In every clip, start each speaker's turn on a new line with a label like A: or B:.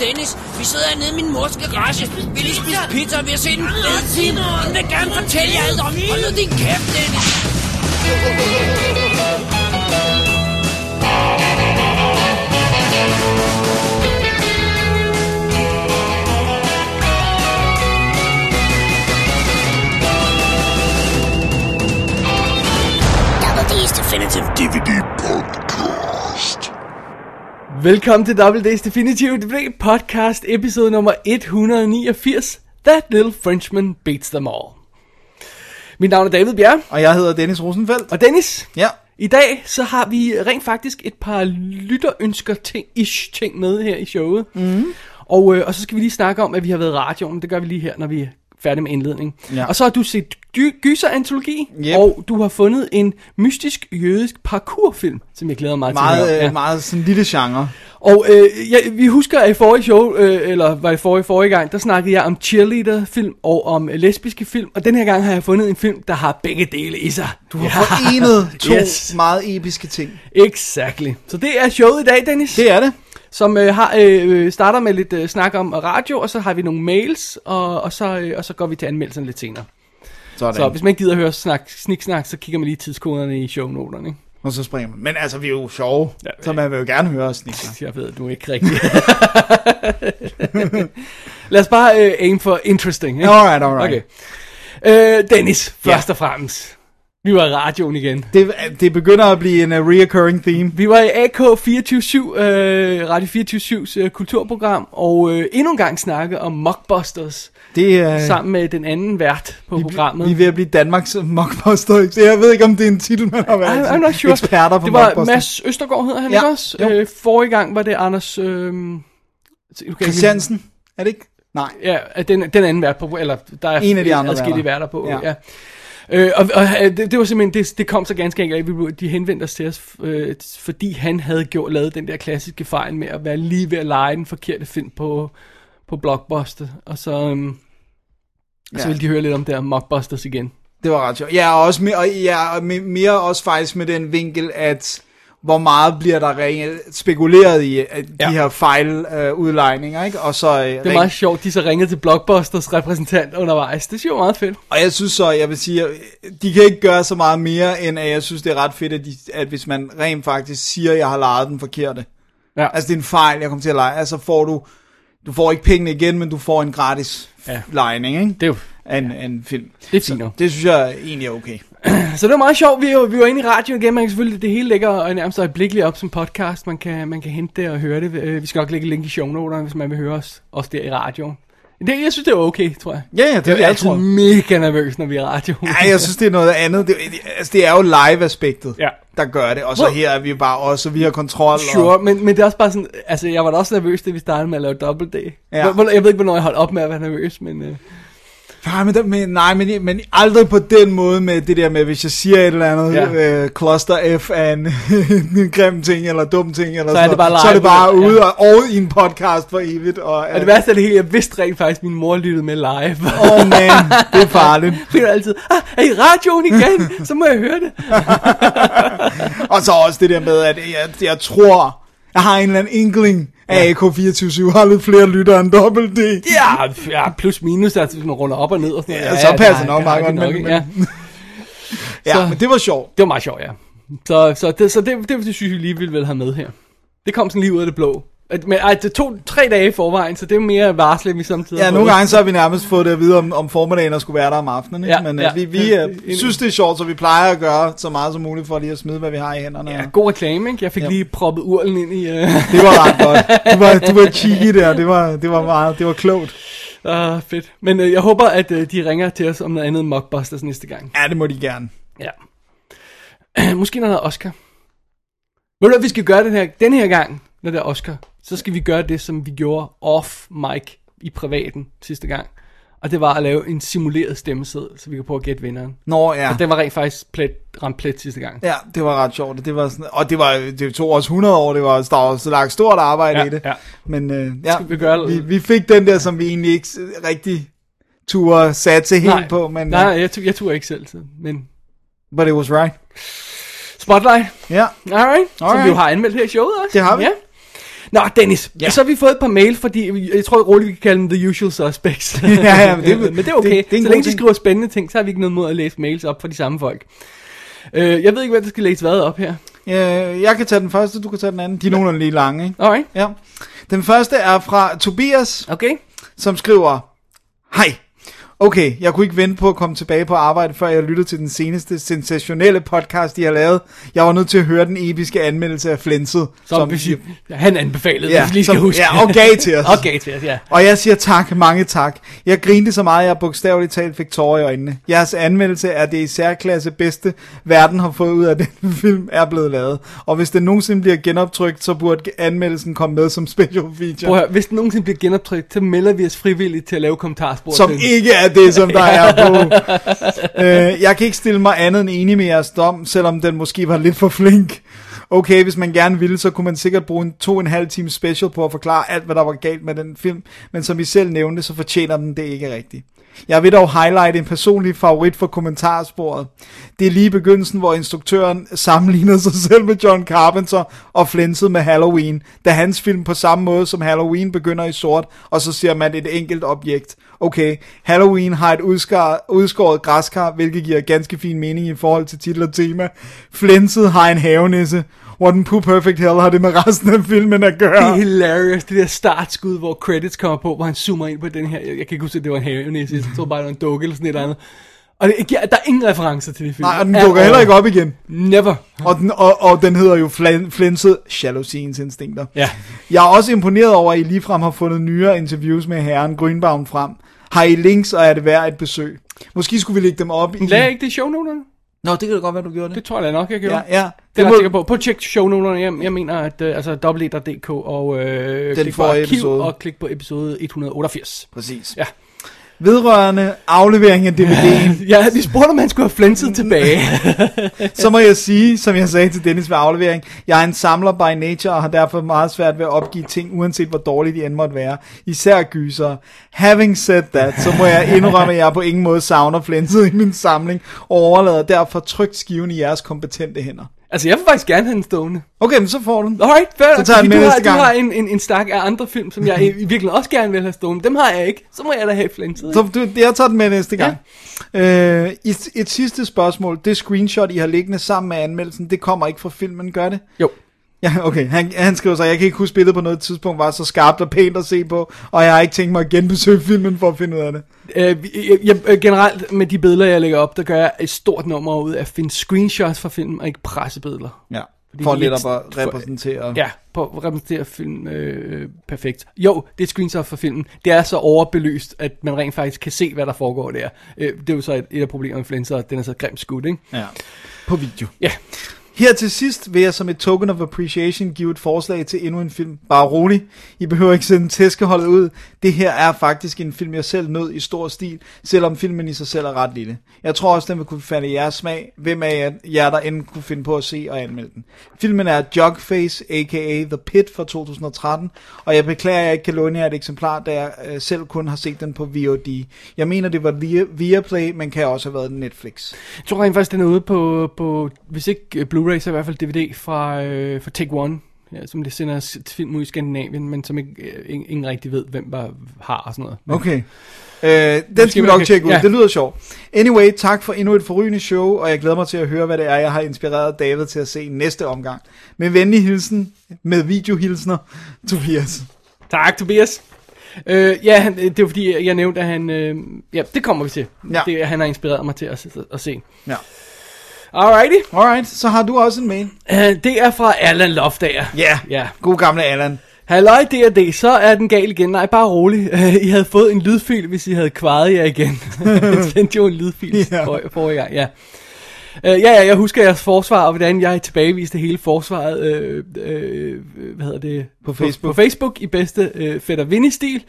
A: Dennis. Vi sidder hernede i min mors garage. Vi lige spise pizza, og vi har set en fed film. Hun vil gerne fortælle jer alt om. Hold nu din kæft, Dennis.
B: D's Definitive DVD Podcast.
C: Velkommen til D's Definitive DVD Podcast, episode nummer 189. That Little Frenchman Beats Them All. Mit navn er David Bjerg.
D: Og jeg hedder Dennis Rosenfeldt.
C: Og Dennis,
D: ja.
C: I dag så har vi rent faktisk et par lytterønsker ting med her i showet. Mm-hmm. Og så skal vi lige snakke om, at vi har været i radioen. Det gør vi lige her, når vi er færdige med indledning. Ja. Og så har du set gyserantologi, yep. Og du har fundet en mystisk jødisk parkourfilm, som jeg glæder mig til.
D: Meget sådan en lille genre.
C: Og vi husker, at i forrige show, eller var i forrige gang, der snakkede jeg om cheerleader-film og om lesbiske film. Og den her gang har jeg fundet en film, der har begge dele i sig.
D: Du har forenet to meget episke ting.
C: Exactly. Så det er showet i dag, Dennis.
D: Det er det.
C: Som starter med lidt snak om radio, og så har vi nogle mails, og så går vi til anmeldelsen lidt senere. Sådan. Så hvis man ikke gider at høre sniksnak, så kigger man lige tidskoderne i shownoterne, ikke?
D: Og så springer man. Men altså, vi er jo sjove, så man vil jo gerne høre sniksnak.
C: Jeg ved, du er ikke rigtig. Lad os bare aim for interesting, ikke?
D: Alright.
C: Okay. Dennis, først og fremmest. Vi var i radioen igen.
D: Det begynder at blive en reoccurring theme.
C: Vi var i AK 24/7, Radio 24/7's kulturprogram, og endnu en gang snakke om Mockbusters. Sammen med den anden vært på programmet.
D: Vi er ved at blive Danmarks Mockbusters. Jeg ved ikke, om det er en titel, man har været
C: I'm not sure.
D: Eksperter på
C: det var
D: Mockbusters.
C: Mads Østergaard, hedder han ikke også? Forrige gang var det Anders...
D: Christiansen, er det ikke? Nej.
C: Ja, den anden vært på, eller der er
D: en af de andre
C: forskellige værter på, ja. Det var simpelthen, det kom så ganske enkelt, at de henvendte os til os, fordi han havde lavet den der klassiske fejl med at være lige ved at lege den forkerte film på Blockbuster, og så ville de høre lidt om det her Mockbusters igen.
D: Det var ret sjovt. Ja, og også mere også faktisk med den vinkel, at hvor meget bliver der spekuleret i de her fejludlejninger, ikke? Og så
C: det er meget sjovt, de så ringede til Blockbusters repræsentant undervejs. Det er jo meget fedt.
D: Og jeg synes så, jeg vil sige, de kan ikke gøre så meget mere, end at jeg synes, det er ret fedt, at hvis man rent faktisk siger, at jeg har lejet den forkerte. Ja. Altså, det er en fejl, jeg kommer til at lege. Altså, du får ikke pengene igen, men du får en gratis lejning, ikke? Det er jo en film.
C: Det er fint nok.
D: Det synes jeg egentlig er okay.
C: Så det var meget sjovt. Vi var inde i radioen igen. Man kan selvfølgelig, det hele ligger nærmest øjeblikkeligt op som podcast. Man kan hente det og høre det. Vi skal nok lægge link i shownoterne, hvis man vil høre os også der i radioen. Jeg synes, det er okay, tror jeg.
D: Ja, det er
C: jeg altid mega nervøs, når vi er i radioen.
D: Ja, jeg synes, det er noget andet. Det er jo live-aspektet, der gør det. Og så her er vi bare også, og vi har kontrol.
C: Sure, men det er også bare sådan, altså jeg var da også nervøs, da vi startede med at lave Double D. Ja. Jeg ved ikke, hvornår jeg holdt op med at være nervøs, men...
D: Men aldrig på den måde med det der med, hvis jeg siger et eller andet cluster F af en grim ting eller dum ting eller
C: så er det bare live,
D: så er det bare ude og i en podcast for evigt.
C: Og det værste er det hele, jeg vidste rent faktisk, min mor lyttede med live.
D: Man, det er farligt.
C: Det er altid, er I radioen igen? Så må jeg høre det.
D: Og så også det der med, at jeg tror, jeg har en eller anden inkling af AK24/7 har lidt flere lyttere end Double D.
C: Ja, plus minus, altså hvis man runder op og ned og sådan noget.
D: Ja, så passer nok meget godt. Men det var sjovt.
C: Det var meget sjovt, ja. Så det synes jeg lige ville have med her. Det kom sådan lige ud af det blå. Men det tog 3 dage i forvejen, så det er mere varslet, vi samtidig.
D: Ja, nogle gange så har vi nærmest fået det at vide om formiddagen og skulle være der om aftenen. Ikke? Men vi synes, det er sjovt, så vi plejer at gøre så meget som muligt for lige at smide, hvad vi har i hænderne.
C: Ja, god reklame, ikke? Jeg fik lige proppet urlen ind i...
D: Det var ret godt. Du var cheeky der. Det var klogt.
C: Fedt. Men jeg håber, at de ringer til os om noget andet Mockbusters næste gang.
D: Ja, det må de gerne.
C: Ja. Måske noget Oscar. Ved du, at vi skal gøre den her gang, når det er Oscar, så skal vi gøre det, som vi gjorde off-mic i privaten sidste gang. Og det var at lave en simuleret stemmeseddel, så vi kan prøve at gætte vinderen.
D: Nå, ja.
C: Og den var rent faktisk ramt plet sidste gang.
D: Ja, det var ret sjovt. Det var sådan, og det tog også 100 år, der var så lagt stort arbejde i det. Ja. Men vi fik den der, som vi egentlig ikke rigtig turde satse helt på. Men,
C: nej, jeg turde ikke selv. Men...
D: But it was right.
C: Spotlight.
D: Ja.
C: Alright. Som vi jo har anmeldt her i showet også.
D: Det har vi.
C: Ja. Nå, Dennis, så har vi fået et par mail, fordi jeg tror roligt, vi kan kalde dem The Usual Suspects.
D: Men det er
C: okay. Så længe de skriver spændende ting, så har vi ikke noget mod at læse mails op fra de samme folk. Jeg ved ikke, hvad der skal læse hvad op her.
D: Jeg kan tage den første, du kan tage den anden. De er nogenlunde lige lange, ikke?
C: Alright.
D: Ja. Den første er fra Tobias, som skriver: Hej. Okay, jeg kunne ikke vente på at komme tilbage på arbejde, før jeg lyttede til den seneste sensationelle podcast, de har lavet. Jeg var nødt til at høre den episke anmeldelse af Flinset.
C: Som han anbefalede, hvis vi lige skal huske.
D: Ja, og gav til os.
C: Ja.
D: Og jeg siger tak, mange tak. Jeg grinte så meget, jeg bogstaveligt talt fik tårer i øjnene. Jeres anmeldelse er det i særklasse bedste, verden har fået ud af den film, er blevet lavet. Og hvis den nogensinde bliver genoptrykt, så burde anmeldelsen komme med som special feature.
C: Prøv at høre, hvis den nogensinde bliver genoptrykt, så melder vi os frivilligt til at lave kommentarspor.
D: Som ikke er det, som der er på. Jeg kan ikke stille mig andet end enig med jeres dom, selvom den måske var lidt for flink. Okay, hvis man gerne ville, så kunne man sikkert bruge en 2,5 times special på at forklare alt, hvad der var galt med den film, men som I selv nævnte, så fortjener den det ikke rigtigt. Jeg vil dog highlight en personlig favorit for kommentarsporet. Det er lige begyndelsen, hvor instruktøren sammenligner sig selv med John Carpenter og flænset med Halloween, da hans film på samme måde som Halloween begynder i sort, og så ser man et enkelt objekt. Okay, Halloween har et udskåret græskar, hvilket giver ganske fin mening i forhold til titel og tema. Flænset har en havenisse. What in perfect hell har det med resten af filmen at gøre?
C: Det er hilarious, det der startskud, hvor credits kommer på, hvor han zoomer ind på den her. Jeg kan ikke huske, at det var en havenisse. Jeg tror bare, det var en dukke eller sådan et eller andet. Og der er ingen referencer til det film.
D: Nej, og den dukker heller ikke op igen.
C: Never.
D: Og den hedder jo Flænset Jalousieens instinkter.
C: Ja.
D: Jeg er også imponeret over, at I ligefrem har fundet nyere interviews med herren Grünbaum frem. Har I links, og er det værd et besøg? Måske skulle vi lægge dem op i...
C: Lad ikke det i shownoterne?
D: Nå, det kan da godt være, du gjorde det.
C: Det tror jeg da nok, jeg gjorde.
D: Ja.
C: Det er jeg sikker på. På tjek shownoterne. Jeg mener, at www.dk og klik på arkiv og klik på episode 188.
D: Præcis.
C: Ja.
D: Vedrørende aflevering af DVD'en.
C: Ja, vi spurgte, om han skulle have flænset tilbage.
D: Så må jeg sige, som jeg sagde til Dennis ved aflevering, jeg er en samler by nature og har derfor meget svært ved at opgive ting, uanset hvor dårligt de end måtte være. Især gyser. Having said that, så må jeg indrømme, at jeg på ingen måde savner flænset i min samling, og overlader derfor trygt skiven i jeres kompetente hænder.
C: Altså, jeg vil faktisk gerne have den stående.
D: Okay, men så får du den.
C: Alright, fair.
D: Så tager jeg den med næste gang.
C: Du har en stak af andre film, som jeg virkelig også gerne vil have stående. Dem har jeg ikke. Så må jeg da have flænset.
D: Så jeg tager den med næste gang. Ja. Et sidste spørgsmål. Det screenshot, I har liggende sammen med anmeldelsen, det kommer ikke fra filmen, gør det?
C: Jo.
D: Ja, okay. Han skriver så, jeg kan ikke huske billedet på noget tidspunkt, var så skarpt og pænt at se på, og jeg har ikke tænkt mig at genbesøge filmen for at finde ud af det.
C: Generelt med de billeder, jeg lægger op, der gør jeg et stort nummer ud af at finde screenshots fra filmen, og ikke pressebilleder.
D: Ja, for lidt at repræsentere.
C: Ja, på at repræsentere film perfekt. Jo, det er screenshot fra filmen. Det er så overbelyst, at man rent faktisk kan se, hvad der foregår der. Det er jo så et af problemerne med Flænser, at den er så grimt skudt, ikke?
D: Ja, på video.
C: Ja.
D: Her til sidst vil jeg som et token of appreciation give et forslag til endnu en film. Bare rolig. I behøver ikke sende tæskeholdet ud. Det her er faktisk en film, jeg selv nød i stor stil, selvom filmen i sig selv er ret lille. Jeg tror også, den vil kunne falde i jeres smag. Hvem af jer, der end kunne finde på at se og anmelde den. Filmen er Jugface, a.k.a. The Pit fra 2013, og jeg beklager, at jeg ikke kan låne jer et eksemplar, da jeg selv kun har set den på VOD. Jeg mener, det var Viaplay, men kan også have været Netflix.
C: Jeg tror rent faktisk, den er ude på hvis ikke Blu-ray, så i hvert fald DVD fra Take One, ja, som det sender film ud i Skandinavien, men som ingen rigtig ved, hvem der har og sådan noget. Men,
D: okay. Den skal vi nok tjekke ud. Ja. Det lyder sjovt. Anyway, tak for endnu et forrygende show, og jeg glæder mig til at høre, hvad det er, jeg har inspireret David til at se næste omgang. Med venlig hilsen, med videohilsner, Tobias.
C: Tak, Tobias. Ja, det er fordi, jeg nævnte, at han... ja, det kommer vi til. Ja. Han har inspireret mig til at se.
D: Ja.
C: Alright,
D: så har du også en mail.
C: Det er fra Allan Loftager.
D: Ja, god gamle Allan.
C: Halløj, D&D, så er den gal igen. Nej, bare rolig. I havde fået en lydfil, hvis I havde kvaret jer igen. Jeg sendte jo en lydfil forrige gang, ja. Jeg husker jeres forsvar, og hvordan jeg tilbageviste hele forsvaret, hvad hedder det? På Facebook i bedste Fætter Vinnie-stil.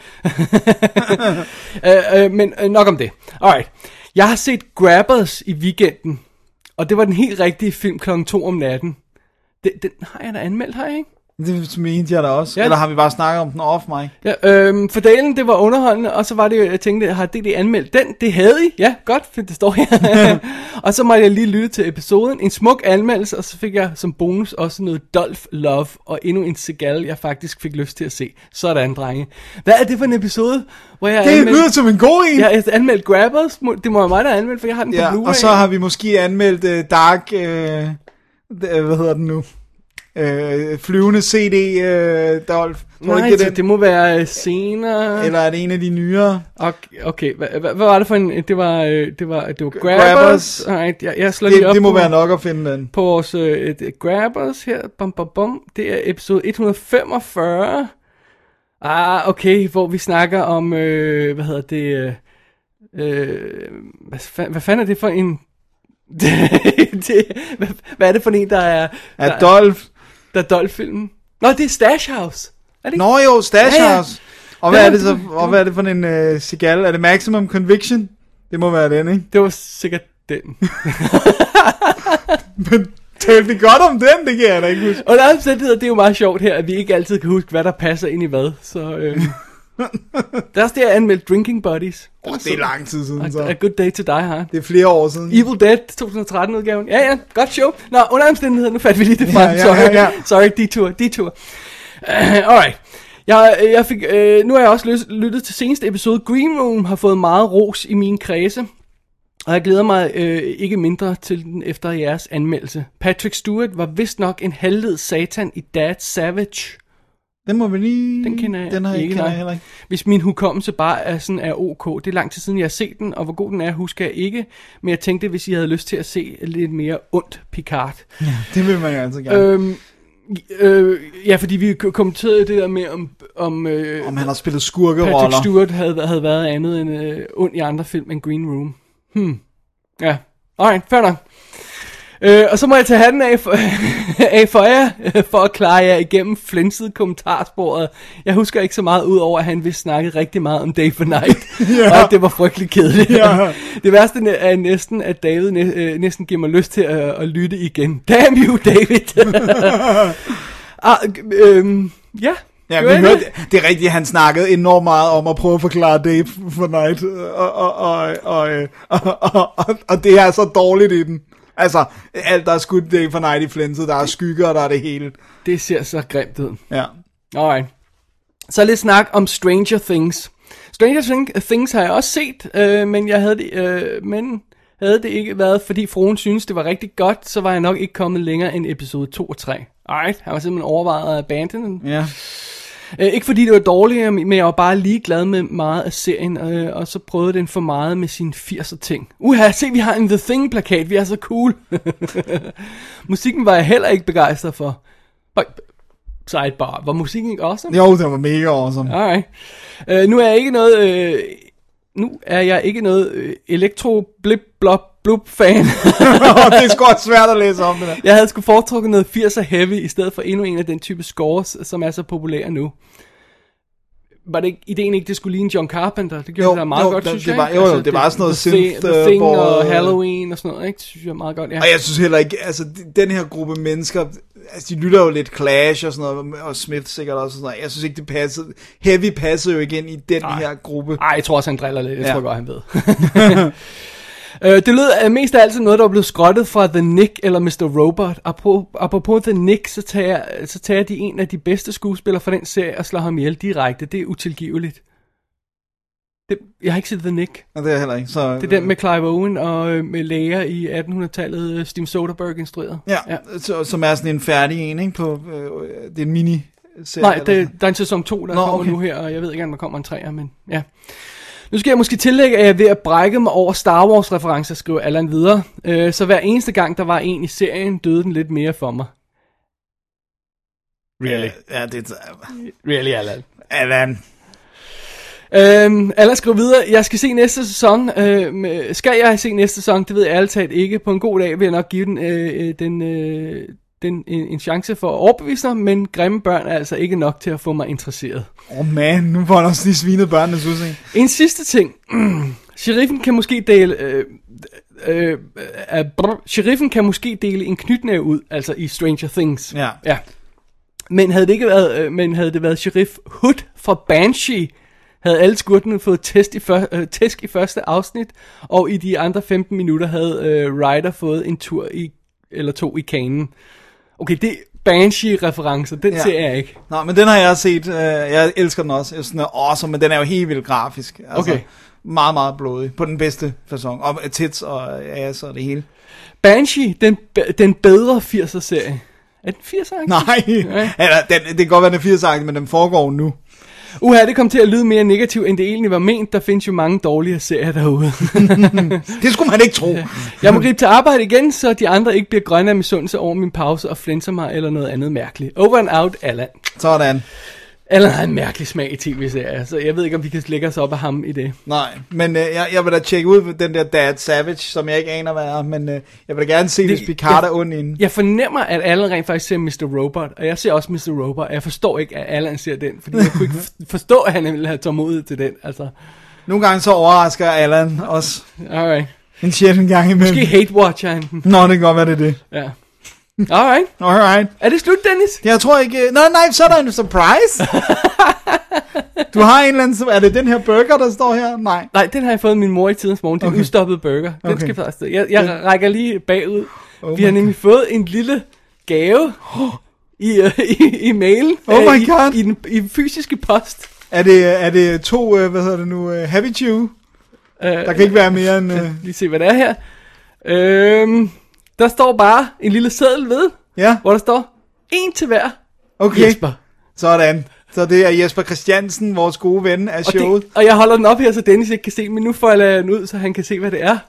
C: Men nok om det. Alright. Jeg har set Grabbers i weekenden, og det var den helt rigtige film 2:00 om natten. Den har jeg da anmeldt, har jeg ikke?
D: Det mente jeg da også. Ja. Eller har vi bare snakket om den off, Mike?
C: Ja, fordelen, det var underholdende, og så var det, jeg tænkte, har DD anmeldt den? Det havde I. Ja, godt, for det står her. Og så måtte jeg lige lytte til episoden. En smuk anmeldelse, og så fik jeg som bonus også noget Dolph Love, og endnu en Seagal, jeg faktisk fik lyst til at se. Sådan, drenge. Hvad er det for en episode, hvor jeg
D: det lyder som en god en.
C: Jeg har anmeldt Grabbers. Det må være mig, der har anmeldt, for jeg har den på Blu-ray.
D: Og så har vi måske anmeldt Dark... hvad hedder den nu? Flyvende CD Dolph.
C: Nej, det må være senere.
D: Eller er det en af de nyere?
C: Okay, hvad var det for en? Det var Grabbers. Right, jeg slår lige op.
D: Det må være nok at finde den.
C: På vores Grabbers her. Det er episode 145. Okay, hvor vi snakker om hvad hedder det? Hvad fanden er det for en? Hvad er det for en, der er...
D: Dolph.
C: Der er Dolph-filmen. Nå, det er Stash House. Er det ikke?
D: Nå jo, Stash House. Og hvad er det så? Og hvad er det for en Seagal? Er det Maximum Conviction? Det må være den, ikke?
C: Det var sikkert den.
D: Men talte vi godt om den? Det kan jeg da ikke huske.
C: Og der omstændigheder, det er jo meget sjovt her, at vi ikke altid kan huske, hvad der passer ind i hvad. Så der er også det, jeg anmeldt Drinking Buddies.
D: Det er lang tid siden, så.
C: A Good Day to Die Hard.
D: Det er flere år siden.
C: Evil Dead 2013-udgaven. Ja, godt show. Nå, under omstændigheder, nu fandt vi lige det frem. Sorry, detur. Alright. Jeg fik, nu har jeg også lyttet til seneste episode. Green Room har fået meget ros i mine kredse. Og jeg glæder mig ikke mindre til den efter jeres anmeldelse. Patrick Stewart var vist nok en halvled satan i Dad Savage.
D: Den må vi lige...
C: Den kender jeg
D: heller ikke.
C: Hvis min hukommelse bare er ok. Det er lang tid siden, jeg har set den, og hvor god den er, husker jeg ikke. Men jeg tænkte, hvis I havde lyst til at se lidt mere ondt Picard.
D: Ja, det vil man jo altså gerne.
C: Ja, fordi vi kommenterede det der med, om
D: han har spillet skurkeroller.
C: Patrick Stewart havde været andet end ond i andre film end Green Room. Ja, alright, fair nok. Og så må jeg tage hatten af for jer, for at klare jer igennem flinsede kommentarsporet. Jeg husker ikke så meget ud over, at han vist snakkede rigtig meget om Day for Night, og at det var frygtelig kedeligt. Det værste er næsten, at David næsten giver mig lyst til at lytte igen. Damn you, David! Ja.
D: Ja, vi hørte, det er rigtigt, han snakkede enormt meget om at prøve at forklare Day for Night, og det er så dårligt i den. Altså, alt der er skudt Day for Night i flænset, der er skygger, og der er det hele.
C: Det ser så grimt ud.
D: Ja.
C: Alright. Så lidt snak om Stranger Things. Stranger Things har jeg også set, men jeg havde det ikke været, fordi fruen synes det var rigtig godt, så var jeg nok ikke kommet længere end episode 2 og 3. Alright, han var simpelthen overvejet at abandone den.
D: Ja.
C: Ikke fordi det var dårligt, men jeg var bare ligeglad med meget af serien, og så prøvede den for meget med sine 80'er ting. Se, vi har en The Thing-plakat, vi er så cool. Musikken var jeg heller ikke begejstret for. Sidebar, var musikken ikke awesome?
D: Jo, det var mega awesome.
C: Alright. Nu er jeg ikke noget elektro blip blop blub fan.
D: Det er sgu også svært at læse om det der.
C: Jeg havde sgu foretrukket noget 80'er heavy i stedet for endnu en af den type scores, som er så populære nu. Var det ideen ikke, det skulle ligne John Carpenter? Det gjorde det da meget godt, synes jeg.
D: Det var sådan noget synth.
C: The Thing og Halloween og sådan noget, ikke? Det synes jeg er meget godt, ja.
D: Og jeg synes heller ikke, altså den her gruppe mennesker, altså de lytter jo lidt Clash og sådan noget, og Smith sikkert også sådan noget. Jeg synes ikke, det passede. Heavy passede jo igen i den her gruppe.
C: Ej, jeg tror også, han driller lidt. Jeg tror godt, han ved. Det lød mest af alt noget, der var blevet skrottet fra The Nick eller Mr. Robot. Apropos The Nick, så tager de en af de bedste skuespillere fra den serie og slår ham ihjel direkte. Det er utilgiveligt. Jeg har ikke set The Nick.
D: Ja, det er jeg heller ikke. Så,
C: det er den med Clive Owen og med læger i 1800-tallet, Steven Soderbergh instrueret.
D: Ja. Som er sådan en færdig en, ikke? På, det er en mini-serie.
C: Nej, der er en sæson 2, der kommer nu her, og jeg ved ikke, om der kommer en 3'er, men ja. Nu skal jeg måske tillægge, at jeg er ved at brække mig over Star Wars referencer, skriver Allan videre. Så hver eneste gang, der var en i serien, døde den lidt mere for mig. Really?
D: Ja, det er...
C: Really, Allan?
D: Allan.
C: Allan skriver videre, jeg skal se næste sæson. Skal jeg se næste sæson? Det ved jeg ærligt talt ikke. På en god dag vil jeg nok give den en chance for at overbevise dig, men grimme børn er altså ikke nok til at få mig interesseret.
D: Man, nu får han også lige svinet børnenes udsigt.
C: En sidste ting. Sheriffen kan måske dele en knytnæve ud, altså i Stranger Things.
D: Ja.
C: Men havde det været Sheriff Hood fra Banshee, havde alle skurtene fået tæsk i første afsnit, og i de andre 15 minutter havde Ryder fået en tur eller to i kanen. Okay, det er Banshee-referencer, den ser jeg ikke.
D: Nej, men den har jeg set. Jeg elsker den også. Jeg synes, den er awesome, men den er jo helt vildt grafisk. Altså, okay. Meget, meget blodig. På den bedste facon. Og tits og ass og det hele. Banshee,
C: den bedre 80'er-serie. Er den 80'er?
D: Nej, det kan godt være, den er 80'er, men den foregår nu.
C: Det kom til at lyde mere negativt, end det egentlig var ment. Der findes jo mange dårlige serier derude.
D: Det skulle man ikke tro.
C: Jeg må gribe til arbejde igen, så de andre ikke bliver grønne af misundelse over min pause og flænser mig eller noget andet mærkeligt. Over and out, Allan.
D: Sådan.
C: Allan har en mærkelig smag i tv-serier, så jeg ved ikke, om vi kan lægge os op af ham i det.
D: Nej, men jeg vil da tjekke ud den der Dad Savage, som jeg ikke aner, hvad er, men jeg vil da gerne se, hvis Picard er ond inden.
C: Jeg fornemmer, at Allan rent faktisk ser Mr. Robot, og jeg ser også Mr. Robot, og jeg forstår ikke, at Allan ser den, fordi jeg kunne ikke forstå, at han ville have tålmodighed til den, altså.
D: Nogle gange så overrasker Allan også.
C: Alright.
D: En sjældent gang imellem.
C: Måske hate-watcher han.
D: Nå, det kan godt være, det.
C: Ja. Alright. Er det slut, Dennis?
D: Jeg tror ikke... Nej, så er der en surprise. Du har en eller anden... Er det den her burger, der står her? Nej,
C: den har jeg fået af min mor i tidens morgen. Det er en udstoppet burger. Den skal faktisk... Jeg rækker lige bagud. Vi har nemlig fået en lille gave i mailen.
D: Oh my god.
C: I den fysiske post.
D: Er det to, Happy Chew? Der kan ikke være mere end...
C: Lige se, hvad det er her. Der står bare en lille seddel ved, hvor der står en til hver.
D: Okay.
C: Jesper.
D: Sådan. Så det er Jesper Christiansen, vores gode ven af showet.
C: Og jeg holder den op her, så Dennis ikke kan se, men nu får jeg ladet den ud, så han kan se, hvad det er.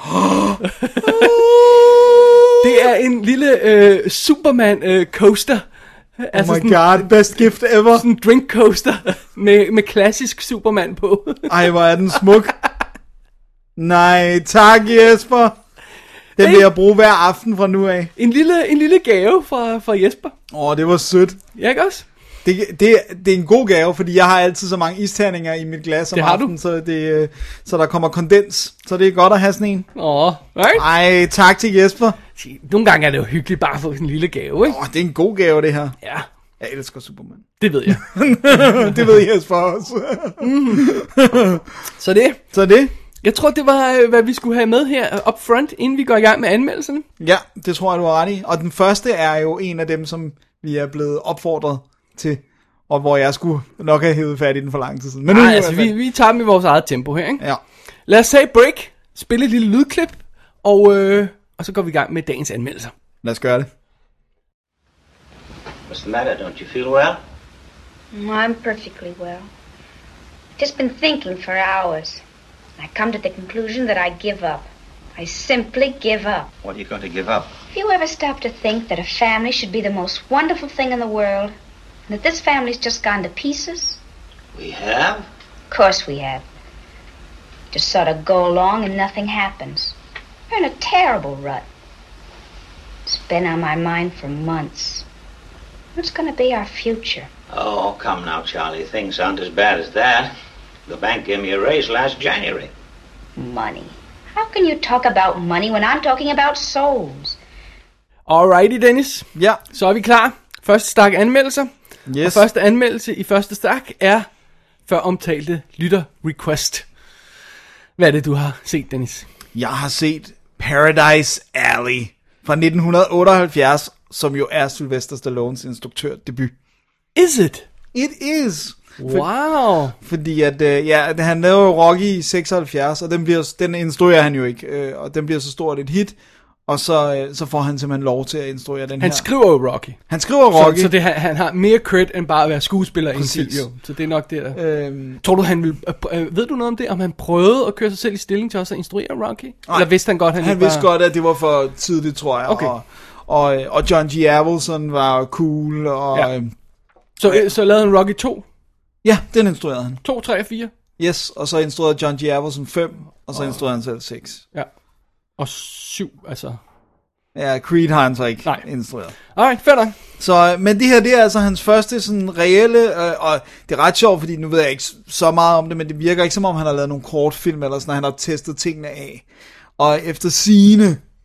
C: Det er en lille Superman coaster.
D: Altså oh my god, best gift ever.
C: Sådan en drink coaster med klassisk Superman på.
D: Ej, hvor er den smuk. Nej, tak Jesper. Den vil jeg bruge hver aften fra nu af.
C: En lille gave fra Jesper.
D: Det var sødt.
C: Ja, ikke også?
D: Det er en god gave, fordi jeg har altid så mange isterninger i mit glas om aftenen, så der kommer kondens. Så det er godt at have sådan en.
C: Right?
D: Ej, tak til Jesper.
C: Nogle gange er det jo hyggeligt bare at få sådan en lille gave, ikke?
D: Det er en god gave, det her.
C: Ja.
D: Jeg elsker Superman.
C: Det ved jeg.
D: Det ved Jesper også.
C: Så det. Jeg tror, det var, hvad vi skulle have med her up front, inden vi går i gang med anmeldelserne.
D: Ja, det tror jeg, du har ret i. Og den første er jo en af dem, som vi er blevet opfordret til, og hvor jeg skulle nok have hævet fat i den for lang tid siden. Men nu
C: vi tager dem i vores eget tempo her, ikke?
D: Ja.
C: Lad os tage et break, spille et lille lydklip, og så går vi i gang med dagens anmeldelser.
D: Lad os gøre det.
E: What's the matter? Don't you feel well?
F: No, I'm perfectly well. Just been thinking for hours. I come to the conclusion that I give up. I simply give up.
E: What are you going to give up?
F: Have you ever stopped to think that a family should be the most wonderful thing in the world? And that this family's just gone to pieces?
E: We have?
F: Of course we have. Just sort of go along and nothing happens. We're in a terrible rut. It's been on my mind for months. What's going to be our future?
E: Oh, come now, Charlie. Things aren't as bad as that. The bank gave me a raise last January.
F: Money. How can you talk about money when I'm talking about souls?
C: Alrighty, Dennis.
D: Ja.
C: Så er vi klar. Første stak anmeldelser.
D: Yes.
C: Og første anmeldelse i første stak er før omtalte lytter request. Hvad er det, du har set, Dennis?
D: Jeg har set Paradise Alley fra 1978, som jo er Sylvester Stallones instruktørdebut.
C: Is it?
D: It is.
C: Wow.
D: Fordi at han lavede Rocky i 76, og den instruerer han jo ikke, og den bliver så stort et hit, og så får han simpelthen lov til at instruere den her.
C: Han skriver jo Rocky.
D: Han skriver Rocky.
C: Så det, han har mere credit end bare at være skuespiller i en film. Så det er nok det der. Tror du, han vil... ved du noget om det? Om han prøvede at køre sig selv i stilling til også at instruere Rocky? Nej. Eller vidste han godt,
D: han vidste godt, at det var for tidligt, tror jeg. Okay. Og John G. Avildsen var cool, og... Ja.
C: Så lavede han Rocky 2?
D: Ja, den instruerede han.
C: 2, 3 og 4?
D: Yes, og så instruerede John G. Avildsen 5, og så instruerede han selv 6.
C: Ja. Og 7, altså...
D: Ja, Creed har han så ikke instrueret.
C: Alright, fedt nok.
D: Så, men det her, det er altså hans første sådan reelle, og det er ret sjovt, fordi nu ved jeg ikke så meget om det, men det virker ikke som om han har lavet nogle kortfilm eller sådan, han har testet tingene af. Og efter sigende,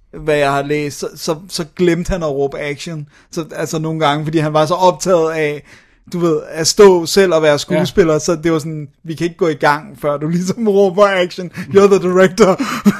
D: hvad jeg har læst, så glemte han at råbe action. Så, altså nogle gange, fordi han var så optaget af, du ved, at stå selv og være skuespiller, så det var sådan, vi kan ikke gå i gang, før du ligesom råber action. You're the director.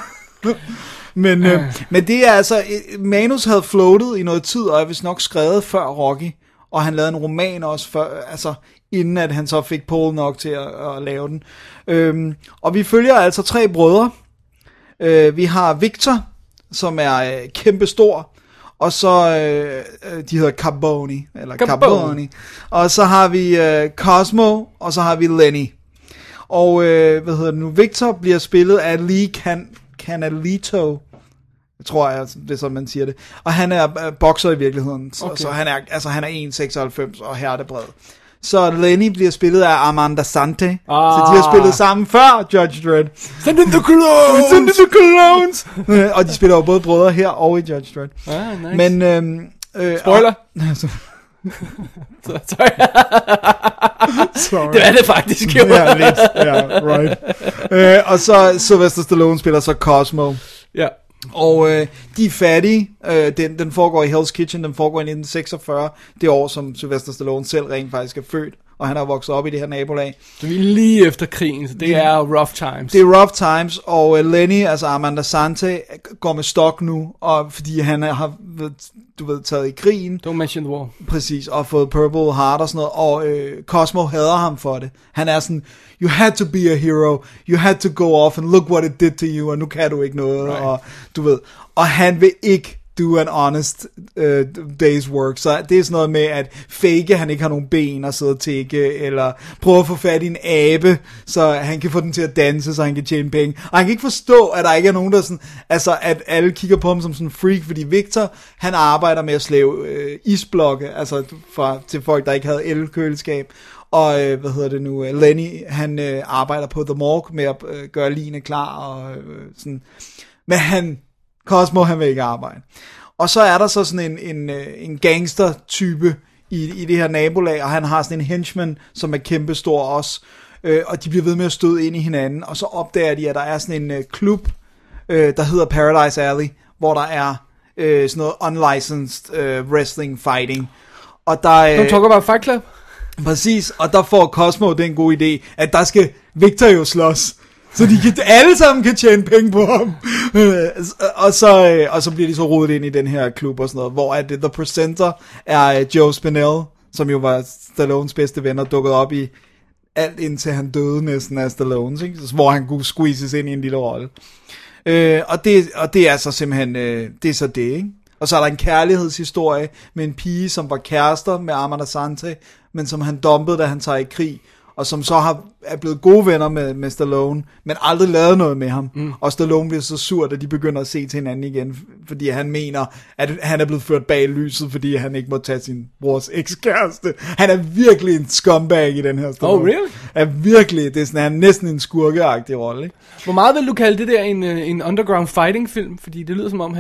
D: Men det er altså, manus havde floatet i noget tid, og er vist nok skrevet før Rocky, og han lavede en roman også før, altså inden at han så fik Paul nok til at lave den. Og vi følger altså 3 brødre. Vi har Victor, som er kæmpe stor, og så de hedder Carbone. Og så har vi Cosmo, og så har vi Lenny. Og Victor bliver spillet af Lee Canalito, jeg tror det er sådan man siger det. Og han er bokser i virkeligheden, så han er 1,96 og hærtebred. Så Lenny bliver spillet af Amanda Sante. Så de har spillet sammen før Judge Dredd.
C: Send in the clones!
D: Send in the clones! Og de spiller jo både brødre her og i Judge Dredd.
C: Nice.
D: Men
C: spoiler.
D: Sorry.
C: Det er det faktisk jo.
D: Ja, lidt. Ja, right. Og så Sylvester Stallone spiller så Cosmo.
C: Ja.
D: Og de er fattige. Den foregår i Hell's Kitchen. Den foregår i 1946. Det år, som Sylvester Stallone selv rent faktisk er født. Og han har vokset op i det her nabolag.
C: Så vi er lige efter krigen, så det er rough times.
D: Det er rough times, og Lenny, altså Amanda Sante, går med stok nu, og fordi han har, taget i krigen.
C: Don't mention the war.
D: Præcis, og fået Purple Heart og sådan noget, og Cosmo hader ham for det. Han er sådan, you had to be a hero, you had to go off and look what it did to you, og nu kan du ikke noget, right. Og du ved. Og han vil ikke do an honest day's work. Så det er sådan noget med at fake, han ikke har nogen ben og sidde og tække, eller prøve at få fat i en abe, så han kan få den til at danse, så han kan tjene penge. Og han kan ikke forstå, at der ikke er nogen, der sådan, altså at alle kigger på ham som sådan en freak, fordi Victor, han arbejder med at slæve isblokke, altså til folk, der ikke havde elkøleskab. Og Lenny, han arbejder på The Morgue med at gøre ligene klar og sådan. Men Cosmo, han vil ikke arbejde. Og så er der så sådan en gangster-type i det her nabolag, og han har sådan en henchman, som er kæmpestor også. Og de bliver ved med at støde ind i hinanden, og så opdager de, at der er sådan en klub, der hedder Paradise Alley, hvor der er sådan noget unlicensed wrestling fighting. Og der
C: Don't talk about Fight Club.
D: Præcis, og der får Cosmo den gode idé, at der skal Victor jo slås. Så alle sammen kan tjene penge på ham. Og så bliver de så rodet ind i den her klub og sådan noget, hvor at The Presenter er Joe Spinell, som jo var Stallones bedste ven og dukket op i alt indtil han døde næsten af Stallones, ikke? Hvor han kunne squeezes ind i en lille rolle. Og det er så simpelthen, det er så det, ikke? Og så er der en kærlighedshistorie med en pige, som var kærester med Amanda Sante, men som han dumpede, da han tager i krig, og som så er blevet gode venner med Stallone, men aldrig lavet noget med ham. Og Stallone bliver så sur, at de begynder at se til hinanden igen, fordi han mener, at han er blevet ført bag lyset, fordi han ikke må tage sin brors ekskæreste. Han er virkelig en scumbag i den her Stallone.
C: Oh, really?
D: Er virkelig, det er sådan, han er næsten en skurkeagtig rolle, ikke?
C: Hvor meget vil du kalde det der en underground fighting film? Fordi det lyder som om,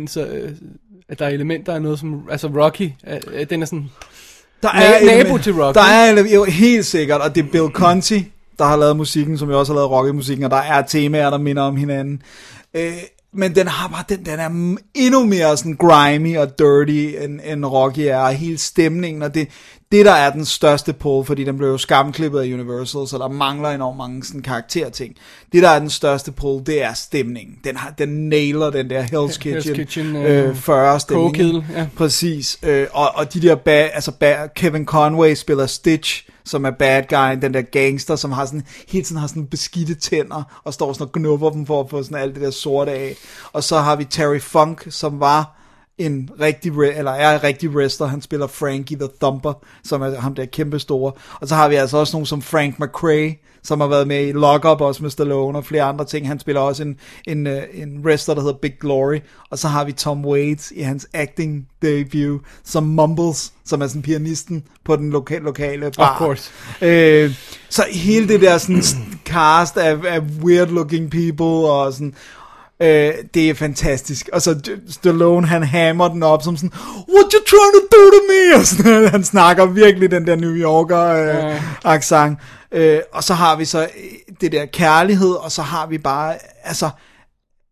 C: at der er elementer af noget som, altså Rocky, den er sådan...
D: Der er
C: nabo til Rocky.
D: Der er jo helt sikkert, og det er Bill Conti, der har lavet musikken, som jo også har lavet Rocky-musikken, og der er temaer, der minder om hinanden. Men den har bare den er endnu mere sådan grimy og dirty, end Rocky er, og hele stemningen, og det der er den største pull, fordi den blev jo skamklippet af Universal, så der mangler enormt mange sådan karakterting. Det der er den største pull, det er stemningen. Den nailer den der Hell's Kitchen 40 stemning.
C: Ja.
D: Præcis. Og de der Kevin Conway spiller Stitch, som er bad guy, den der gangster, som har sådan, hele tiden har sådan beskidte tænder, og står sådan og knupper dem for at få sådan alt det der sorte af. Og så har vi Terry Funk, som var er en rigtig wrestler. Han spiller Frankie the Thumper, som er ham der kæmpe store. Og så har vi altså også nogen som Frank McRae, som har været med i Lock Up også med Stallone og flere andre ting. Han spiller også en wrestler, der hedder Big Glory. Og så har vi Tom Waits i hans acting debut som Mumbles, som er sådan pianisten på den lokale bar.
C: Of course.
D: Så hele det der sådan cast af weird looking people og sådan... det er fantastisk. Og så Stallone, han hammer den op som sådan, what you trying to do to me? Og sådan, han snakker virkelig den der New Yorker accent. Og så har vi så det der kærlighed, og så har vi bare, altså,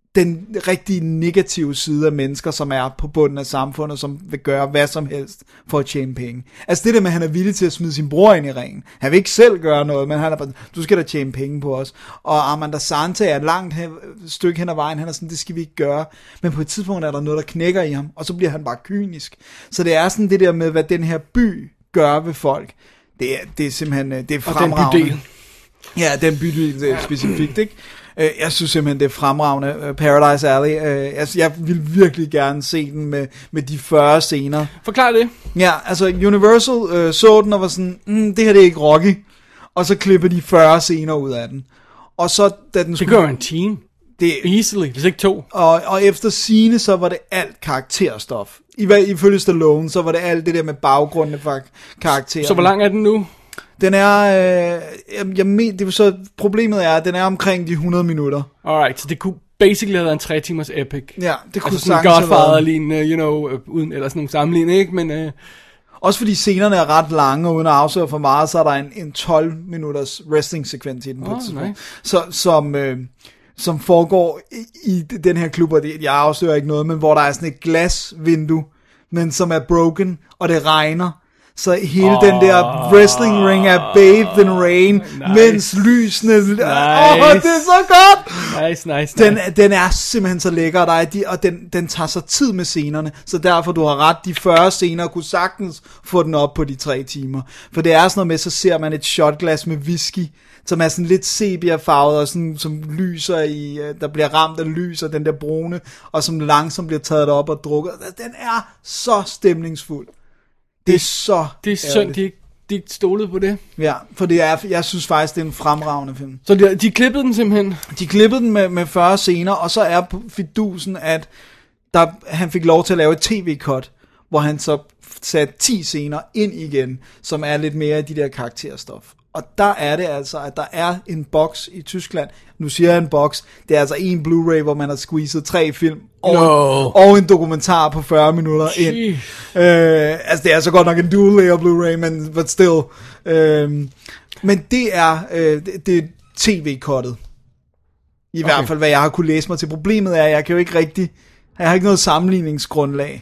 D: den rigtig negative side af mennesker, som er på bunden af samfundet, som vil gøre hvad som helst for at tjene penge. Altså det der med, at han er villig til at smide sin bror ind i ringen. Han vil ikke selv gøre noget, men han er bare, du skal da tjene penge på os. Og Amanda Sante er et langt stykke hen ad vejen, han er sådan, det skal vi ikke gøre. Men på et tidspunkt er der noget, der knækker i ham, og så bliver han bare kynisk. Så det er sådan det der med, hvad den her by gør ved folk. Det er simpelthen, det er fremragende.
C: Og den bydel.
D: Ja, den bydel specifikt, ikke? Jeg synes simpelthen, det er fremragende. Paradise Alley. Jeg vil virkelig gerne se den med de 40 scener.
C: Forklar det.
D: Ja, altså Universal så den og var sådan, det her det er ikke Rocky. Og så klipper de 40 scener ud af den. Og så da den
C: skulle... Det gør en team. Easily, hvis ikke 2.
D: Og efter sigende, så var det alt karakterstof. Ifølge Stallone, så var det alt det der med baggrundene for karakterer.
C: Så hvor lang er den nu?
D: Den er, problemet er, at den er omkring de 100 minutter.
C: Alright, så det kunne basically have været en 3 timers epic.
D: Ja, det kunne
C: altså sådan en Godfather-lignende, uden ellers nogen sammenligning, ikke? Men,
D: også fordi scenerne er ret lange, og uden at afsløre for meget, så er der en 12 minutters wrestling-sekvens i den på et tidspunkt. Nice. Som foregår i den her klub, og jeg afslører ikke noget, men hvor der er sådan et glasvindue, men som er broken, og det regner. Så hele den der wrestling ring er bathed in rain, mens lysene... det er så godt!
C: Nice.
D: Den er simpelthen så lækker, og den tager sig tid med scenerne, så derfor du har ret, de 40 scener kunne sagtens få den op på de 3 timer. For det er sådan noget med, så ser man et shotglas med whisky, som er sådan lidt sepia-farvet, og sådan, som lyser i, der bliver ramt af lys, og den der brune, og som langsomt bliver taget op og drukket. Den er så stemningsfuld. Det er
C: synd, de ikke stolede på det.
D: Ja, for jeg synes faktisk, det er en fremragende film.
C: Så de klippede den simpelthen?
D: De klippede den med 40 scener, og så er fidusen, at han fik lov til at lave et tv-cut, hvor han så satte 10 scener ind igen, som er lidt mere af de der karakterstof. Og der er det altså, at der er en boks i Tyskland. Nu siger jeg en boks. Det er altså en Blu-ray, hvor man har squeezet 3 film og en dokumentar på 40 minutter ind. Altså det er så godt nok en dual layer Blu-ray, men but still. Men det er tv-cuttet. I hvert fald, hvad jeg har kunne læse mig til. Problemet er, at jeg kan jo ikke rigtig... Jeg har ikke noget sammenligningsgrundlag.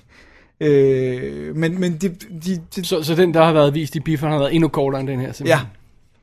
D: Men
C: så den, der har været vist i biffen, har været endnu kortere end den her, simpelthen.
D: Ja.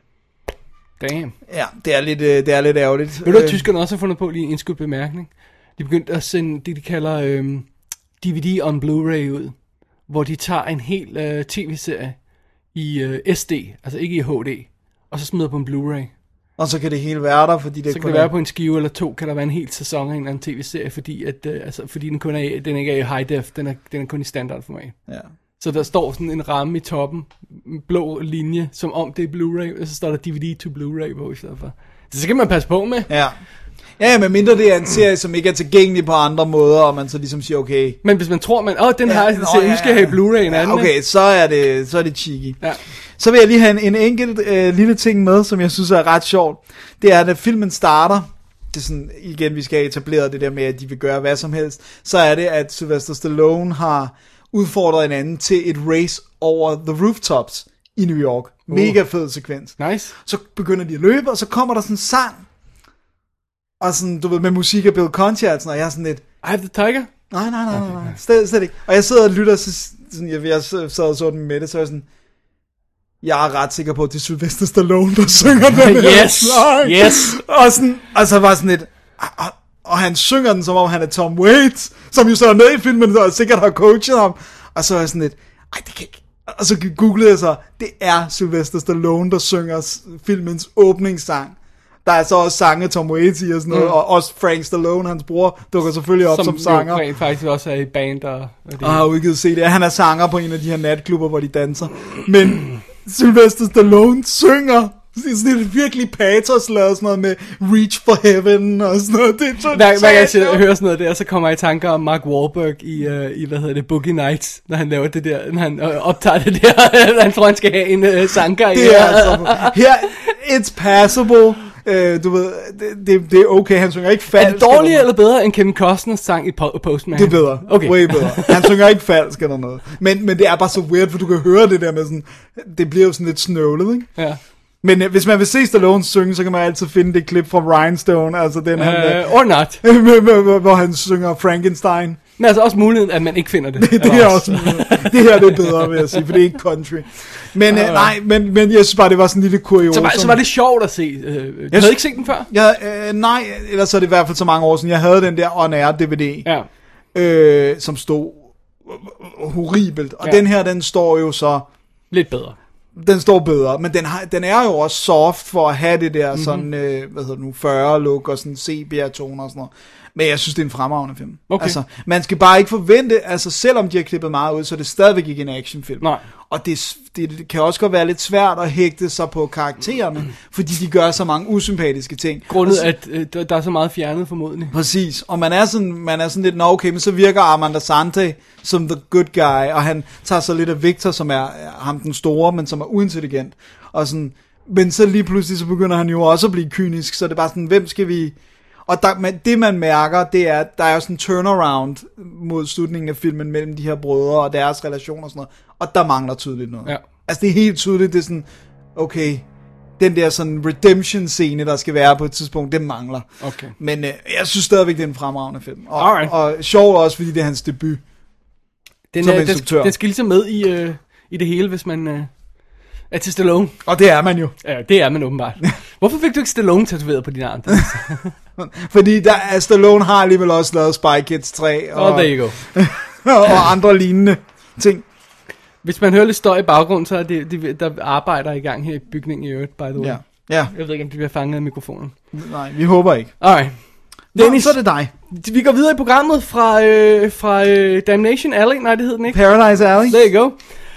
C: Damn.
D: Ja, det er lidt ærgerligt.
C: Ved du, at tyskerne også har fundet på lige en indskudt bemærkning? De begyndte at sende det, de kalder DVD on Blu-ray ud, hvor de tager en hel tv-serie i SD, altså ikke i HD, og så smider på en Blu-ray.
D: Og så kan det hele være der, fordi det
C: så kan det være på en skive eller 2, kan der være en hel sæson af en eller anden tv-serie, fordi den kun er, den ikke er i high def, den er kun i standardformat. Ja. Så der står sådan en ramme i toppen, en blå linje, som om det er Blu-ray, og så står der DVD to Blu-ray på i stedet for. Så kan man passe på med.
D: Ja. Ja, men mindre det er en serie, som ikke er tilgængelig på andre måder, og man så ligesom siger, okay.
C: Men hvis man tror, den har jeg serie, nu skal jeg have Blu-ray en anden.
D: Okay, så er det cheeky. Ja. Så vil jeg lige have en enkelt lille ting med, som jeg synes er ret sjovt. Det er, at filmen starter, det er sådan, igen, vi skal have etableret det der med, at de vil gøre hvad som helst, så er det, at Sylvester Stallone har udfordret en anden til et race over the rooftops i New York. Mega fed sekvens.
C: Nice.
D: Så begynder de at løbe, og så kommer der sådan en sang, og sådan, du ved, med musik af Bill Conti, og jeg er sådan lidt...
C: I have the tiger?
D: Nej. Slet ikke. Og jeg sidder og lytter, sådan, jeg sad og så den med det, så jeg sådan... Jeg er ret sikker på, at det er Sylvester Stallone, der synger den her sang.
C: Yes.
D: Og sådan, altså var sådan lidt... Og han synger den, som om han er Tom Waits, som jo så er med i filmen, og sikkert har coachet ham. Og så er jeg sådan lidt... det kan ikke... Og så googlede jeg så, det er Sylvester Stallone, der synger filmens åbningssang. Der er så også sange Tom Waits i og sådan noget, og også Frank Stallone, hans bror, dukker selvfølgelig op som sanger.
C: Som faktisk også er i band. Og
D: har jo ikke set det. Han er sanger på en af de her natklubber, hvor de danser. Men Sylvester Stallone synger sådan et virkelig patoslaget, sådan noget med Reach for Heaven og sådan noget. Det er totalt.
C: Hver gang jeg hører sådan noget der, så kommer jeg i tanker om Mark Wahlberg i hvad hedder det, Boogie Nights, når han laver det der, når han optager det der, han tror han skal have en sanger i.
D: Det er altså, her, it's passable. Du ved, det er okay, han synger ikke falsk.
C: Er det dårligere eller bedre end Kevin Costners sang i Postman?
D: Det er bedre, okay. Way bedre. Han synger ikke falsk eller noget. Men det er bare så weird, for du kan høre det der med sådan, det bliver jo sådan lidt snøvlet, ikke?
C: Ja.
D: Men hvis man vil se Stallone synge, så kan man altid finde det klip fra Rhinestone, altså den
C: Or not.
D: hvor han synger Frankenstein.
C: Men altså også muligheden, at man ikke finder det.
D: Det er også det her det er bedre, vil jeg sige, for det er ikke country. Men nej, men jeg synes bare, det var sådan en lille kuriosum.
C: Så var det sjovt at se. Du havde ikke set den før?
D: Nej, ellers er det i hvert fald så mange år siden. Jeg havde den der on-air DVD, som stod horribelt. Og den her, den står jo så...
C: Lidt bedre.
D: Den står bedre, men den er jo også soft for at have det der sådan, 40-look og sådan sepia-toner og sådan noget. Men jeg synes, det er en fremragende film.
C: Okay.
D: Altså, man skal bare ikke forvente, altså selvom de har klippet meget ud, så er det stadigvæk ikke en actionfilm.
C: Nej.
D: Og det kan også godt være lidt svært at hægte sig på karaktererne, fordi de gør så mange usympatiske ting.
C: Grundet, at der er så meget fjernet formodentlig.
D: Præcis, og man er sådan lidt, okay, men så virker Armando Sante som the good guy, og han tager så lidt af Victor, som er ham den store, men som er uintelligent. Og sådan, men så lige pludselig, så begynder han jo også at blive kynisk, så det er bare sådan, hvem skal vi... Og det man mærker, det er, at der er sådan en turnaround mod slutningen af filmen mellem de her brødre og deres relationer og sådan noget. Og der mangler tydeligt noget. Ja. Altså det er helt tydeligt, det er sådan, okay, den der sådan redemption scene, der skal være på et tidspunkt, det mangler. Okay. Men jeg synes stadigvæk, det er en fremragende film. Og sjov også, fordi det er hans debut som instruktør.
C: Den skal ligesom med i det hele, hvis man... er til Stallone.
D: Og det er man jo.
C: Ja, det er man åbenbart. Hvorfor fik du ikke Stallone tatoveret på din arm?
D: Fordi Stallone har alligevel også lavet Spy Kids 3 og,
C: there you go.
D: og andre lignende ting.
C: Hvis man hører lidt støj i baggrunden, så er det der arbejder i gang her i bygningen i øvrigt, by the way.
D: Ja.
C: Jeg ved ikke, om de bliver fanget af mikrofonen.
D: Nej, vi håber ikke.
C: Alright.
D: Dennis, så er det dig.
C: Vi går videre i programmet fra Damnation Alley. Nej, det hed den ikke.
D: Paradise Alley.
C: There you go.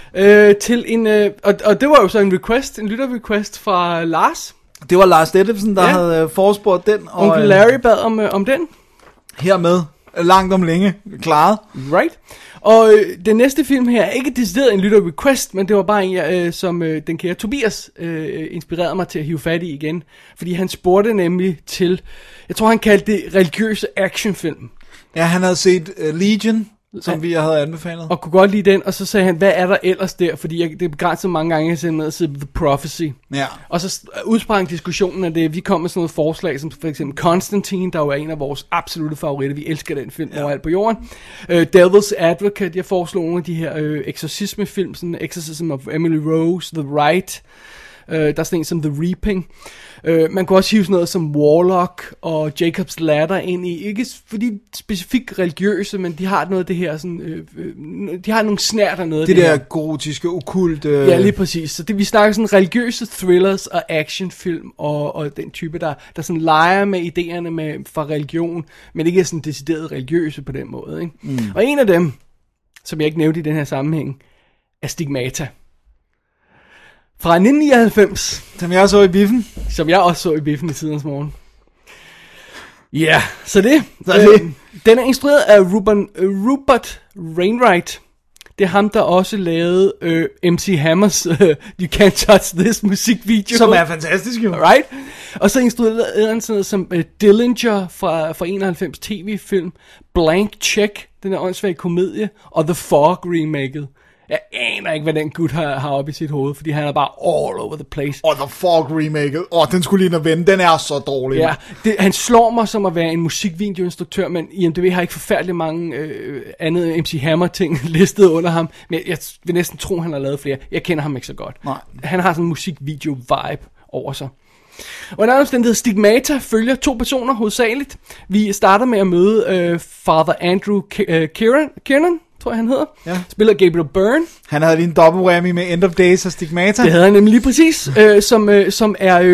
C: Til en og det var jo så en lytter-request fra Lars.
D: Det var Lars Detlefsen, der havde forespurgt den. Og
C: Onkel Larry bad om den.
D: Hermed, langt om længe, klaret.
C: Right. Og den næste film her er ikke decideret en lytter-request, men det var bare en, som den kære Tobias inspirerede mig til at hive fat i igen. Fordi han spurgte nemlig til, jeg tror han kaldte det religiøse actionfilm.
D: Ja, han havde set Legion, som vi havde anbefalet.
C: Og kunne godt lide den, og så sagde han, hvad er der ellers der? Fordi det er begrænset mange gange, jeg sendte med at se The Prophecy. Ja. Og så udsprang diskussionen af det, vi kom med sådan noget forslag, som for eksempel Constantine, der jo er en af vores absolutte favoritter. Vi elsker den film overalt på jorden. Devil's Advocate, jeg foreslog nogle af de her eksorcismefilm, sådan Exorcism of Emily Rose, The Rite. Der er sådan en som The Reaping. Man kunne også hive sådan noget som Warlock og Jacob's Ladder ind i. Ikke fordi specifikt religiøse, men de har noget af det her sådan, de har nogle snært af noget af
D: det der gotiske, okkulte.
C: Ja, lige præcis. Så vi snakker sådan religiøse thrillers og actionfilm og den type, der sådan leger med idéerne fra religion, men ikke er sådan decideret religiøse på den måde. Ikke? Mm. Og en af dem, som jeg ikke nævnte i den her sammenhæng, er Stigmata. Fra 1999.
D: Som jeg så i biffen.
C: Som jeg også så i biffen i tidens morgen. Ja, så det. Den er instrueret af Rupert Wainwright. Det er ham, der også lavede MC Hammers You Can't Touch This musikvideo.
D: Som er fantastisk jo.
C: Right? Og så instruerede han sådan noget som Dillinger fra 91 tv-film. Blank Check, den er åndssvag komedie. Og The Fog remaket. Jeg aner ikke, hvad den gut har oppe i sit hoved, fordi han er bare all over the place.
D: Og The Fog remake, den skulle lige vende, den er så dårlig.
C: Ja, han slår mig som at være en musikvideoinstruktør, men IMDb har ikke forfærdeligt mange andet MC Hammer ting listet under ham, men jeg vil næsten tro, han har lavet flere. Jeg kender ham ikke så godt. Nej. Han har sådan en musikvideo-vibe over sig. Og en anden omstændighed, Stigmata følger 2 personer hovedsageligt. Vi starter med at møde Father Andrew Kiernan, tror jeg han hedder. Ja. Spiller Gabriel Byrne.
D: Han havde lige en double whammy med End of Days og Stigmata.
C: Det havde han nemlig lige præcis. Som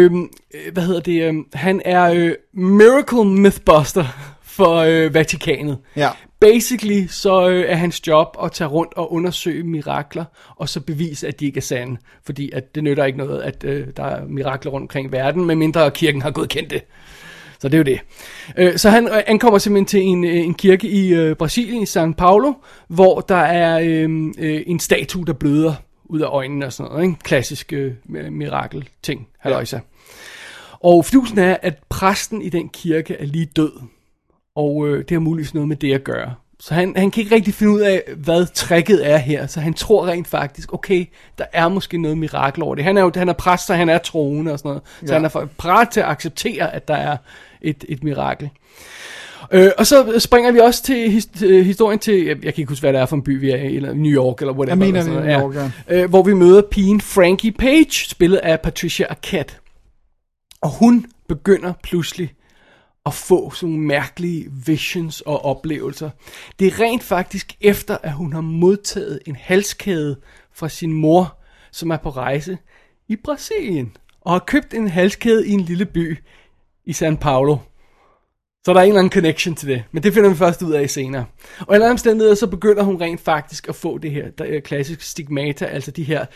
C: er, han er Miracle Mythbuster for Vatikanet. Ja. Basically så er hans job at tage rundt og undersøge mirakler, og så bevise, at de ikke er sande. Fordi at det nytter ikke noget, at der er mirakler rundt omkring verden, medmindre kirken har godkendt det. Så det er jo det. Så han ankommer simpelthen til en kirke i Brasilien, i São Paulo, hvor der er en statue, der bløder ud af øjnene og sådan noget. Ikke? Klassisk mirakel-ting, halløjsa. Ja. Og fidusen er, at præsten i den kirke er lige død. Og det har muligvis noget med det at gøre. Så han kan ikke rigtig finde ud af, hvad tricket er her. Så han tror rent faktisk, okay, der er måske noget mirakel over det. Han er præst, så han er troende og sådan noget. Så han er parat til at acceptere, at der er et mirakel. Og så springer vi også til historien til, jeg kan ikke huske, hvad det er for en by, vi er i, eller New York, eller whatever.
D: Jeg mener New York, ja.
C: Hvor vi møder pigen Frankie Page, spillet af Patricia Arquette. Og hun begynder pludselig at få sådan nogle mærkelige visions og oplevelser. Det er rent faktisk efter, at hun har modtaget en halskæde fra sin mor, som er på rejse i Brasilien, og har købt en halskæde i en lille by i São Paulo. Så der er en eller anden connection til det, men det finder vi først ud af senere. Og i en anden omstændighed, så begynder hun rent faktisk at få det her klassiske stigmata, altså de her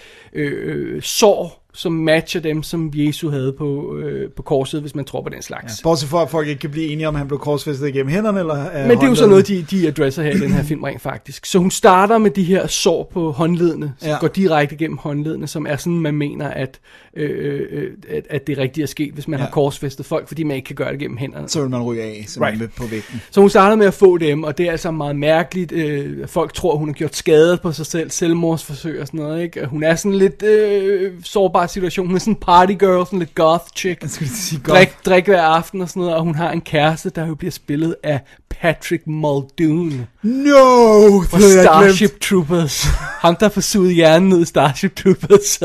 C: sår, som matcher dem, som Jesus havde på korset, hvis man tror på den slags.
D: Ja, bortset for, at folk ikke kan blive enige om, han blev korsfæstet igennem hænderne, eller
C: men det er jo så noget, de adresser her i den her film rent faktisk. Så hun starter med de her sår på håndledene, som går direkte igennem håndledene, som er sådan, man mener, at det rigtige er sket, hvis man har korsfæstet folk, fordi man ikke kan gøre det gennem hænderne.
D: Så vil man ryge af, simpelthen på vægten.
C: Så hun starter med at få dem, og det er altså meget mærkeligt. Folk tror, hun har gjort skade på sig selv, selvmordsforsøg og sådan noget, ikke? Hun er sådan lidt sårbar situation. Hun er sådan en party girl, sådan lidt goth chick. Drik hver aften og sådan noget, og hun har en kæreste, der jo bliver spillet af Patrick Muldoon.
D: No!
C: Fra Starship Troopers. Ham, der får suget hjernen ned i Starship Troopers.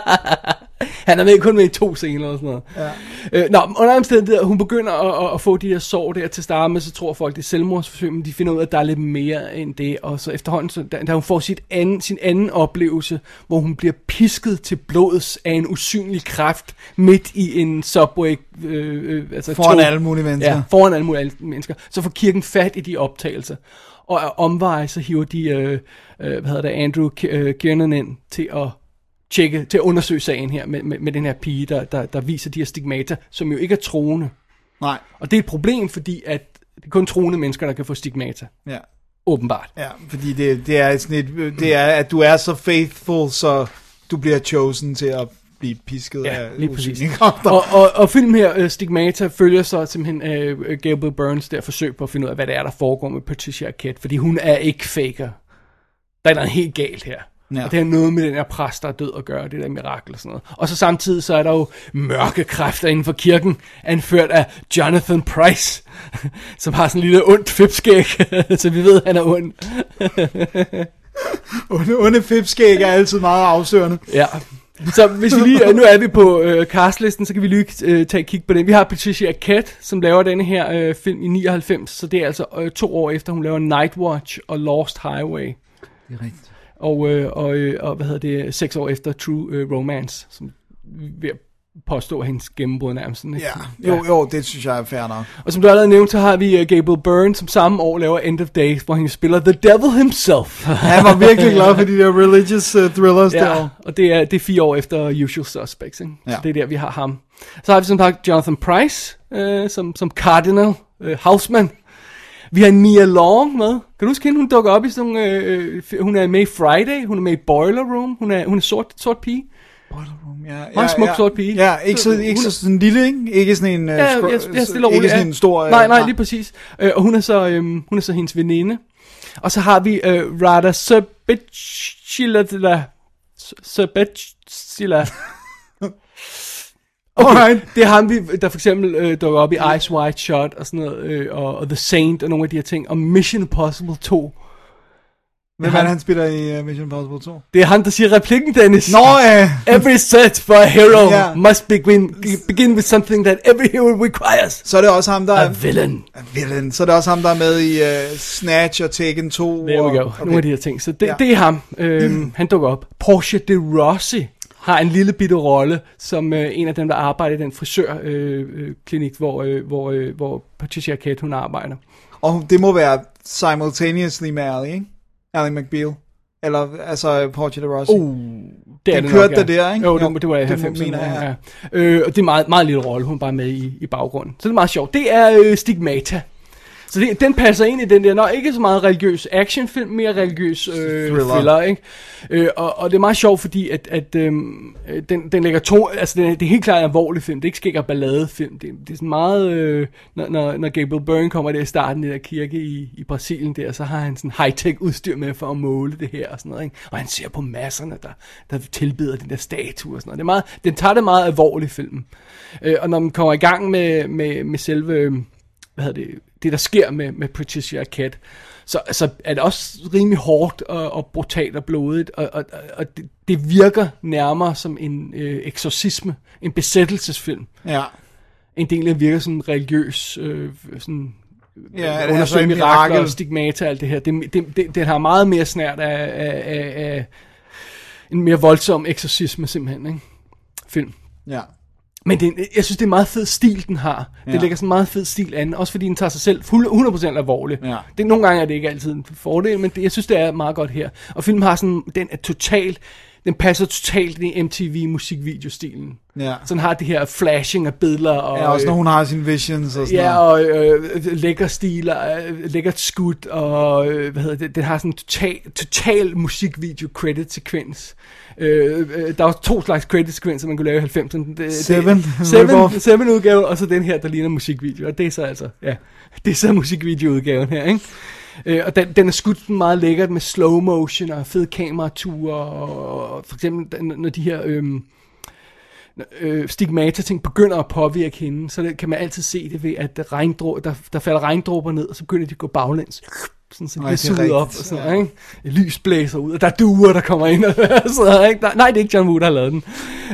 C: Han er kun med i 2 scener og sådan noget. Ja. Under omstændigheder, hun begynder at få de her sår der til at starte med, så tror folk, det er selvmordsforsøg, men de finder ud af, at der er lidt mere end det. Og så efterhånden, da hun får sin anden oplevelse, hvor hun bliver pisket til blods af en usynlig kraft midt i en subway.
D: Foran alle mulige mennesker.
C: Ja, foran alle mulige mennesker. Så får kirken fat i de optagelser. Og af omveje, så hiver de, Andrew Kiernan ind til at undersøge sagen her med den her pige, der viser de her stigmata, som jo ikke er troende.
D: Nej.
C: Og det er et problem, fordi at det er kun troende mennesker, der kan få stigmata. Ja. Åbenbart.
D: Ja, fordi det er sådan det er, at du er så faithful, så du bliver chosen til at blive pisket af usynlige kræfter.
C: Og filmen her, Stigmata, følger så simpelthen Gabriel Byrnes der forsøg på at finde ud af, hvad det er, der foregår med Patricia Arquette, fordi hun er ikke faker. Der er noget helt galt her. Ja. Og det har noget med den her præst, der er død at gøre, det der mirakel og sådan noget. Og så samtidig så er der jo mørke kræfter inden for kirken, anført af Jonathan Pryce, som har sådan en lille ondt fipskæg, så vi ved, at han er ond.
D: Onde fipskæg er altid meget afsørende.
C: Ja. Så hvis vi lige, nu er vi på castlisten, så kan vi lige tage et kig på den. Vi har Patricia Arquette, som laver denne her film i 99, så det er altså 2 år efter, hun laver Nightwatch og Lost Highway.
D: Det er rigtigt.
C: Og hvad hedder det, 6 år efter True Romance, som vil påstå hendes gennembrud nærmest.
D: Ja. Jo, det synes jeg er fair nok.
C: Og som du allerede nævnte, så har vi Gabriel Byrne, som samme år laver End of Days, hvor han spiller The Devil himself.
D: Han var virkelig glad for de der religious thrillers der.
C: Og det er 4 år efter Usual Suspects, ikke? Så det er der, vi har ham. Så har vi som sagt Jonathan Pryce, som Cardinal Houseman. Vi har Nia Long med. Kan du huske hende? Hun dukker op i sådan hun er med i Friday, hun er med i Boiler Room, hun er sort pige.
D: Boiler Room, ja.
C: Meget smuk sort pige.
D: Ja, ikke så sådan lille, ikke? Ikke sådan en ikke sådan en stor.
C: Nej, lige præcis. Og hun er så hendes veninde. Og så har vi Radha Sabetchila. Okay, det er ham, der for eksempel dukker op i Eyes Wide Shut og sådan noget, og The Saint og nogle af de her ting, og Mission Impossible 2.
D: Hvem er det, han spiller i Mission Impossible 2?
C: Det er han, der siger replikken, Dennis.
D: Nå,
C: Every search for a hero must begin with something that every hero requires.
D: Så er det også ham, der
C: er... A villain.
D: Så er det også ham, der er med i Snatch og Taken 2.
C: There we go. Okay. Nogle af de her ting. Så det er ham. Han dukker op. Portia de Rossi har en lille bitte rolle som en af dem, der arbejder i den frisørklinik, hvor Patricia Arquette, hun arbejder.
D: Og det må være simultaneously med Ali, ikke? Ali McBeal. Eller, altså, Portia de Rossi.
C: Den
D: kørte der der, ikke?
C: Jo, det var i 90'erne. Og det er meget, meget lille rolle, hun er bare med i baggrunden. Så det er meget sjovt. Det er Stigmata. Så den passer ind i den der, ikke så meget religiøs actionfilm, mere religiøs thriller, ikke? Og det er meget sjovt, fordi at den lægger altså det er helt klart en alvorlig film, det er ikke skæg og balladefilm, det er sådan meget, når Gabriel Byrne kommer der i starten i der kirke i Brasilien der, så har han sådan high-tech udstyr med for at måle det her og sådan noget, ikke? Og han ser på masserne, der tilbeder den der statue og sådan noget. Det er meget, den tager det meget alvorligt, filmen. Og når man kommer i gang med selve, det der sker med Patricia Arquette, så er det også rimelig hårdt og brutalt og blodigt, og det virker nærmere som en eksorcisme, en besættelsesfilm. Ja. En del af virker som en religiøs, sådan undersøge mirakler og stigmata og alt det her. Det har meget mere snært af en mere voldsom eksorcisme simpelthen, ikke? Film. Ja. Men jeg synes, det er meget fed stil, den har. Den lægger sådan en meget fed stil an, også fordi den tager sig selv 100% alvorligt. Ja. Nogle gange er det ikke altid en fordel, men jeg synes, det er meget godt her. Og filmen har sådan, den passer totalt i MTV-musikvideostilen. Ja. Så den har det her flashing af billeder. Og,
D: også når hun har sine visions og sådan
C: noget. Ja, og lækker stiler, lækkert skud, og den har sådan en total musikvideo-credit-sekvens. Der var 2 slags credit-sekvenser, man kunne lave i 90'erne. Seven udgaven, og så den her, der ligner musikvideo. Og det er så altså, det er så musikvideo-udgaven her, ikke? Og den er skudt meget lækkert med slow motion og fed kamerature, og for eksempel når de her stigmata-ting begynder at påvirke hende, så kan man altid se det ved, at der falder regndråber ned, og så begynder de at gå baglæns. Sådan, så de bliver suget op, og sådan, ikke? Lys blæser ud, og der er duer, der kommer ind, og sådan, ikke? Nej, det er ikke John Woo, der har lavet den.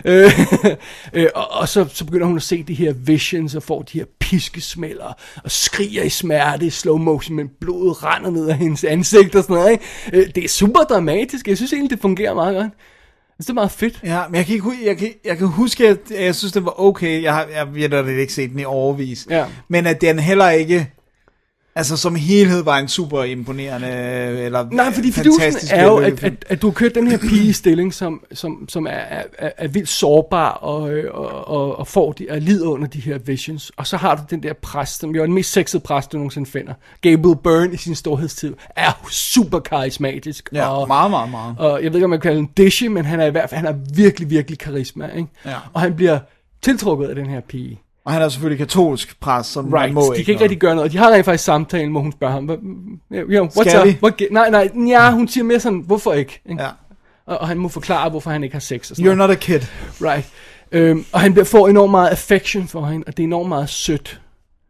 C: Og så begynder hun at se de her visions, og får de her piskesmælder, og skriger i smerte i slow motion, men blodet render ned af hendes ansigt, og sådan noget, ikke? Det er super dramatisk, jeg synes egentlig, det fungerer meget godt. Det er meget fedt.
D: Ja, men jeg kan huske, at jeg synes, det var okay. Jeg har ikke set den i overvis. Ja. Men at den heller ikke, altså som helhed, var en super imponerende eller
C: nej, fordi fidusen er jo, at du har kørt den her pigestilling, som er vildt sårbar og lider under de her visions. Og så har du den der præst, som jo er den mest sexede præst, du nogensinde finder. Gabriel Byrne i sin storhedstid er super karismatisk.
D: Ja, og, meget.
C: Og jeg ved ikke, om man kan kalde den dishy, men han er i hvert fald, han er virkelig, virkelig karisma, ikke? Ja. Og han bliver tiltrukket af den her pige.
D: Og han er selvfølgelig katolsk præst, som man må
C: de kan ikke rigtig gøre noget. De har rent faktisk samtalen, hvor hun spørger ham, nej, hun siger mere sådan, hvorfor ikke? Ja. Og han må forklare, hvorfor han ikke har sex. Og sådan
D: You're not a kid.
C: Right. Og han får enormt meget affection for hende, og det er enormt meget sødt.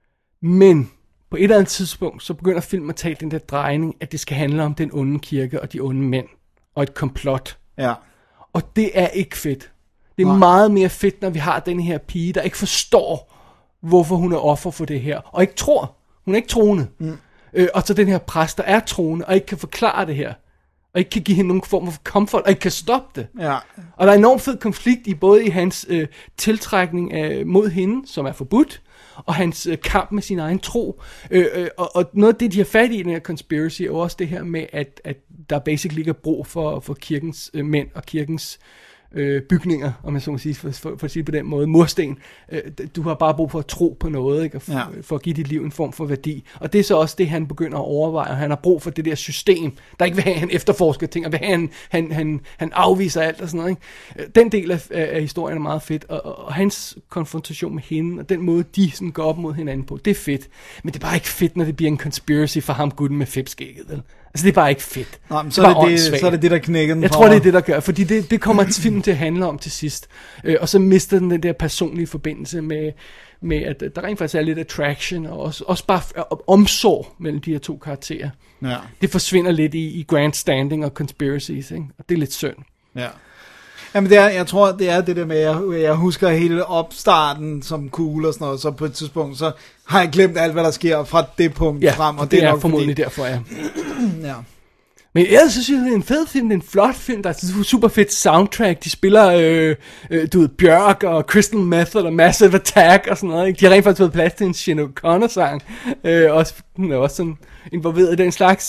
C: Men på et eller andet tidspunkt, så begynder filmen at tage den der drejning, at det skal handle om den onde kirke og de onde mænd, og et komplot. Ja. Og det er ikke fedt. Det er meget mere fedt, når vi har den her pige, der ikke forstår, hvorfor hun er offer for det her, og ikke tror. Hun er ikke troende. Og så den her præst, der er troende, og ikke kan forklare det her, og ikke kan give hende nogen form for comfort, og ikke kan stoppe det. Ja. Og der er enormt fed konflikt i hans tiltrækning mod hende, som er forbudt, og hans kamp med sin egen tro. Og noget af det, de har fat i den her conspiracy, er jo også det her med, at der basically ikke er brug for kirkens mænd og kirkens bygninger, om man så må sige, for at sige på den måde, mursten. Du har bare brug for at tro på noget, ikke? For at give dit liv en form for værdi. Og det er så også det, han begynder at overveje. Han har brug for det der system, der ikke vil have, han efterforsker ting, og vil have, han afviser alt og sådan noget, ikke? Den del af historien er meget fedt, og hans konfrontation med hende, og den måde, de sådan går op mod hinanden på, det er fedt. Men det er bare ikke fedt, når det bliver en conspiracy for ham gutten med fipskægget, vel? Altså, det er bare ikke fedt.
D: Nej, men så er det det, der knækker den.
C: Jeg tror, det er det, der gør, fordi det kommer filmen til at handle om til sidst. Og så mister den der personlige forbindelse med at der rent faktisk er lidt attraction, og også bare omsorg mellem de her to karakterer. Ja. Det forsvinder lidt i grandstanding og conspiracies, ikke? Og det er lidt synd.
D: Ja. Jamen, jeg tror, det er det der med, at jeg husker hele opstarten som cool og sådan noget, så på et tidspunkt, så har jeg glemt alt, hvad der sker fra det punkt frem. Og
C: det er nok formodentlig derfor, ja. Ja. Men jeg synes, det er en fed film, det er en flot film, der er et super fedt soundtrack, de spiller, Bjørk og Crystal Method og Massive Attack og sådan noget, ikke? De har rent faktisk fået plads til en Sinead O'Connor-sang, hun er også sådan involveret i den slags,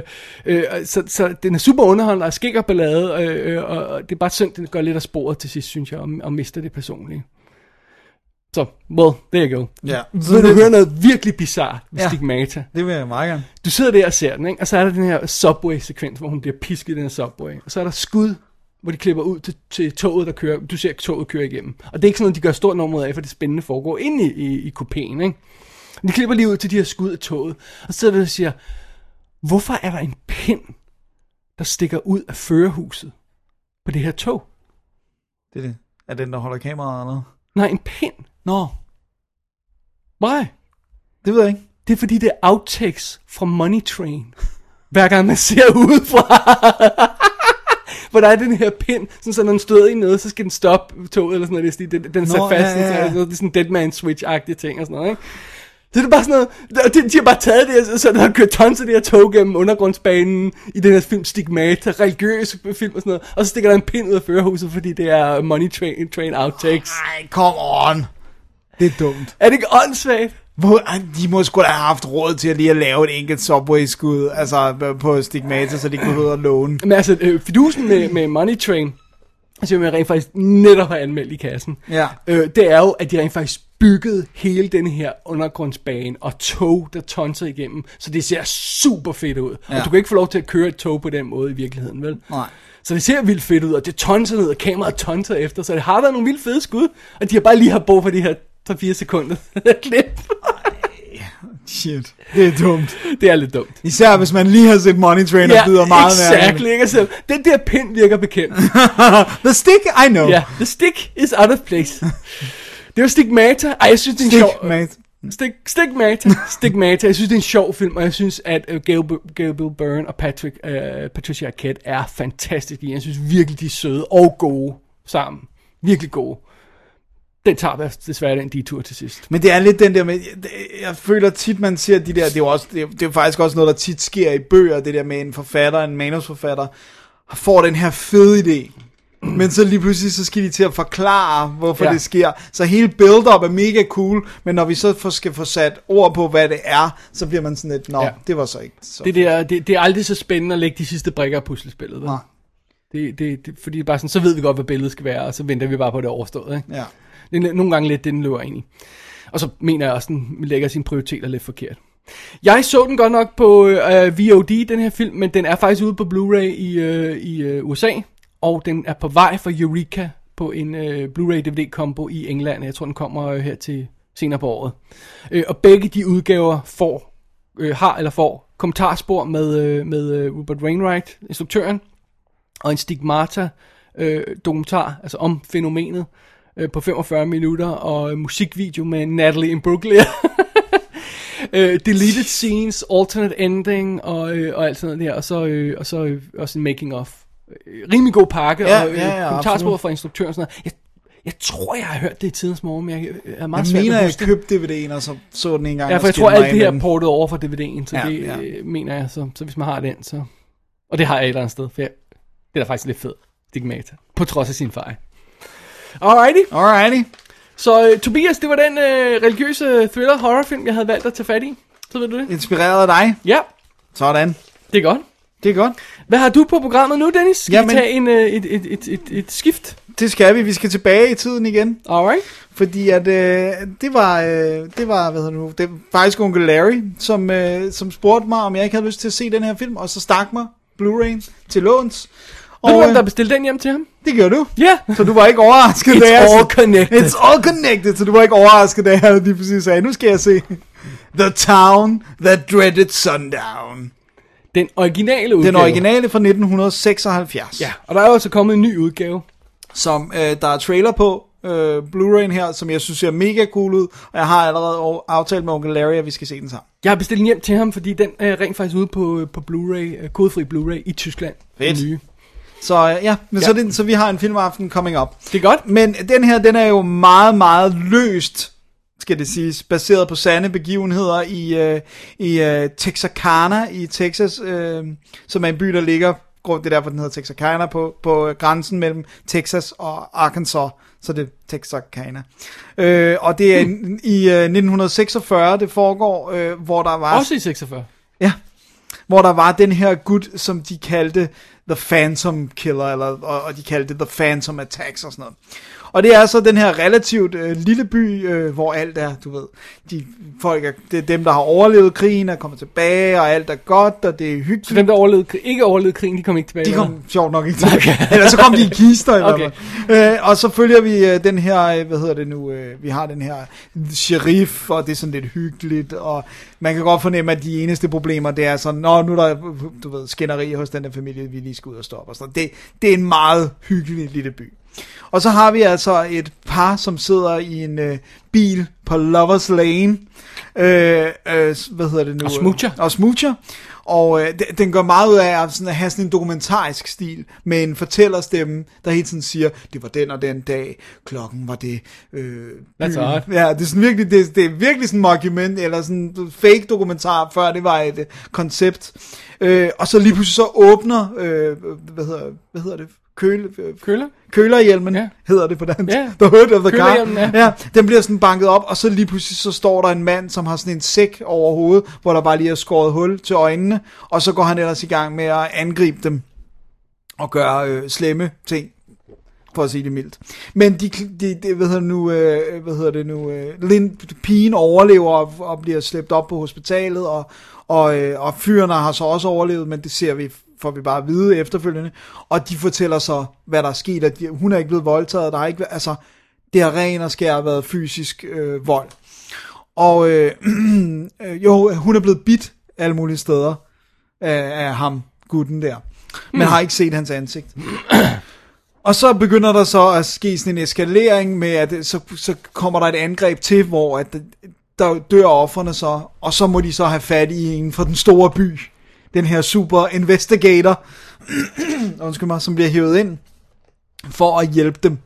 C: så den er super underholdende og skæg og ballade, og det er bare synd, den gør lidt af sporet til sidst, synes jeg, og mister det personlige. Så, well, there you go.
D: Ja.
C: Så du hører noget virkelig bizarrt med Stigmata.
D: Det vil jeg meget gerne.
C: Du sidder der og ser den, ikke? Og så er der den her Subway-sekvens, hvor hun bliver pisket i den her Subway. Og så er der skud, hvor de klipper ud til toget, der kører. Du ser toget køre igennem. Og det er ikke sådan noget, de gør stort nummer af, for det spændende foregår inde i kupéen, ikke? De klipper lige ud til de her skud af toget. Og så sidder der og siger, hvorfor er der en pind, der stikker ud af førerhuset på det her tog?
D: Det er det. Er den, der holder kameraet eller noget?
C: Nej, en pind.
D: Nå.
C: Why?
D: Det ved jeg ikke.
C: Det er fordi, det er outtakes fra Money Train. Hver gang man ser udefra. Hvor der er den her pind, sådan, så når den støder i noget, så skal den stoppe toget eller sådan noget. Den sat fast. Ja. Det er sådan en Deadman Switch-agtige ting og sådan noget, ikke? Så det er bare sådan noget, de har bare taget det, så der har kørt tons af det her tog gennem undergrundsbanen i den her film Stigmata, religiøs film og sådan noget, og så stikker der en pind ud af førerhuset, fordi det er Money Train outtakes.
D: Nej, come on. Det er dumt.
C: Er det ikke åndssvagt?
D: De må sgu da have haft råd til at lige at lave et enkelt Subway-skud, altså på Stigmata, så de kunne ud og låne.
C: Men altså, fidusen med Money Train, som jeg rent faktisk netop har anmeldt i kassen, det er jo, at de rent faktisk byggede hele den her undergrundsbane og tog, der tonser igennem, så det ser super fedt ud. Ja. Og du kan ikke få lov til at køre et tog på den måde i virkeligheden, vel? Nej. Så det ser vildt fedt ud, og det tonser ned, og kameraet tonser efter, så det har været nogle vildt fede skud, og de har bare lige haft brug for de her 3-4 sekunder klip.
D: Shit, det er dumt.
C: Det er lidt dumt.
D: Især hvis man lige har set Money Train og byder meget
C: exactly, ikke? Altså, den der pind virker bekendt.
D: The stick, I know.
C: Ja, the stick is out of place. Det var Stigmata. Ej, jeg synes, det er en sjov... Stigmata. Jeg synes, det er en sjov film, og jeg synes, at Gabriel Byrne og Patricia Arquette er fantastiske. Jeg synes virkelig, de er søde og gode sammen. Virkelig gode. Den tager desværre den detur til sidst.
D: Men det er lidt den der med, jeg føler tit, man ser de der, det er faktisk også noget, der tit sker i bøger, det der med en forfatter, en manusforfatter, får den her fede idé. Men så lige pludselig, så skal de til at forklare, hvorfor det sker. Så hele build-up er mega cool, men når vi så skal få sat ord på, hvad det er, så bliver man sådan lidt, det var så ikke så.
C: Det er aldrig så spændende at lægge de sidste brikker af puslespillet. Nej. Fordi bare sådan, så ved vi godt, hvad billedet skal være, og så venter vi bare på det overstået, ikke? Ja. Det er nogle gange lidt det, den løber ind i. Og så mener jeg også, den lægger sine prioriteter lidt forkert. Jeg så den godt nok på VOD, den her film, men den er faktisk ude på Blu-ray i USA, og den er på vej fra Eureka på en Blu-ray DVD-kombo i England. Jeg tror, den kommer her til senere på året. Og begge de udgaver får kommentarspor med Rupert Wainwright, instruktøren, og en Stigmata dokumentar, altså om fænomenet, på 45 minutter, og musikvideo med Natalie Imbruglia. Deleted scenes, alternate ending, og alt sådan noget der, og så også en making of. Rimelig god pakke, og kommentarspor fra instruktøren og sådan noget. Jeg tror, jeg har hørt det i tidens morgen, men jeg er meget svært at huske.
D: Jeg købte DVD'en, og så den en gang.
C: Ja, for jeg tror, alt det her er portet over fra DVD'en, så det mener jeg, så hvis man har den, så... Og det har jeg et eller andet sted, for det er da faktisk lidt fedt, Stigmata, på trods af sin fejl. Alrighty. Så Tobias, det var den religiøse thriller horrorfilm, jeg havde valgt at tage fat i. Så ved du det.
D: Inspireret af dig?
C: Ja.
D: Sådan.
C: Det er godt. Hvad har du på programmet nu, Dennis? Skal vi tage et skift?
D: Det skal vi. Vi skal tilbage i tiden igen.
C: Alright.
D: Fordi at det var hvad hedder nu? Det var faktisk onkel Larry, som spurgte mig, om jeg ikke havde lyst til at se den her film, og så stak mig Blu-ray til låns.
C: Ved du, hvem der bestilte den hjem til ham?
D: Det gjorde du.
C: Ja. Yeah.
D: Så du var ikke overrasket,
C: It's
D: all connected. Så du var ikke overrasket, da jeg lige præcis sagde, nu skal jeg se The Town That Dreaded Sundown.
C: Den originale udgave.
D: Den originale fra 1976.
C: Ja, og der er også kommet en ny udgave.
D: Som der er trailer på, Blu-ray'en her, som jeg synes ser mega cool ud. Og jeg har allerede aftalt med onkel Larry, at vi skal se den sammen. Jeg
C: har bestilt den hjem til ham, fordi den er rent faktisk ude på Blu-ray, kodefri Blu-ray i Tyskland.
D: Fedt. Nye. Så så vi har en filmaften coming up.
C: Det er godt.
D: Men den her, den er jo meget, meget løst, skal det siges, baseret på sande begivenheder i Texarkana i Texas, som er en by, der ligger, det er derfor, den hedder Texarkana, på grænsen mellem Texas og Arkansas, så det er Texarkana. Og det er i 1946, det foregår, hvor der var...
C: Også i 46?
D: Ja, hvor der var den her gut, som de kaldte The Phantom Killer, og de kaldte det The Phantom Attacks og sådan noget. Og det er så den her relativt lille by, hvor alt er, du ved, det er dem, der har overlevet krigen, er kommet tilbage, og alt er godt, og det er hyggeligt.
C: Så dem, der ikke overlevede krigen, de kom ikke tilbage?
D: De kom sjovt nok ikke tilbage. Okay. Ellers så kom de i kister i hvert fald. Og så følger vi den her, vi har den her sheriff, og det er sådan lidt hyggeligt, og man kan godt fornemme, at de eneste problemer, det er sådan, nu er der, du ved, skænderi hos den der familie, vi lige skal ud og stoppe. Og sådan. Det er en meget hyggelig lille by. Og så har vi altså et par, som sidder i en bil på Lovers Lane. Og smoocher. Og den går meget ud af at have sådan en dokumentarisk stil, med en fortællerstemme, der hele tiden siger, det var den og den dag, klokken var det.
C: That's odd.
D: Ja, det er sådan virkelig, det er virkelig sådan en mockument, eller sådan en fake dokumentar, før det var et koncept. Og så lige pludselig så åbner, hvad hedder det? Kølerhjelmen, hedder det på dansk.
C: Yeah.
D: The hood of the car. Ja, den bliver sådan banket op, og så lige pludselig så står der en mand, som har sådan en sæk over hovedet, hvor der bare lige er skåret hul til øjnene, og så går han ellers i gang med at angribe dem og gøre slemme ting, for at sige det mildt. Men pigen overlever og bliver slæbt op på hospitalet, og fyrene har så også overlevet, men det får vi bare at vide efterfølgende, og de fortæller så, hvad der er sket, at hun er ikke blevet voldtaget, der har ikke, altså, det har ren og skær været fysisk vold. Og hun er blevet bidt alle mulige steder af ham, gutten der, men har ikke set hans ansigt. Og så begynder der så at ske sådan en eskalering med, at så kommer der et angreb til, hvor at der dør offerne så, og så må de så have fat i en fra den store by, den her super investigator, som bliver hævet ind for at hjælpe dem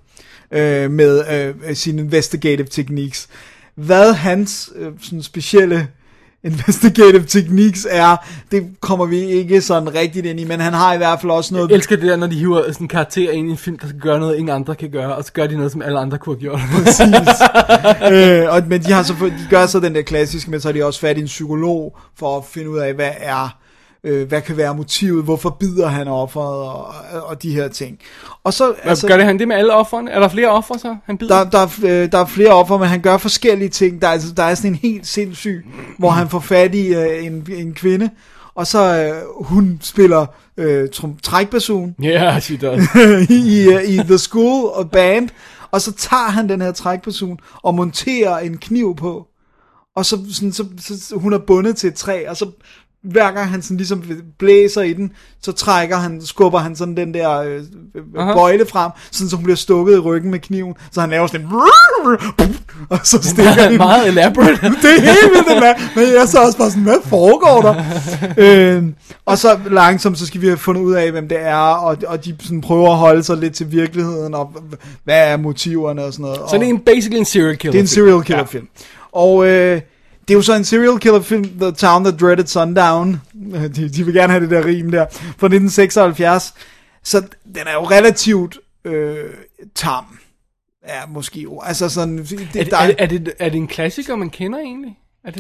D: med sine investigative techniques. Hvad hans sådan specielle investigative techniques er, det kommer vi ikke sådan rigtigt ind i, men han har i hvert fald også noget...
C: Jeg elsker det der, når de hiver sådan en karakter ind i en film, der skal gøre noget, ingen andre kan gøre, og så gør de noget, som alle andre kunne have gjort.
D: Præcis. Men de gør så den der klassiske, men så har de også fat i en psykolog, for at finde ud af, hvad kan være motivet, hvorfor bider han offeret, og de her ting. Og så,
C: gør det han det med alle offerne? Er der flere ofre så, han bider?
D: Der er flere ofre, men han gør forskellige ting. Der er sådan en helt sindssyg, hvor han får fat i en kvinde, og så hun spiller trækbasun.
C: Yeah, she does.
D: i The School og Band, og så tager han den her trækbasun og monterer en kniv på, og så hun er bundet til et træ, og så hver gang han sådan ligesom blæser i den, så skubber han sådan den der bøjle frem, sådan så hun bliver stukket i ryggen med kniven, så han laver sådan en og så stikker han
C: meget elaborate.
D: Det er helt vildt det der, men jeg så også bare sådan, hvad foregår der? Og så langsomt, så skal vi have fundet ud af, hvem det er, og de sådan prøver at holde sig lidt til virkeligheden, og hvad er motiverne og sådan noget.
C: Så det er basically en serial killer.
D: Det er en serial killer film. Og det er jo så en serial killer film, The Town That Dreaded Sundown. De vil gerne have det der rim der. Fra 1976. Så den er jo relativt tam. Ja, måske jo. Altså sådan...
C: Er det en klassiker, man kender egentlig?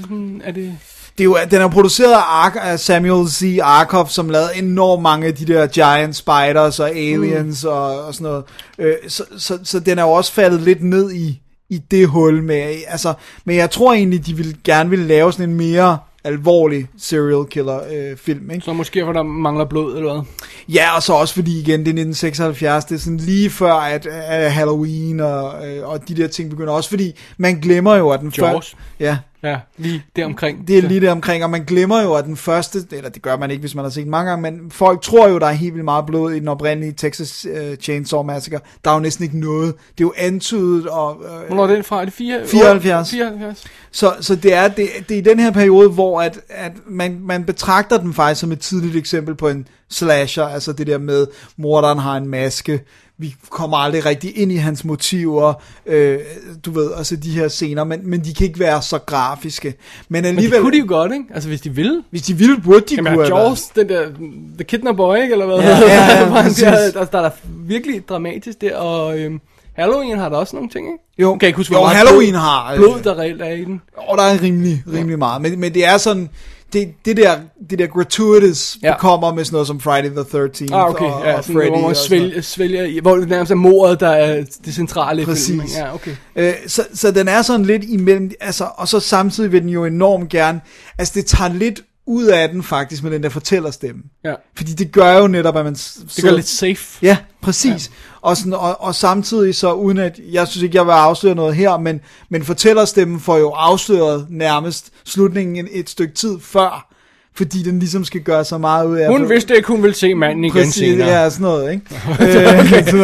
D: Den er produceret af Samuel C. Arkoff, som lavede enormt mange af de der Giant Spiders og Aliens og sådan noget. Så den er jo også faldet lidt ned i det hul med, altså, men jeg tror egentlig, de gerne ville lave sådan en mere alvorlig serial killer film, ikke?
C: Så måske hvor der mangler blod, eller hvad?
D: Ja, og så også fordi, igen, det er 1976, det er sådan lige før, at Halloween og de der ting begynder, også fordi, man glemmer jo, at den første...
C: Ja, lige deromkring.
D: Det er lige deromkring, og man glemmer jo, at den første, eller det gør man ikke, hvis man har set mange gange, men folk tror jo, der er helt vildt meget blod i den oprindelige Texas Chainsaw Massacre. Der er jo næsten ikke noget. Det er jo antydet, og...
C: Hvornår er den fra? Er det
D: 74? Så det er i den her periode, hvor at man betragter den faktisk som et tidligt eksempel på en slasher, altså det der med, morderen har en maske, vi kommer aldrig rigtig ind i hans motiver, du ved, altså de her scener, men de kan ikke være så grafiske. Men alligevel...
C: Men det kunne de jo godt, ikke? Altså hvis de ville.
D: Hvis de ville, burde de kunne have
C: Jaws, den der, The Kidnapper Boy, ikke? Eller hvad?
D: Ja,
C: der er virkelig dramatisk der, og Halloween har der også nogle ting, ikke?
D: Jo,
C: kan jeg ikke huske,
D: Halloween har...
C: blod, der reelt er i den.
D: Der er rimelig meget, men det er sådan... det der gratuitous kommer med sådan noget som Friday the 13th
C: okay.
D: og Freddy.
C: Hvor man svælger, hvor det nærmest er mordet, der er det centrale i filmen. Ja, okay.
D: Så den er sådan lidt imellem, altså, og så samtidig vil den jo enormt gerne, altså det tager lidt ud af den faktisk med den der fortællerstemme.
C: Ja.
D: Fordi det gør jo netop, at man...
C: Det gør lidt safe.
D: Ja, præcis. Ja. Og samtidig så, uden at... Jeg synes ikke, jeg vil afsløre noget her, men fortællerstemmen får jo afsløret nærmest slutningen et stykke tid før, fordi den ligesom skal gøre så meget ud af...
C: Hun vidste ikke, hun ville se manden igen
D: præcis,
C: senere.
D: Ja, sådan noget, ikke?
C: Okay.
D: Sådan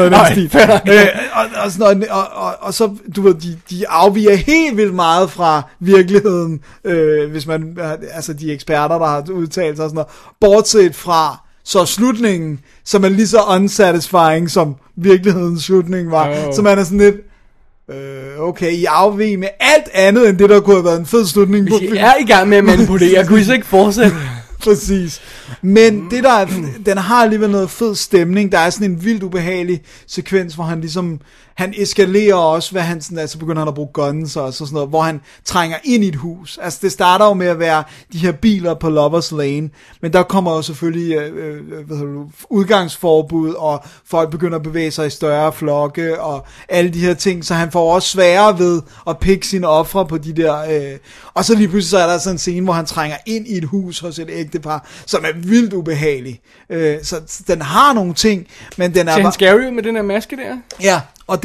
D: noget, og så, du ved, de afviger helt vildt meget fra virkeligheden, hvis man... Altså, de eksperter, der har udtalt sig og sådan noget. Bortset fra så slutningen, som er lige så unsatisfying, som virkelighedens slutning var. Så man er sådan lidt... Okay, I afviger med alt andet, end det, der kunne have været en fed slutning på.
C: Hvis I er i gang med at manipulere, kunne I så ikke fortsætte?
D: Præcis. Men det der, den har alligevel noget fed stemning. Der er sådan en vildt ubehagelig sekvens, hvor han ligesom, han eskalerer også, hvad han sådan, altså begynder han at bruge guns og sådan noget, hvor han trænger ind i et hus. Altså det starter jo med at være de her biler på Lovers Lane, men der kommer jo selvfølgelig udgangsforbud, og folk begynder at bevæge sig i større flokke, og alle de her ting, så han får også sværere ved at pikke sine ofre på de der, og så lige pludselig så er der sådan en scene, hvor han trænger ind i et hus hos et ægtepar, som er vildt ubehagelig. Så den har nogle ting, men den er...
C: Så han scary med den her maske der?
D: Ja, og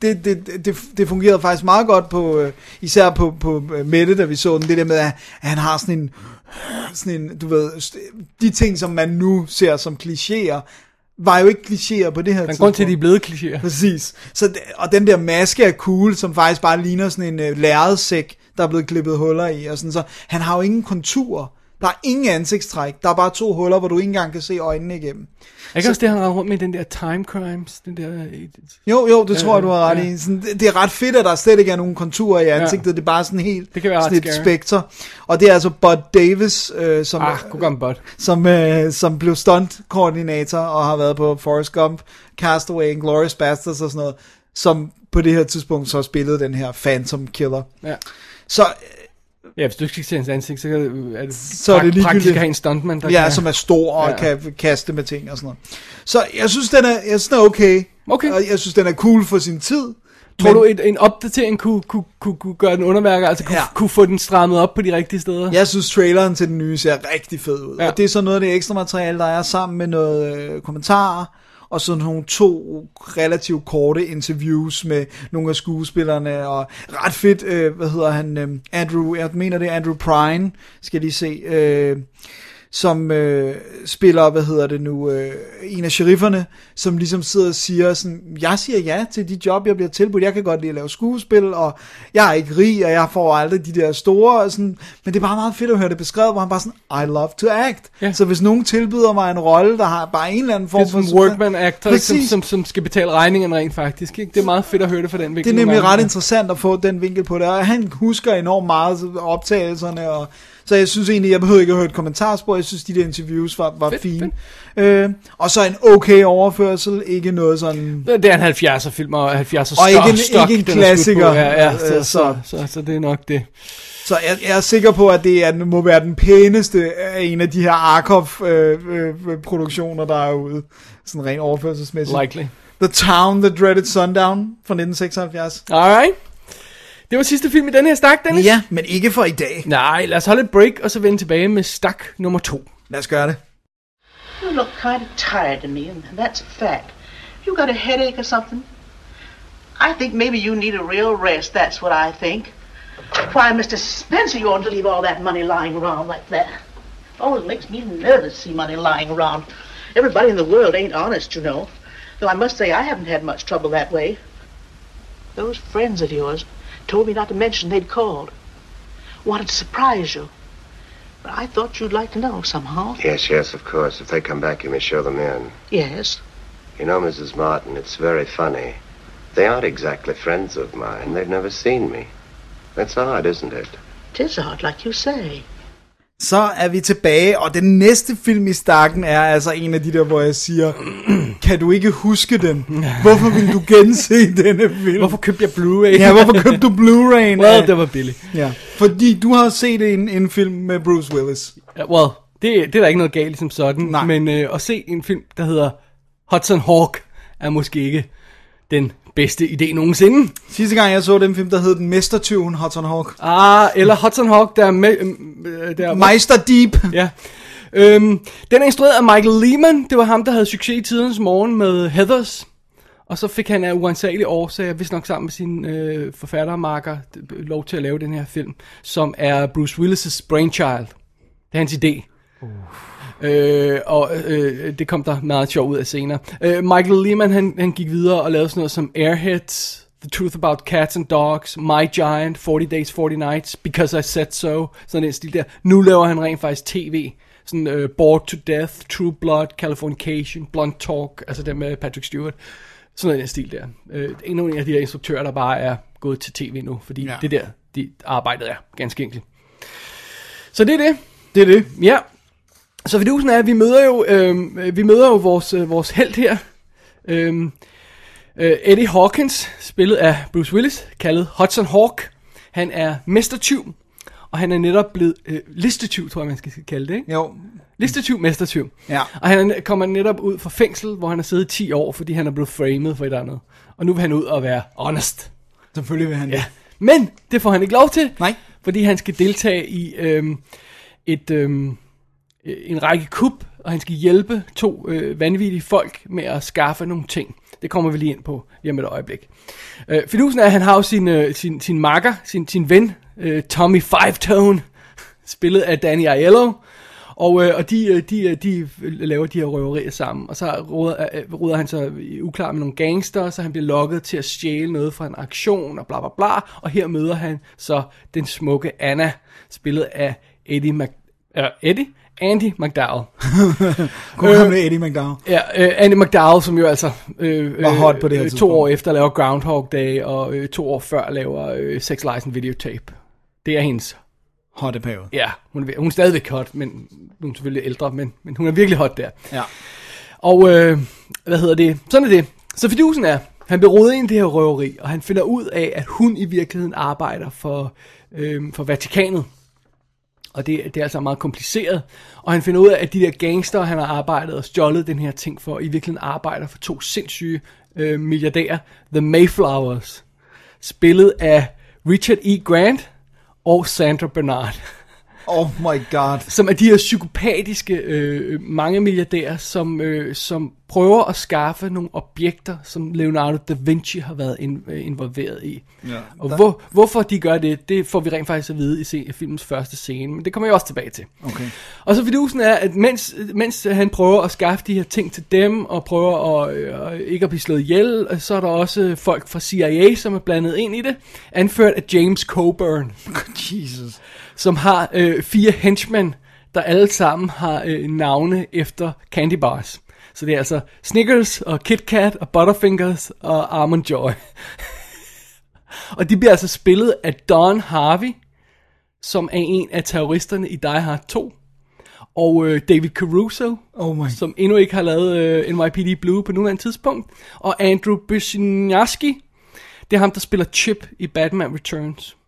D: det fungerede faktisk meget godt på, især på Mette, da vi så den, det der med, at han har sådan en, du ved, de ting, som man nu ser som klichéer, var jo ikke klichéer på det her tidspunkt.
C: Den grund til, at de er blevet klichéer.
D: Præcis. Og den der maske er cool, som faktisk bare ligner sådan en lærredsæk, der er blevet klippet huller i, og sådan, så han har jo ingen konturer. Der er ingen ansigtstræk. Der er bare 2 huller, hvor du ikke engang kan se øjnene igennem.
C: Jeg kan også det, han render rundt med den der time crimes. Den der...
D: Jo, det tror jeg, du har ret i. Sådan, det er ret fedt, at der slet ikke er nogen konturer i ansigtet. Det er bare sådan helt
C: det kan være
D: sådan et spekter. Og det er altså Bud Davis, som blev stunt-koordinator og har været på Forrest Gump, Castaway, Inglourious Basterds og sådan noget, som på det her tidspunkt så spillede den her Phantom Killer.
C: Ja.
D: Så...
C: Ja, hvis du ikke skal se hans ansigt, så er
D: det
C: praktisk at have en stuntman, der
D: kan... som er stor og kan kaste med ting og sådan noget. Så jeg synes, den er okay. Og jeg synes, den er cool for sin tid.
C: Tror du, en opdatering kunne gøre den underværker, altså kunne få den strammet op på de rigtige steder?
D: Jeg synes, traileren til den nye ser rigtig fed ud. Ja. Og det er så noget af det ekstra materiale, der er sammen med noget kommentarer, og så nogle 2 relativt korte interviews med nogle af skuespillerne, og ret fedt, jeg mener det er Andrew Prine, skal lige se, som spiller, en af sherifferne, som ligesom sidder og siger sådan, jeg siger ja til de job, jeg bliver tilbudt, jeg kan godt lide at lave skuespil, og jeg er ikke rig, og jeg får aldrig de der store, og sådan, men det er bare meget fedt at høre det beskrevet, hvor han bare sådan, I love to act. Ja. Så hvis nogen tilbyder mig en rolle, der har bare en eller anden form for...
C: Det er som workman actor, som skal betale regningen rent faktisk, ikke? Det er meget fedt at høre det fra den vinkel.
D: Det er nemlig ret interessant at få den vinkel på det, og han husker enormt meget optagelserne, og så jeg synes egentlig, jeg behøver ikke at høre et kommentarspor. Jeg synes, de der interviews var fine. Og så en okay overførsel. Ikke noget sådan...
C: Det er en 70'er film, og 70'er stok.
D: Og ikke en klassiker.
C: Så det er nok det.
D: Så jeg er sikker på, at det må være den pæneste af en af de her Arkoff-produktioner, der er ude. Sådan rent overførselsmæssigt.
C: Likely.
D: The Town, The Dreaded Sundown fra 1976.
C: Alright. Det var sidste film i den her stak, Dennis.
D: Ja, men ikke for i dag.
C: Nej, lad os holde et break, og så vende tilbage med stak nummer 2.
D: Lad os gøre det.
G: You look kind of tired to me, and that's a fact. You got a headache or something? I think maybe you need a real rest, that's what I think. Why, Mr. Spencer, you ought to leave all that money lying around like that. Oh, it makes me nervous to see money lying around. Everybody in the world ain't honest, you know. Though I must say I haven't had much trouble that way. Those friends of yours told me not to mention they'd called. Wanted to surprise you. But I thought you'd like to know somehow.
H: Yes, of course. If they come back, you may show them in.
G: Yes.
H: You know, Mrs. Martin, it's very funny. They aren't exactly friends of mine. They've never seen me. That's odd, isn't it?
G: 'Tis odd, like you say.
D: Så er vi tilbage, og den næste film i stakken er altså en af de der, hvor jeg siger, kan du ikke huske den? Hvorfor vil du gense denne film?
C: Hvorfor købte jeg Blu-ray?
D: Ja, hvorfor købte du Blu-ray'en?
C: Well, det var billigt.
D: Ja. Fordi du har set en film med Bruce Willis.
C: Well, det er der ikke noget galt som sådan.
D: Nej.
C: Men at se en film, der hedder Hudson Hawk, er måske ikke den bedste idé nogensinde.
D: Sidste gang jeg så den film, der hed Den Mestertyven, Hudson Hawk.
C: Eller Hudson Hawk, der
D: Meister Deep.
C: Ja. Den er instrueret af Michael Lehmann. Det var ham, der havde succes i tidens morgen med Heathers. Og så fik han af uansagelige årsager, vist nok sammen med sin forfattermarker, lov til at lave den her film, som er Bruce Willis' brainchild. Det er hans idé. Det kom der meget sjov ud af senere. Michael Lehmann, han gik videre og lavede sådan noget som Airheads, The Truth About Cats and Dogs, My Giant, 40 Days, 40 Nights, Because I Said So, sådan en stil der. Nu laver han rent faktisk tv, sådan Bored to Death, True Blood, Californication, Blunt Talk, altså det med Patrick Stewart. Sådan en stil der. En af de her instruktører, der bare er gået til tv nu, fordi det der, arbejdet er ganske enkelt. Så det er det.
D: Det er det.
C: Ja. Så fidusen er, at vi møder jo vores helt her. Eddie Hawkins, spillet af Bruce Willis, kaldet Hudson Hawk. Han er mestertyv, og han er netop blevet listetyv, tror jeg, man skal kalde det, ikke?
D: Jo.
C: Listetyv, mestertyv.
D: Ja.
C: Og han kommer netop ud fra fængsel, hvor han har siddet 10 år, fordi han er blevet framed for et andet. Og nu vil han ud og være honest.
D: Selvfølgelig vil han det.
C: Men det får han ikke lov til.
D: Nej.
C: Fordi han skal deltage i en række kup, og han skal hjælpe 2 vanvittige folk med at skaffe nogle ting. Det kommer vi lige ind på lige om et øjeblik. Fidusen er, at han har jo sin makker, sin ven, Tommy Fivetone, spillet af Danny Aiello. Og de laver de her røverier sammen. Og så råder han så uklar med nogle gangster, så han bliver lokket til at stjæle noget fra en aktion og bla bla bla. Og her møder han så den smukke Anna, spillet af Andy McDowell.
D: Kom med Eddie McDowell.
C: Ja, Andy McDowell, som jo altså
D: var hot på det her tidspunkt.
C: 2 år efter laver Groundhog Day, og 2 år før laver Sex, Lies and Videotape. Det er hendes
D: hotte periode.
C: Ja, hun er stadigvæk hot, men hun er selvfølgelig ældre, men hun er virkelig hot der.
D: Ja.
C: Og sådan er det. Så fidusen er, han bliver rodet ind i det her røveri, og han finder ud af, at hun i virkeligheden arbejder for Vatikanet. Og det er altså meget kompliceret. Og han finder ud af, at de der gangster, han har arbejdet og stjålet den her ting for, i virkeligheden arbejder for 2 sindssyge milliardærer. The Mayflowers. Spillet af Richard E. Grant og Sandra Bernard.
D: Oh my god.
C: Som er de her psykopatiske mange milliardærer, som prøver at skaffe nogle objekter, som Leonardo da Vinci har været involveret i. Ja, og hvorfor de gør det får vi rent faktisk at vide i filmens første scene, men det kommer jeg også tilbage til.
D: Okay.
C: Og så fidusen er, at mens han prøver at skaffe de her ting til dem, og prøver at ikke at blive slået ihjel, så er der også folk fra CIA, som er blandet ind i det, anført af James Coburn.
D: Jesus.
C: Som har 4 henchmen, der alle sammen har navne efter candy bars. Så det er altså Snickers og Kit Kat og Butterfingers og Almond Joy. Og de bliver altså spillet af Don Harvey, som er en af terroristerne i Die Hard 2. Og David Caruso, som endnu ikke har lavet NYPD Blue på nuværende tidspunkt. Og Andrew Buscinaski, det er ham, der spiller Chip i Batman Returns.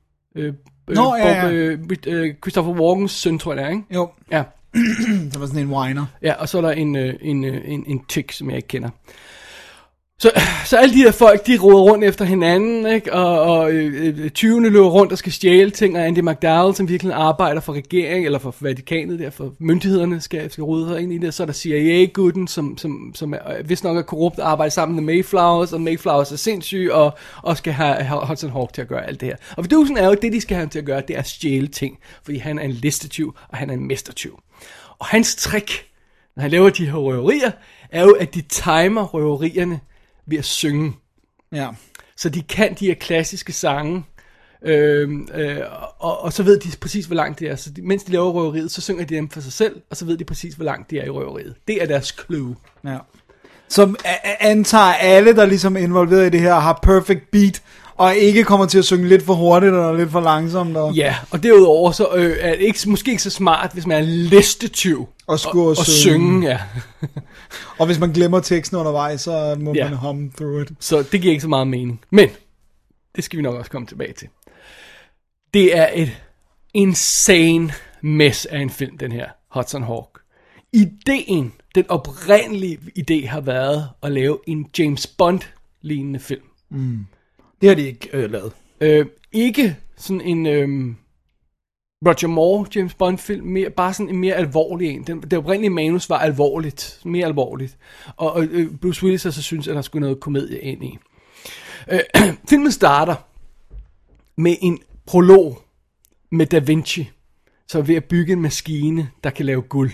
C: Christopher Walkens søn, tror jeg det er, ikke?
D: Jo.
C: Ja.
D: Der var sådan en whiner.
C: Ja, og så er der en tick, som jeg ikke kender. Så alle de her folk, de roder rundt efter hinanden, ikke? Og 20'erne løber rundt og skal stjæle ting, og Andy McDowell, som virkelig arbejder for regeringen, eller for Vatikanet der, for myndighederne skal rode sig ind i det. Så er der CIA-gutten, som er, vist nok er korrupt, og arbejder sammen med Mayflowers, og Mayflowers er sindssyg, og skal have Hudson Hawk til at gøre alt det her. Og fidusen er jo, det de skal have ham til at gøre, det er at stjæle ting, fordi han er en listetyv, og han er en mestertyv. Og hans trick, når han laver de her røverier, er jo, at de timer røverierne ved at synge.
D: Ja.
C: Så de kan de her klassiske sange, og så ved de præcis, hvor langt det er. Så mens de laver røveriet, så synger de dem for sig selv, og så ved de præcis, hvor langt de er i røveriet. Det er deres clue.
D: Ja. Som antager alle, der ligesom er involveret i det her, har perfect beat, og ikke kommer til at synge lidt for hurtigt eller lidt for langsomt. Og...
C: Ja, og derudover så er det måske ikke så smart, hvis man er listetyv
D: og
C: synge. Ja.
D: Og hvis man glemmer teksten undervejs, så må man hum through it.
C: Så det giver ikke så meget mening. Men det skal vi nok også komme tilbage til. Det er et insane mess af en film, den her Hudson Hawk. Den oprindelige idé har været at lave en James Bond-lignende film.
D: Det har de ikke lavet.
C: Ikke sådan en Roger Moore James Bond-film, bare sådan en mere alvorlig en. Det oprindelige manus var alvorligt, mere alvorligt. Og Bruce Willis så synes, at der skulle noget komedie ind i. Filmen starter med en prolog med Da Vinci, som er ved at bygge en maskine, der kan lave guld.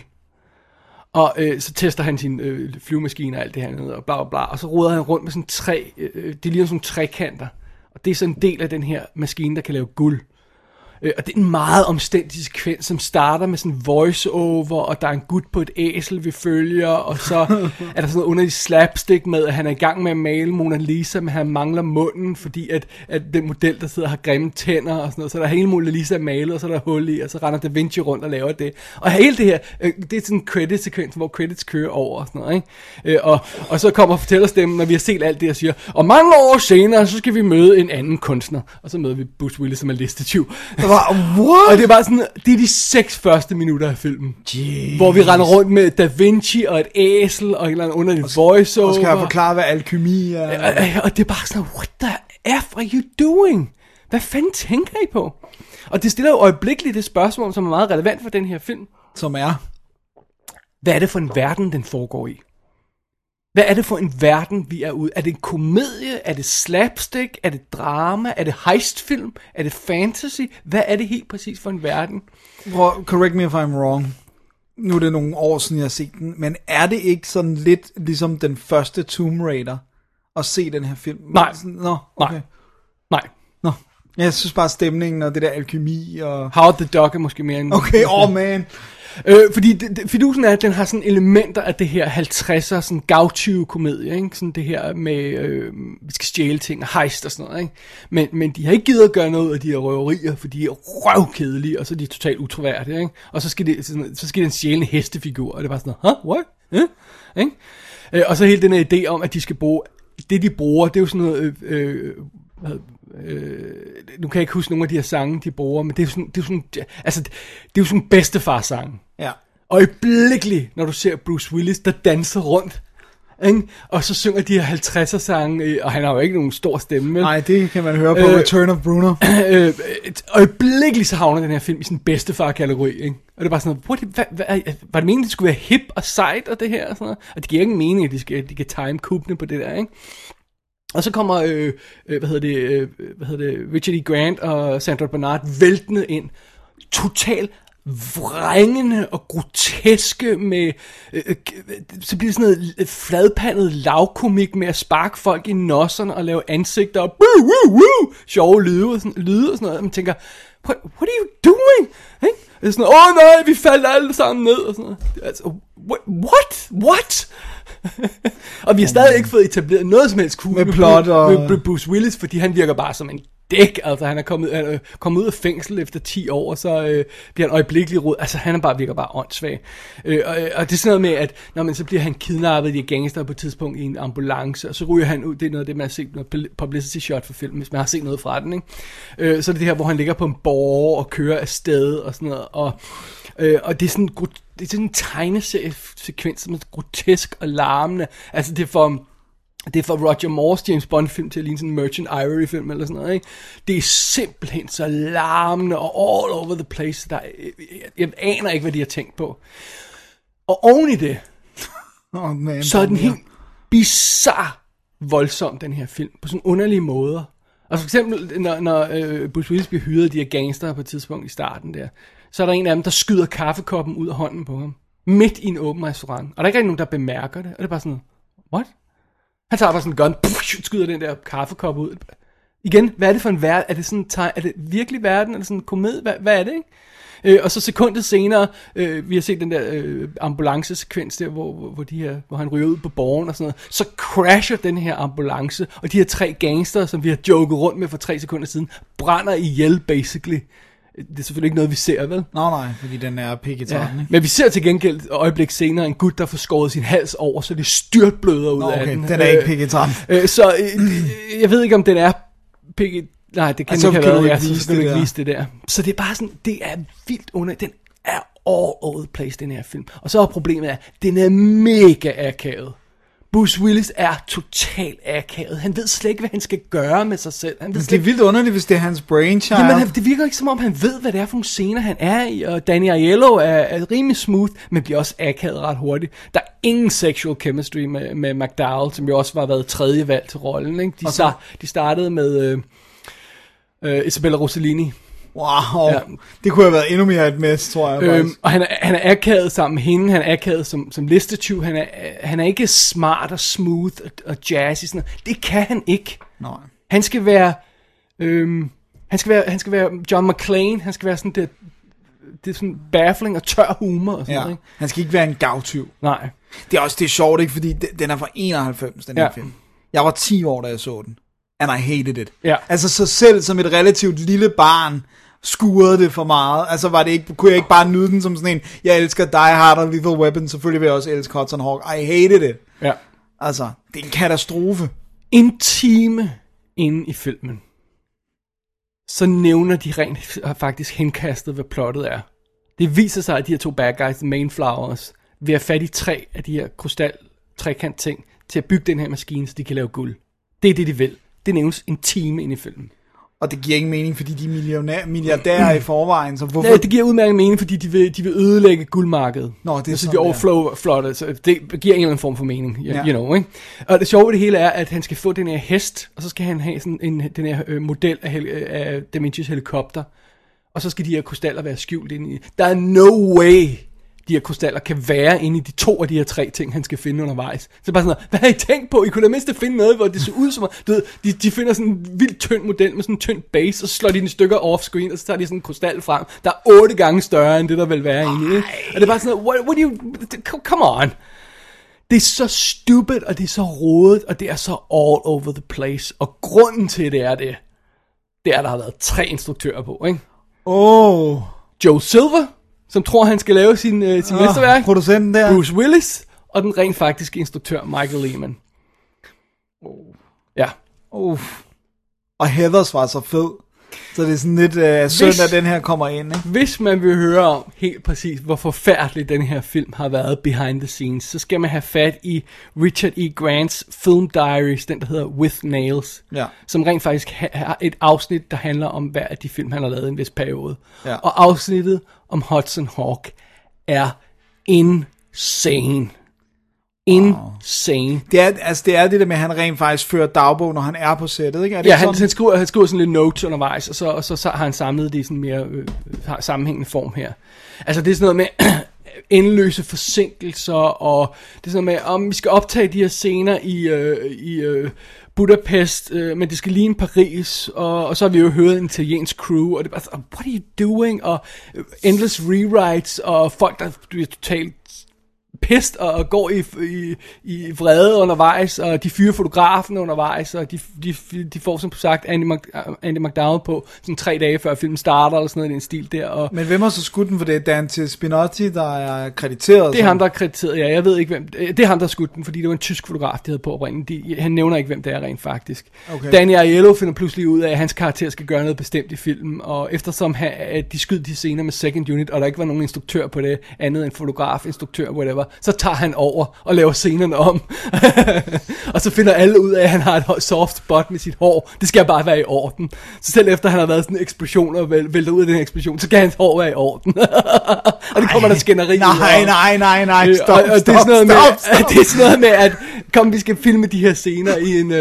C: Og så tester han sin flyvemaskine og alt det her nede, og bla bla bla. Og så roder han rundt med sådan det ligner sådan trekanter. Og det er sådan en del af den her maskine, der kan lave guld. Og det er en meget omstændig sekvens, som starter med sådan en voice-over, og der er en gut på et æsel, vi følger, og så er der sådan noget underligt slapstick med, at han er i gang med at male Mona Lisa, men han mangler munden, fordi at den model, der sidder, har grimme tænder og sådan noget. Så der er hele Mona Lisa malet, og så er der hul i, og så render Da Vinci rundt og laver det. Og hele det her, det er sådan en credit-sekvens, hvor credits kører over og sådan noget, ikke? Og så kommer fortællerstemmen, når vi har set alt det, og siger, og mange år senere, så skal vi møde en anden kunstner. Og så møder vi Bruce Willis, som er listetyv.
D: What?
C: Og det er bare sådan, det er de 6 første minutter af filmen.
D: Jeez.
C: Hvor vi render rundt med Da Vinci og et æsel og en eller anden underlig voice-over.
D: Og skal jeg forklare, hvad alkymi er.
C: Og det er bare sådan, what the F are you doing? Hvad fanden tænker I på? Og det stiller jo øjeblikkeligt det spørgsmål, som er meget relevant for den her film.
D: Som er?
C: Hvad er det for en verden, den foregår i? Hvad er det for en verden, vi er ude? Er det en komedie? Er det slapstick? Er det drama? Er det heistfilm? Er det fantasy? Hvad er det helt præcis for en verden?
D: Correct me if I'm wrong. Nu er det nogle år siden, jeg har set den. Men er det ikke sådan lidt ligesom den første Tomb Raider at se den her film?
C: Nej.
D: Nå, okay.
C: Nej.
D: Nå. Jeg synes bare stemningen og det der alkymi og...
C: Howard the Duck er måske mere en...
D: Okay, man...
C: Fordi fidusen er, at den har sådan elementer af det her 50'er sådan gaucho-komedie, ikke? Sådan det her med, vi skal stjæle ting og heist og sådan noget, ikke? Men de har ikke givet at gøre noget af de her røverier, for de er røvkedelige, og så er de totalt utroværdige, ikke? Og så skal den stjæle en hestefigur, og det er bare sådan noget, what? Ikke? Og så hele den her idé om, at de skal bruge, det de bruger, det er jo sådan noget, nu kan jeg ikke huske nogle af de her sange, de bruger, men det er jo sådan bedstefar-sange.
D: Ja.
C: Og øjeblikkeligt, når du ser Bruce Willis, der danser rundt, ikke? Og så synger de her 50'er sange, og han har jo ikke nogen stor stemme, vel?
D: Nej, det kan man høre på Return of Bruno.
C: Øjeblikkeligt så havner den her film i sin bedstefar-kategori, ikke? Og det er bare sådan noget, var det meningen, det skulle være hip og sejt og det her? Og, sådan noget? Og det giver ikke mening, at de kan time kuppene på det der, ikke? Og så kommer, Richard E. Grant og Sandra Bernard væltende ind. Totalt vrængende og groteske med, så bliver det sådan noget fladpandet lavkomik med at sparke folk i nosserne og lave ansigter og sjove lyde og sådan noget. Og man tænker, what are you doing? Ikke? Det er sådan, nej, vi faldt alle sammen ned og sådan noget. Altså, what? Og vi har stadig ikke fået etableret noget som helst cool
D: med plot og...
C: med Bruce Willis, fordi han virker bare som en dæk. Altså han er kommet ud af fængsel efter 10 år, og så bliver han øjeblikkelig rod. Altså han virker bare åndssvag. Og det er sådan noget med, at så bliver han kidnappet af de gangster på et tidspunkt i en ambulance, og så ryger han ud. Det er noget af det, man har set, noget publicity shot for filmen, hvis man har set noget fra den, ikke? Så er det her, hvor han ligger på en borger og kører afsted og sådan noget. Og det er sådan en tegneseriesekvens, som er grotesk og larmende. Altså det er for Roger Moores James Bond film til at ligne sådan en Merchant Ivory film eller sådan noget, ikke? Det er simpelthen så larmende og all over the place. Jeg aner ikke, hvad de har tænkt på. Og oven i det, så er den helt bizarre voldsom, den her film, på sådan underlige måder. Og for eksempel, når Bruce Willis bliver hyret af de her gangster på et tidspunkt i starten der, så er der en af dem, der skyder kaffekoppen ud af hånden på ham, midt i en åben restaurant. Og der er ikke nogen, der bemærker det. Og det er bare sådan, what? Han tager bare sådan en gun, skyder den der kaffekop ud. Igen, hvad er det for en verden? Er det virkelig verden? Er det sådan en komedie? Hvad er det, ikke? Og så sekundet senere, vi har set den der ambulancesekvens der, hvor han ryger ud på borgen og sådan noget. Så crasher den her ambulance, og de her 3 gangster, som vi har joket rundt med for 3 sekunder siden, brænder ihjel, basically. Det er selvfølgelig ikke noget, vi ser, vel?
D: Nej, fordi den er PG-13,
C: ja. Men vi ser til gengæld et øjeblik senere en gut, der får skåret sin hals over, så det styrtbløder ud af den.
D: Den er ikke PG-13.
C: Så jeg ved ikke, om den er PG... Nej, det kan ikke have været, så skal du ikke vise det der. Så det er bare sådan, det er vildt under, den er all over the place, den her film. Og så er problemet den er mega akavet. Bruce Willis er totalt akavet. Han ved slet ikke, hvad han skal gøre med sig selv.
D: Det er vildt underligt, hvis det er hans brainchild.
C: Jamen, det virker ikke som om, han ved, hvad det er for nogle scener, han er i. Og Danny Aiello er rimelig smooth, men bliver også akavet ret hurtigt. Der er ingen sexual chemistry med McDowell, som jo også var været tredje valg til rollen. Ikke? De startede med Isabella Rossellini.
D: Wow, ja. Det kunne have været endnu mere et mess, tror jeg.
C: Og han er akavet sammen med hende, han er akavet som listetyv, han er ikke smart og smooth og jazzy, sådan noget. Det kan han ikke.
D: Nej.
C: Han skal være, han skal være John McClane, han skal være sådan det er sådan baffling og tør humor og sådan noget. Ikke?
D: Han skal ikke være en gavtyv.
C: Nej.
D: Det er sjovt, ikke, fordi den er fra 91, den her film. Jeg var 10 år, da jeg så den. And I hated it.
C: Ja.
D: Altså så selv som et relativt lille barn skurede det for meget. Altså kunne jeg ikke bare nyde den som sådan en, jeg elsker Die Hard og Lethal Weapon, selvfølgelig vil jeg også elske Hudson Hawk. I hated it.
C: Ja.
D: Altså, det er en katastrofe.
C: En time inde i filmen, så nævner de rent faktisk henkastet, hvad plottet er. Det viser sig, at de her to bad guys, the Mayflowers, vil have fat i 3 af de her krystal-trekant ting til at bygge den her maskine, så de kan lave guld. Det er det, de vil. Det nævnes en time ind i filmen.
D: Og det giver ingen mening, fordi de er milliardærer i forvejen, så hvorfor?
C: Ja, det giver udmærket mening, fordi de vil ødelægge guldmarkedet.
D: Nå, det er
C: så de overflotter, så det giver en eller anden form for mening, you know, ikke? Og det sjove ved det hele er, at han skal få den her hest, og så skal han have sådan den her model af Da Vinci's helikopter, og så skal de her krystaller være skjult inde i. Der er no way, de her krystaller kan være inde i de 2 af de her 3 ting, han skal finde undervejs. Så det er bare sådan noget, hvad har I tænkt på? I kunne da mindst finde noget, hvor det så ud som, du ved, de finder sådan en vildt tynd model med sådan en tynd base, og så slår de den i stykker off-screen, og så tager de sådan en krystal frem, der er 8 gange større, end det der vil være inde i. Og det er bare sådan noget, what do you, come on. Det er så stupid, og det er så rodet, og det er så all over the place. Og grunden til det er, der har været 3 instruktører på, ikke? Joe Silver, som tror, han skal lave sin mesterværk.
D: Producenten der.
C: Bruce Willis. Og den rent faktiske instruktør, Michael Lehman. Ja.
D: Og Heathers var så fed. Så det er sådan lidt synd, at den her kommer ind, ikke?
C: Hvis man vil høre om helt præcis, hvor forfærdelig den her film har været behind the scenes, så skal man have fat i Richard E. Grants Film Diaries, den der hedder With Nails, som rent faktisk har et afsnit, der handler om hver af de film, han har lavet i en vis periode. Ja. Og afsnittet om Hudson Hawk er insane. Insane.
D: Det er det der med, at han rent faktisk fører dagbog, når han er på sættet, ikke? Er det
C: han skriver sådan lidt notes undervejs, og så har han samlet det i sådan mere sammenhængende form her. Altså det er sådan noget med endeløse forsinkelser, og det er sådan noget med, om vi skal optage de her scener i Budapest, men det skal ligne Paris, og så har vi jo hørt en italiensk crew, og det er bare sådan, what are you doing? Og endless rewrites, og folk, der bliver totalt pist og går i vrede undervejs, og de fyrer fotografen undervejs, og de får som sagt Andy McDowell på sådan 3 dage før filmen starter, eller sådan noget i den stil der. Og
D: men hvem har så skudt den, for det er Dante Spinotti, der er krediteret?
C: Det er ham, der er krediteret, ja. Jeg ved ikke, hvem. Det er ham, der har skudt den, fordi det var en tysk fotograf, de havde på oprindeligt. Han nævner ikke, hvem det er rent faktisk. Okay. Danny Aiello finder pludselig ud af, at hans karakter skal gøre noget bestemt i filmen, og eftersom de skød de scener med second unit, og der ikke var nogen instruktør på det, andet end fotograf, instruktør, whatever, så tager han over og laver scenerne om. Og så finder alle ud af, at han har et soft spot med sit hår. Det skal bare være i orden. Så selv efter han har været sådan en eksplosion og vælter ud af den eksplosion, så kan hans hår være i orden. Og det kommer der skænderi.
D: Nej, stop.
C: Det er sådan noget med, at vi skal filme de her scener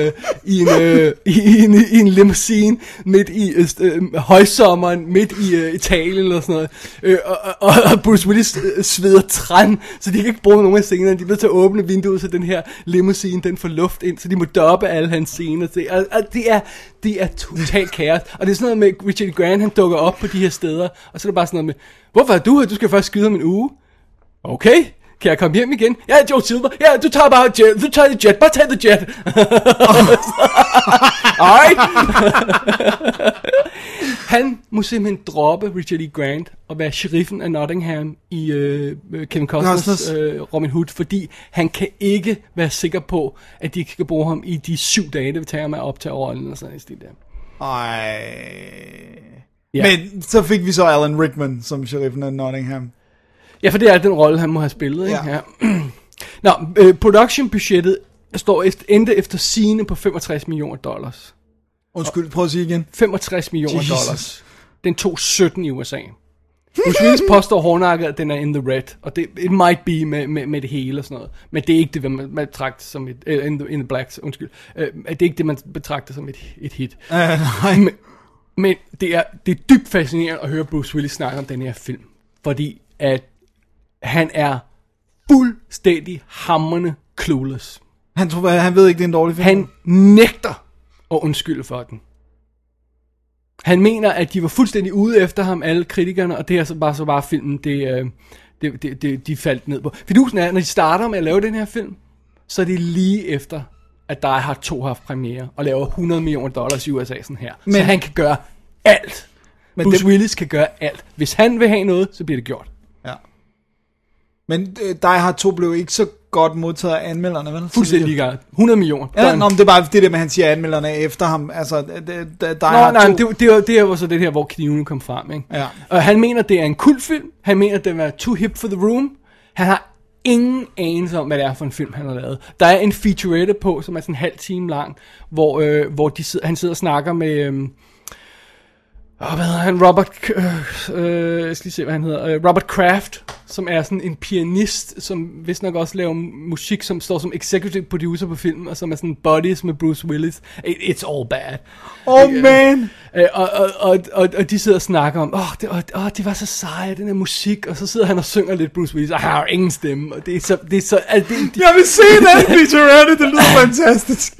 C: i en limousine midt i højsommeren, midt i Italien eller sådan noget. Og Bruce Willis sveder træn, så de kan ikke bruge nogen af scenerne. De er nødt til at åbne vinduet, så den her limousine, den får luft ind, så de må doppe alle hans scener. Det er totalt kaos. Og det er sådan noget med, Richard Grant, han dukker op på de her steder, og så er det bare sådan noget med, hvorfor er du her? Du skal først skyde om en uge. Okay, kan jeg komme hjem igen? Ja, Joe Silver. Ja, du tager the jet. Bare tag the jet. Alright. Han må simpelthen droppe Richard E. Grant og være sheriffen af Nottingham i Kevin Costners Robin Hood, fordi han kan ikke være sikker på, at de ikke skal bruge ham i de 7 dage, det vil tage ham at optage rollen og sådan en stil der.
D: Ja. Men så fik vi så Alan Rickman som sheriffen af Nottingham.
C: Ja, for det er den rolle, han må have spillet, ikke? Ja. Nå, production-budgettet endte efter sigende på $65 millioner.
D: Undskyld, prøv at sige igen.
C: $65 millioner. Den tog 17 i USA. Bruce Willis påstår hårdnakket, at den er in the red, og det it might be med det hele og sådan noget. Men det er ikke det, man betragter som et... in the blacks, undskyld. Det er ikke det, man betragter som et hit.
D: Nej.
C: Men det er dybt fascinerende at høre Bruce Willis snakke om den her film. Fordi at han er fuldstændig hamrende clueless.
D: Han ved ikke, det er en dårlig film?
C: Han nægter at undskylde for den. Han mener, at de var fuldstændig ude efter ham, alle kritikerne, og det er så bare filmen, de faldt ned på. Fidusen er, når de starter med at lave den her film, så er det lige efter, at Die Hard 2 har haft premiere, og laver $100 millioner i USA sådan her. Så han kan gøre alt. Bruce Willis kan gøre alt. Hvis han vil have noget, så bliver det gjort.
D: Ja. Men Die Hard 2 blev ikke så godt modtaget af anmelderne, vel?
C: Fuldstændig ligegang. 100 millioner.
D: Ja, det er bare det der med, han siger anmelderne efter ham. Altså,
C: det var så det her, hvor knivene kom frem, ikke?
D: Ja.
C: Og han mener, det er en kultfilm. Han mener, den var too hip for the room. Han har ingen anelse om, hvad det er for en film, han har lavet. Der er en featurette på, som er sådan en halv time lang, hvor han sidder og snakker med... hvad hedder han? Jeg skal lige se, hvad han hedder. Robert Kraft, som er sådan en pianist, som vist nok også laver musik, som står som executive producer på filmen, og som er sådan buddies med Bruce Willis. It's all bad.
D: Man!
C: Og de sidder og snakker om, det var så seje, den her musik, og så sidder han og synger lidt Bruce Willis, og han har ingen stemme, og det er så... Jeg
D: vil se den featurette, det lyder fantastisk.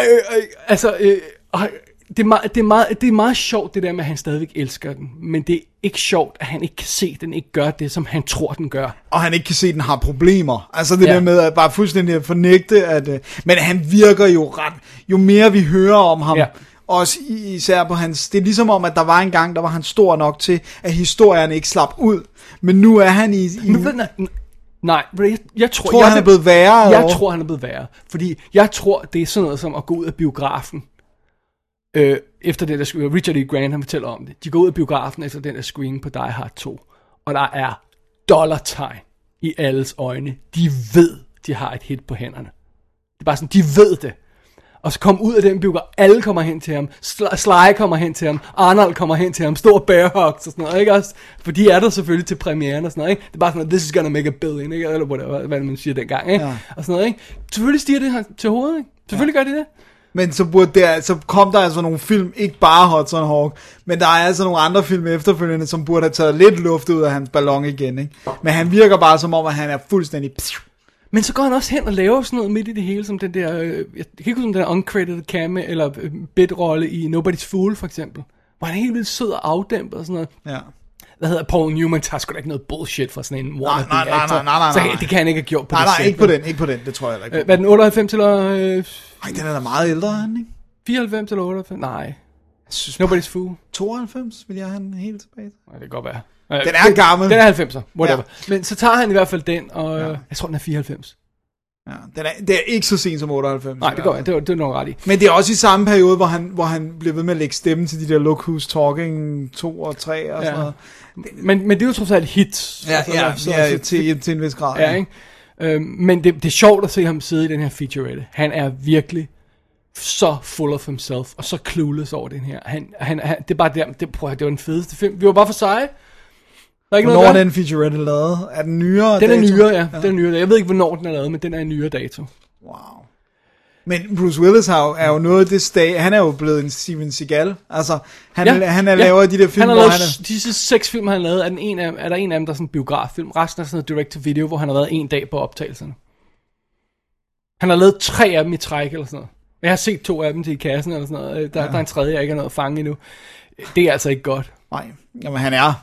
C: Det er meget sjovt, det der med, at han stadigvæk elsker den. Men det er ikke sjovt, at han ikke kan se, at den ikke gør det, som han tror, den gør.
D: Og han ikke kan se, at den har problemer. Altså det der med at bare fuldstændig fornægte, at... Men han virker jo ret... Jo mere vi hører om ham, også især på hans... Det er ligesom om, at der var en gang, der var han stor nok til, at historierne ikke slap ud. Men nu er han i...
C: Nej, jeg tror
D: han er blevet værre.
C: Jeg tror, han er blevet værre. Fordi jeg tror, det er sådan noget som at gå ud af biografen. Efter det der screen, Richard E. Grant, han fortæller om det. De går ud af biografen efter den der screen på Die Hard 2. Og der er dollartegn i alles øjne. De ved, de har et hit på hænderne. Det er bare sådan, de ved det. Og så kom ud af den biograf, alle kommer hen til ham. Sly kommer hen til ham. Arnold kommer hen til ham. Stor bear hugs og sådan noget, ikke også? For de er der selvfølgelig til premieren og sådan noget, ikke? Det er bare sådan noget, this is gonna make a billion, ikke? Eller whatever, hvad man siger dengang, ikke? Ja. Og sådan noget, ikke? Selvfølgelig stiger det her til hovedet, ikke? Selvfølgelig gør de det.
D: Men så kom der altså nogle film, ikke bare Hudson Hawk, men der er altså nogle andre film efterfølgende, som burde have taget lidt luft ud af hans ballon igen, ikke? Men han virker bare som om, at han er fuldstændig...
C: Men så går han også hen og laver sådan noget midt i det hele, som den der, jeg kan ikke huske, den der uncredited cameo, eller bit-rolle i Nobody's Fool, for eksempel. Hvor han er helt vildt sød og afdæmpet og sådan noget.
D: Ja.
C: Hvad hedder Paul Newman, tager sgu da ikke noget bullshit fra sådan en
D: wannabe-actor. Nej.
C: Så det kan han ikke have gjort på det
D: sæt. Nej, ikke på den, det tror jeg ikke.
C: Hvad er den, 98 eller...
D: Nej, den er da meget ældre, han, ikke?
C: 94 eller 98? Nej. Nobody's Fool.
D: 92 vil jeg have den helt tilbage.
C: Nej, det kan godt være.
D: Den er gammel.
C: Den er 90'er, whatever. Ja. Men så tager han i hvert fald den, og jeg tror, den er 94.
D: Ja, det er ikke så sent som 98.
C: Nej, det går det er nok ret i.
D: Men det er også i samme periode, hvor han bliver ved med at lægge stemme til de der Look Who's Talking 2 og 3 og sådan noget.
C: Men det er jo trods alt hits.
D: Til en vis grad.
C: Ja, ikke? Men det er sjovt at se ham sidde i den her featurette. Han er virkelig så full of himself, og så clueless over den her. Det er bare det var den fedeste film. Vi var bare for seje.
D: Hvornår er den featurette lavet? Er den nyere?
C: Den er nyere, ja. Den er nyere. Jeg ved ikke, hvornår den er lavet, men den er en nyere dato.
D: Wow. Men Bruce Willis er jo noget af det stage. Han er jo blevet en Steven Seagal. Altså, han laver de der film,
C: hvor han er... Disse 6 film, han har lavet, er der en af dem, der er sådan en biograffilm. Resten er sådan noget direct-to-video, hvor han har været en dag på optagelserne. Han har lavet 3 af dem i træk, eller sådan noget. Jeg har set 2 af dem til i kassen, eller sådan noget. Der er en tredje, jeg ikke har noget at fange endnu. Det er altså ikke godt.
D: Nej, jamen han er...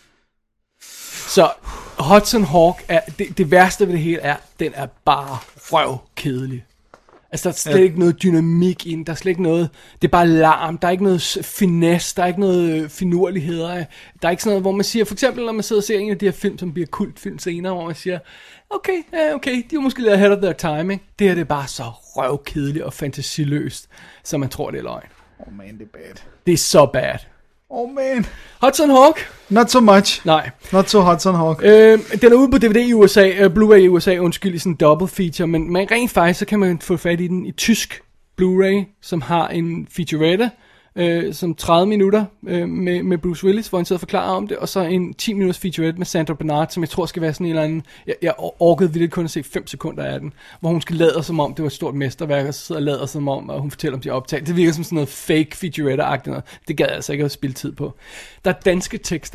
C: Så Hudson Hawk er det værste ved det hele er, den er bare røvkedelig. Altså der er slet ikke noget dynamik ind, der er slet ikke noget, det er bare larm, der er ikke noget finesse, der er ikke noget finurligheder, der er ikke sådan noget, hvor man siger, for eksempel når man sidder og ser en af de her film, som bliver kultfilm senere, hvor man siger, okay, de er måske lidt ahead of their time, ikke? Det her det er bare så røvkedeligt og fantasiløst, så man tror det er løgn.
D: Oh man, det er bad.
C: Det er så bad.
D: Oh man.
C: Hudson Hawk?
D: Not so much.
C: Nej.
D: Not so Hudson Hawk.
C: Den er ude på DVD i USA, Blu-ray i USA, undskyld, i sådan en double feature, men rent faktisk, så kan man få fat i den i tysk Blu-ray, som har en featurette, som 30 minutter med Bruce Willis, hvor han sidder og forklarer om det, og så en 10 minutters featurette med Sandra Bernard, som jeg tror skal være sådan en eller anden, jeg orkede virkelig kun at se 5 sekunder af den, hvor hun skal lade som om det var et stort mesterværk, og så sidder og lader som om, og hun fortæller om de optag. Det virker som sådan noget fake featurette-agtigt noget. Det gad jeg altså ikke at spille tid på. Der er danske tekster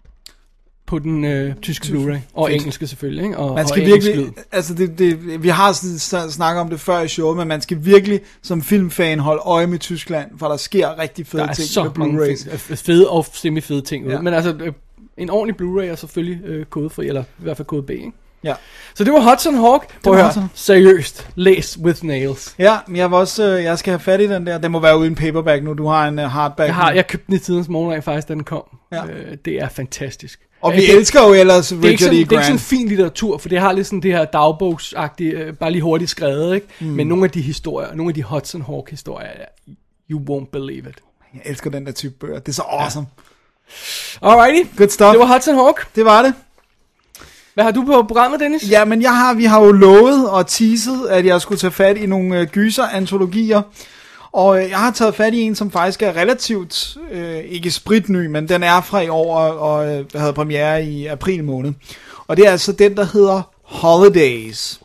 C: på den tyske Blu-ray, og engelske selvfølgelig, ikke? Og,
D: man skal
C: og
D: virkelig, altså vi har snakket om det før i showet, men man skal virkelig som filmfan holde øje med Tyskland, for der sker rigtig fede ting med Blu-rays.
C: Fede og semi-fede ting ud. Men altså, en ordentlig Blu-ray er selvfølgelig kodefri, eller i hvert fald kode B, ikke?
D: Ja.
C: Så det var Hudson Hawk. Prøv at høre, seriøst, læs with nails.
D: Ja, men jeg skal have fat i den der. Den må være uden paperback nu, du har en hardback.
C: Jeg købte den i tidens morgen faktisk, da den kom. Ja. Det er fantastisk.
D: Og vi elsker jo ellers Richard E. Grant.
C: Det er ikke sådan fin litteratur, for det har lidt sådan det her dagbogsagtige, bare lige hurtigt skrevet, ikke? Men nogle af de historier, nogle af de Hudson Hawk historier, you won't believe it.
D: Jeg elsker den der type bøger, det er så awesome.
C: Alrighty,
D: good stuff.
C: Det var Hudson Hawk.
D: Det var det.
C: Hvad har du på programmet, Dennis?
D: Ja, men vi har jo lovet og teaset, at jeg skulle tage fat i nogle gyser-antologier. Og jeg har taget fat i en, som faktisk er relativt, ikke spritny, men den er fra i år og havde premiere i april måned. Og det er altså den, der hedder Holidays.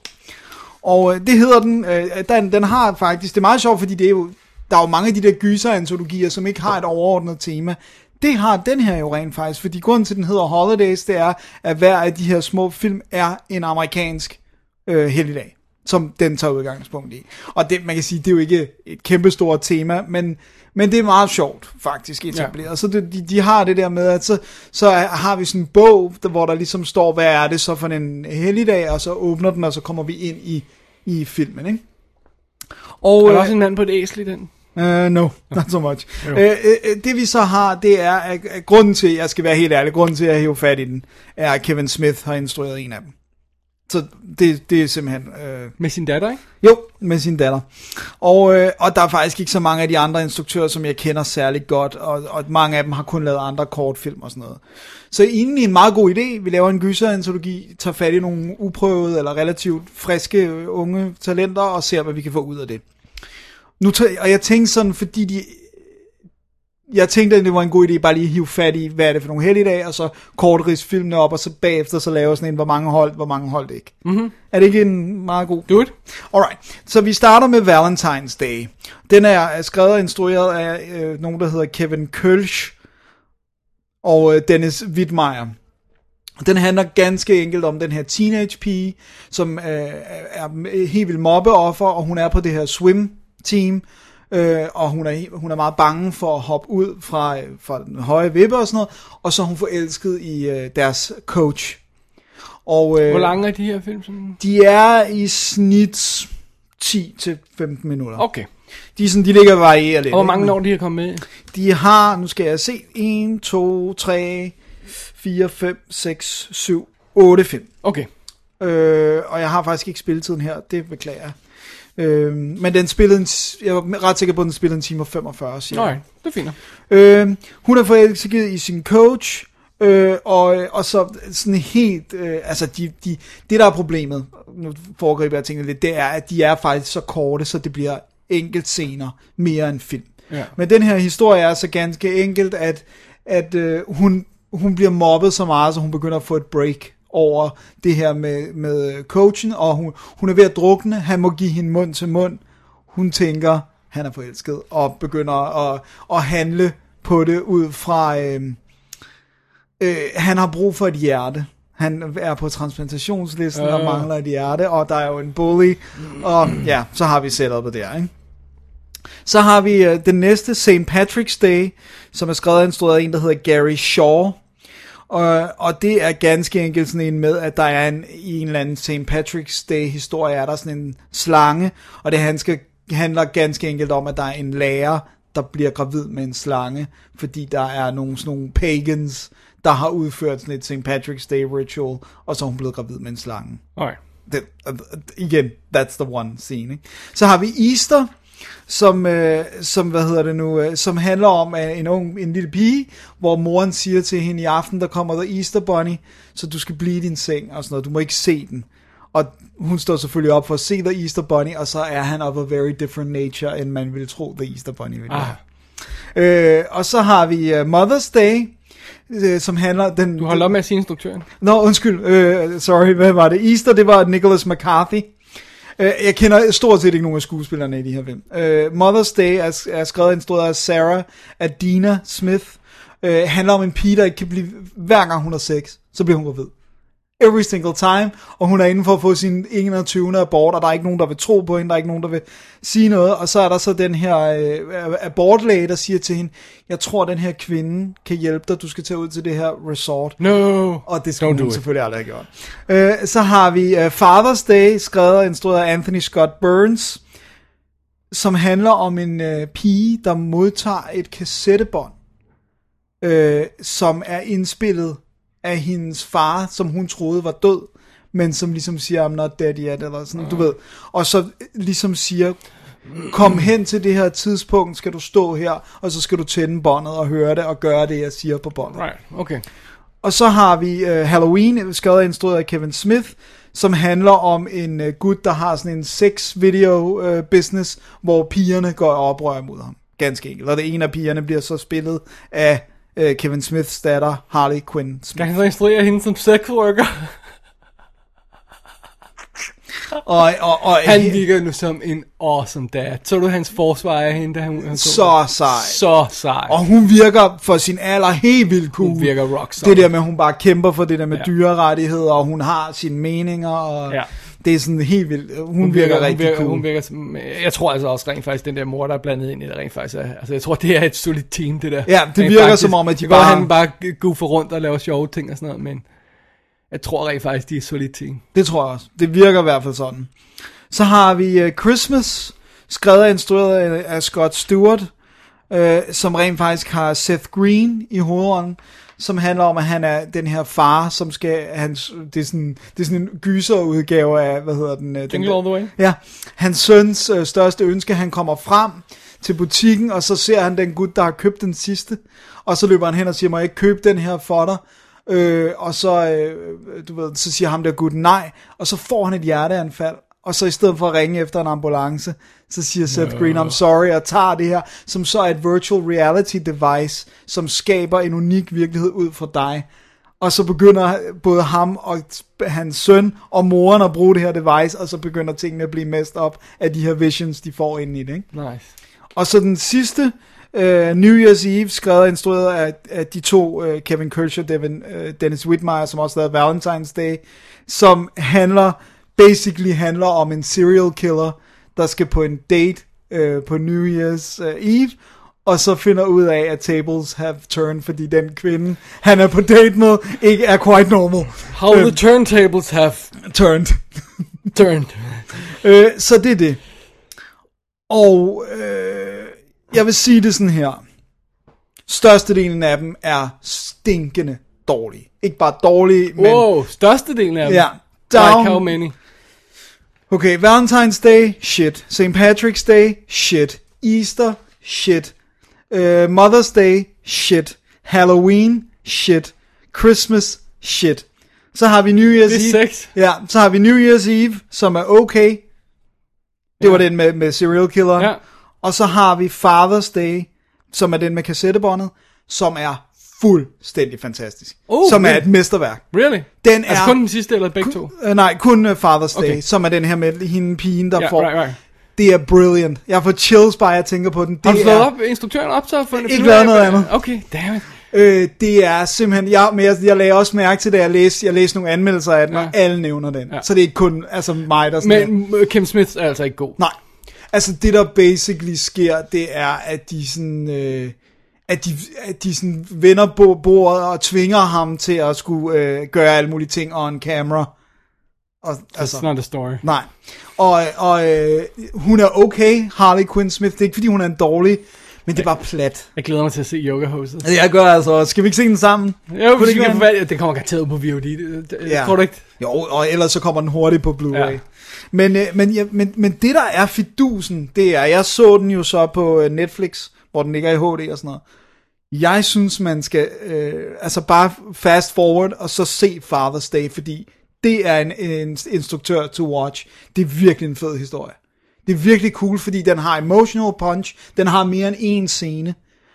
D: Og det hedder den har faktisk, det er meget sjovt, fordi der er jo mange af de der gyser-antologier, som ikke har et overordnet tema. Det har den her jo rent faktisk, fordi grunden til, at den hedder Holidays, det er, at hver af de her små film er en amerikansk helligdag, som den tager udgangspunkt i. Og det, man kan sige, det er jo ikke et kæmpestort tema, men det er meget sjovt faktisk etableret. Ja. Så de har det der med, at så har vi sådan en bog, hvor der ligesom står, hvad er det så for en helligdag, og så åbner den, og så kommer vi ind i filmen, ikke? Og,
C: er der også en mand på et æsel i den?
D: No, not so much. Det vi så har, det er, at grunden til, jeg skal være helt ærlig, grunden til, at jeg hæver fat i den, er, at Kevin Smith har instrueret en af dem. Så det er simpelthen...
C: Med sin datter, ikke?
D: Jo, med sin datter. Og der er faktisk ikke så mange af de andre instruktører, som jeg kender særlig godt, og mange af dem har kun lavet andre kortfilm og sådan noget. Så egentlig en meget god idé. Vi laver en gyserantologi, tager fat i nogle uprøvede eller relativt friske unge talenter, og ser, hvad vi kan få ud af det. Og jeg tænkte sådan, fordi jeg tænkte, at det var en god idé bare lige at hive fat i, hvad er det for nogle helligdage, og så kortridse filmene op, og så bagefter så lave sådan en, hvor mange holdt ikke. Mm-hmm. Er det ikke en meget god?
C: Do it.
D: Alright, så vi starter med Valentine's Day. Den er skrevet og instrueret af nogen, der hedder Kevin Kölsch og Dennis Widmeyer. Den handler ganske enkelt om den her teenage pige, som er helt vildt mobbeoffer, og hun er på det her swim team, og hun er meget bange for at hoppe ud fra den høje vippe og sådan noget, og så er hun forelsket i deres coach. Og,
C: hvor lange er de her film?
D: De er i snit 10-15 minutter.
C: Okay.
D: De ligger og varierer lidt.
C: Og hvor mange år de har kommet med?
D: De har, nu skal jeg se, 1, 2, 3, 4, 5, 6, 7, 8 film.
C: Okay.
D: Og jeg har faktisk ikke spilletiden her, det beklager jeg. Men den spillede jeg var ret sikker på, at den spillede 1 time og 45.
C: Nej, det er fint.
D: Hun er forelsket i sin coach, og så sådan helt, altså det der er problemet, nu foregriber jeg tingene lidt, det er, at de er faktisk så korte, så det bliver enkelt scener mere end film. Ja. Men den her historie er så ganske enkelt, at hun bliver mobbet så meget, så hun begynder at få et break over det her med coachen, og hun er ved at drukne, han må give hende mund til mund, hun tænker, han er forelsket, og begynder at handle på det ud fra, han har brug for et hjerte, han er på transplantationslisten og mangler et hjerte, og der er jo en bully, og ja, så har vi setupet der, ikke? Så har vi den næste, St. Patrick's Day, som er skrevet og instrueret af en, der hedder Gary Shaw. Og det er ganske enkelt sådan en med, at der er i en eller anden St. Patrick's Day historie, er der sådan en slange, og det handler ganske enkelt om, at der er en lærer, der bliver gravid med en slange, fordi der er sådan nogle pagans, der har udført sådan et St. Patrick's Day ritual, og så er hun blevet gravid med en slange.
C: Okay.
D: Igen, that's the one scene, ikke? Så har vi Easter, som handler om en lille pige, hvor moren siger til hende i aften, der kommer der Easter Bunny, så du skal blive i din seng og sådan noget, du må ikke se den. Og hun står selvfølgelig op for at se The Easter Bunny, og så er han of a very different nature, end man ville tro The Easter Bunny ville være. Og så har vi Mother's Day, som handler...
C: Du holder op med at sige instruktøren.
D: Nå, undskyld. Sorry, hvad var det? Easter, det var Nicholas McCarthy. Jeg kender stort set ikke nogen af skuespillerne i de her film. Mother's Day er skrevet en stor af Sarah Adina Smith. Handler om en pige, der ikke kan blive... Hver gang hun har sex, så bliver hun gravid. Every single time, og hun er inde for at få sin 21. abort, og der er ikke nogen, der vil tro på hende, der er ikke nogen, der vil sige noget, og så er der så den her abortlæge, der siger til hende, jeg tror, den her kvinde kan hjælpe dig, du skal tage ud til det her resort.
C: No,
D: og det skal hun selvfølgelig aldrig have gjort. Så har vi Father's Day, skrevet og instrueret af Anthony Scott Burns, som handler om en pige, der modtager et kassettebånd, som er indspillet af hendes far, som hun troede var død, men som ligesom siger, I'm not dead yet, eller sådan, du ved. Og så ligesom siger, kom hen til det her tidspunkt, skal du stå her, og så skal du tænde båndet og høre det, og gøre det, jeg siger på båndet.
C: Right, okay.
D: Og så har vi Halloween, skrevet og instrueret af Kevin Smith, som handler om en gut, der har sådan en sex-video business, hvor pigerne går og oprør mod ham. Ganske enkelt. Og det ene af pigerne bliver så spillet af Kevin Smiths datter, Harley Quinn Smith.
C: Skal han så instruere hende som sexworker? og han virker nu som en awesome dad. Så du hans forsvar af hende, da hun
D: så sej.
C: Så sej.
D: Og hun virker for sin alder helt vildt cool.
C: Hun virker rockstar.
D: Det der med, at hun bare kæmper for det der med dyrerettigheder, og hun har sine meninger, og det er sådan helt vildt. Hun virker rigtig cool. Hun virker
C: som, jeg tror altså også rent faktisk, den der mor, der er blandet ind i det rent faktisk. Altså jeg tror, det er et solidt team, det der.
D: Ja, det virker faktisk, som om, at de bare...
C: han bare goofer rundt og laver sjove ting og sådan noget, men jeg tror rent faktisk, de er et solidt team.
D: Det tror jeg også. Det virker i hvert fald sådan. Så har vi Christmas, skrevet og instrueret af Scott Stewart, som rent faktisk har Seth Green i hovedrollen, som handler om, at han er den her far, som skal, det er sådan en gyserudgave af, hvad hedder den?
C: Jingle All The Way?
D: Ja, hans søns største ønske, han kommer frem til butikken, og så ser han den gut, der har købt den sidste, og så løber han hen og siger, må jeg ikke købe den her for dig? Og så, så siger ham der gutten nej, og så får han et hjerteanfald, og så i stedet for at ringe efter en ambulance, så siger Seth Green, I'm sorry, og tager det her, som så er et virtual reality device, som skaber en unik virkelighed ud fra dig. Og så begynder både ham og hans søn og moren at bruge det her device, og så begynder tingene at blive messed up af de her visions, de får ind i det. Ikke?
C: Nice.
D: Og så den sidste, New Year's Eve, skrevet og instrueret af de to, Kevin Kershaw, Dennis Whitmire, som også lavede Valentine's Day, som basically handler om en serial killer, der skal på en date på New Year's Eve, og så finder ud af, at tables have turned, fordi den kvinde, han er på date med, ikke er quite normal.
C: How the turntables have
D: turned. Så det er det. Og jeg vil sige det sådan her. Størstedelen af dem er stinkende dårlige. Ikke bare dårlige, men...
C: Wow, størstedelen af dem?
D: Ja.
C: Like how many?
D: Okay, Valentine's Day, shit. St. Patrick's Day, shit. Easter, shit. Mother's Day, shit. Halloween, shit. Christmas, shit. Så har vi New Year's Eve. Ja, så har vi New Year's Eve, som er okay. Det var den med serial killer. Ja. Og så har vi Father's Day, som er den med kassettebåndet, som er fuldstændig fantastisk. Som er et mesterværk.
C: Really?
D: Den
C: altså kun den sidste, eller begge to?
D: Nej, kun Father's Day, som er den her med hende pigen, der får...
C: Right.
D: Det er brilliant. Jeg får chills bare, jeg tænker på den.
C: Har du slået op, instruktøren op så?
D: Ikke lavet noget andet.
C: Okay, damn
D: it. Det er simpelthen... Jeg lagde også mærke til det, jeg læste nogle anmeldelser af den, og alle nævner den. Ja. Så det er ikke kun mig, der sådan...
C: Men Kim Smith er altså ikke god.
D: Nej. Altså det, der basically sker, det er, at de sådan... At de sådan vender på bordet og tvinger ham til at skulle gøre alle mulige ting on camera.
C: That's not a story.
D: Nej. Og hun er okay, Harley Quinn Smith. Det er ikke fordi hun er en dårlig, men det er bare plat.
C: Jeg glæder mig til at se yoga-hoset.
D: Jeg gør altså. Skal vi ikke se den sammen?
C: Jo, det kommer garanteret på VOD. Tror du ikke?
D: Jo, og ellers så kommer den hurtigt på Blu-ray. Ja. Men det der er fidusen, det er, jeg så den jo så på Netflix, hvor den ligger i HD og sådan noget. Jeg synes, man skal altså bare fast forward og så se Father's Day, fordi det er en instruktør to watch. Det er virkelig en fed historie. Det er virkelig cool, fordi den har emotional punch, den har mere end en scene.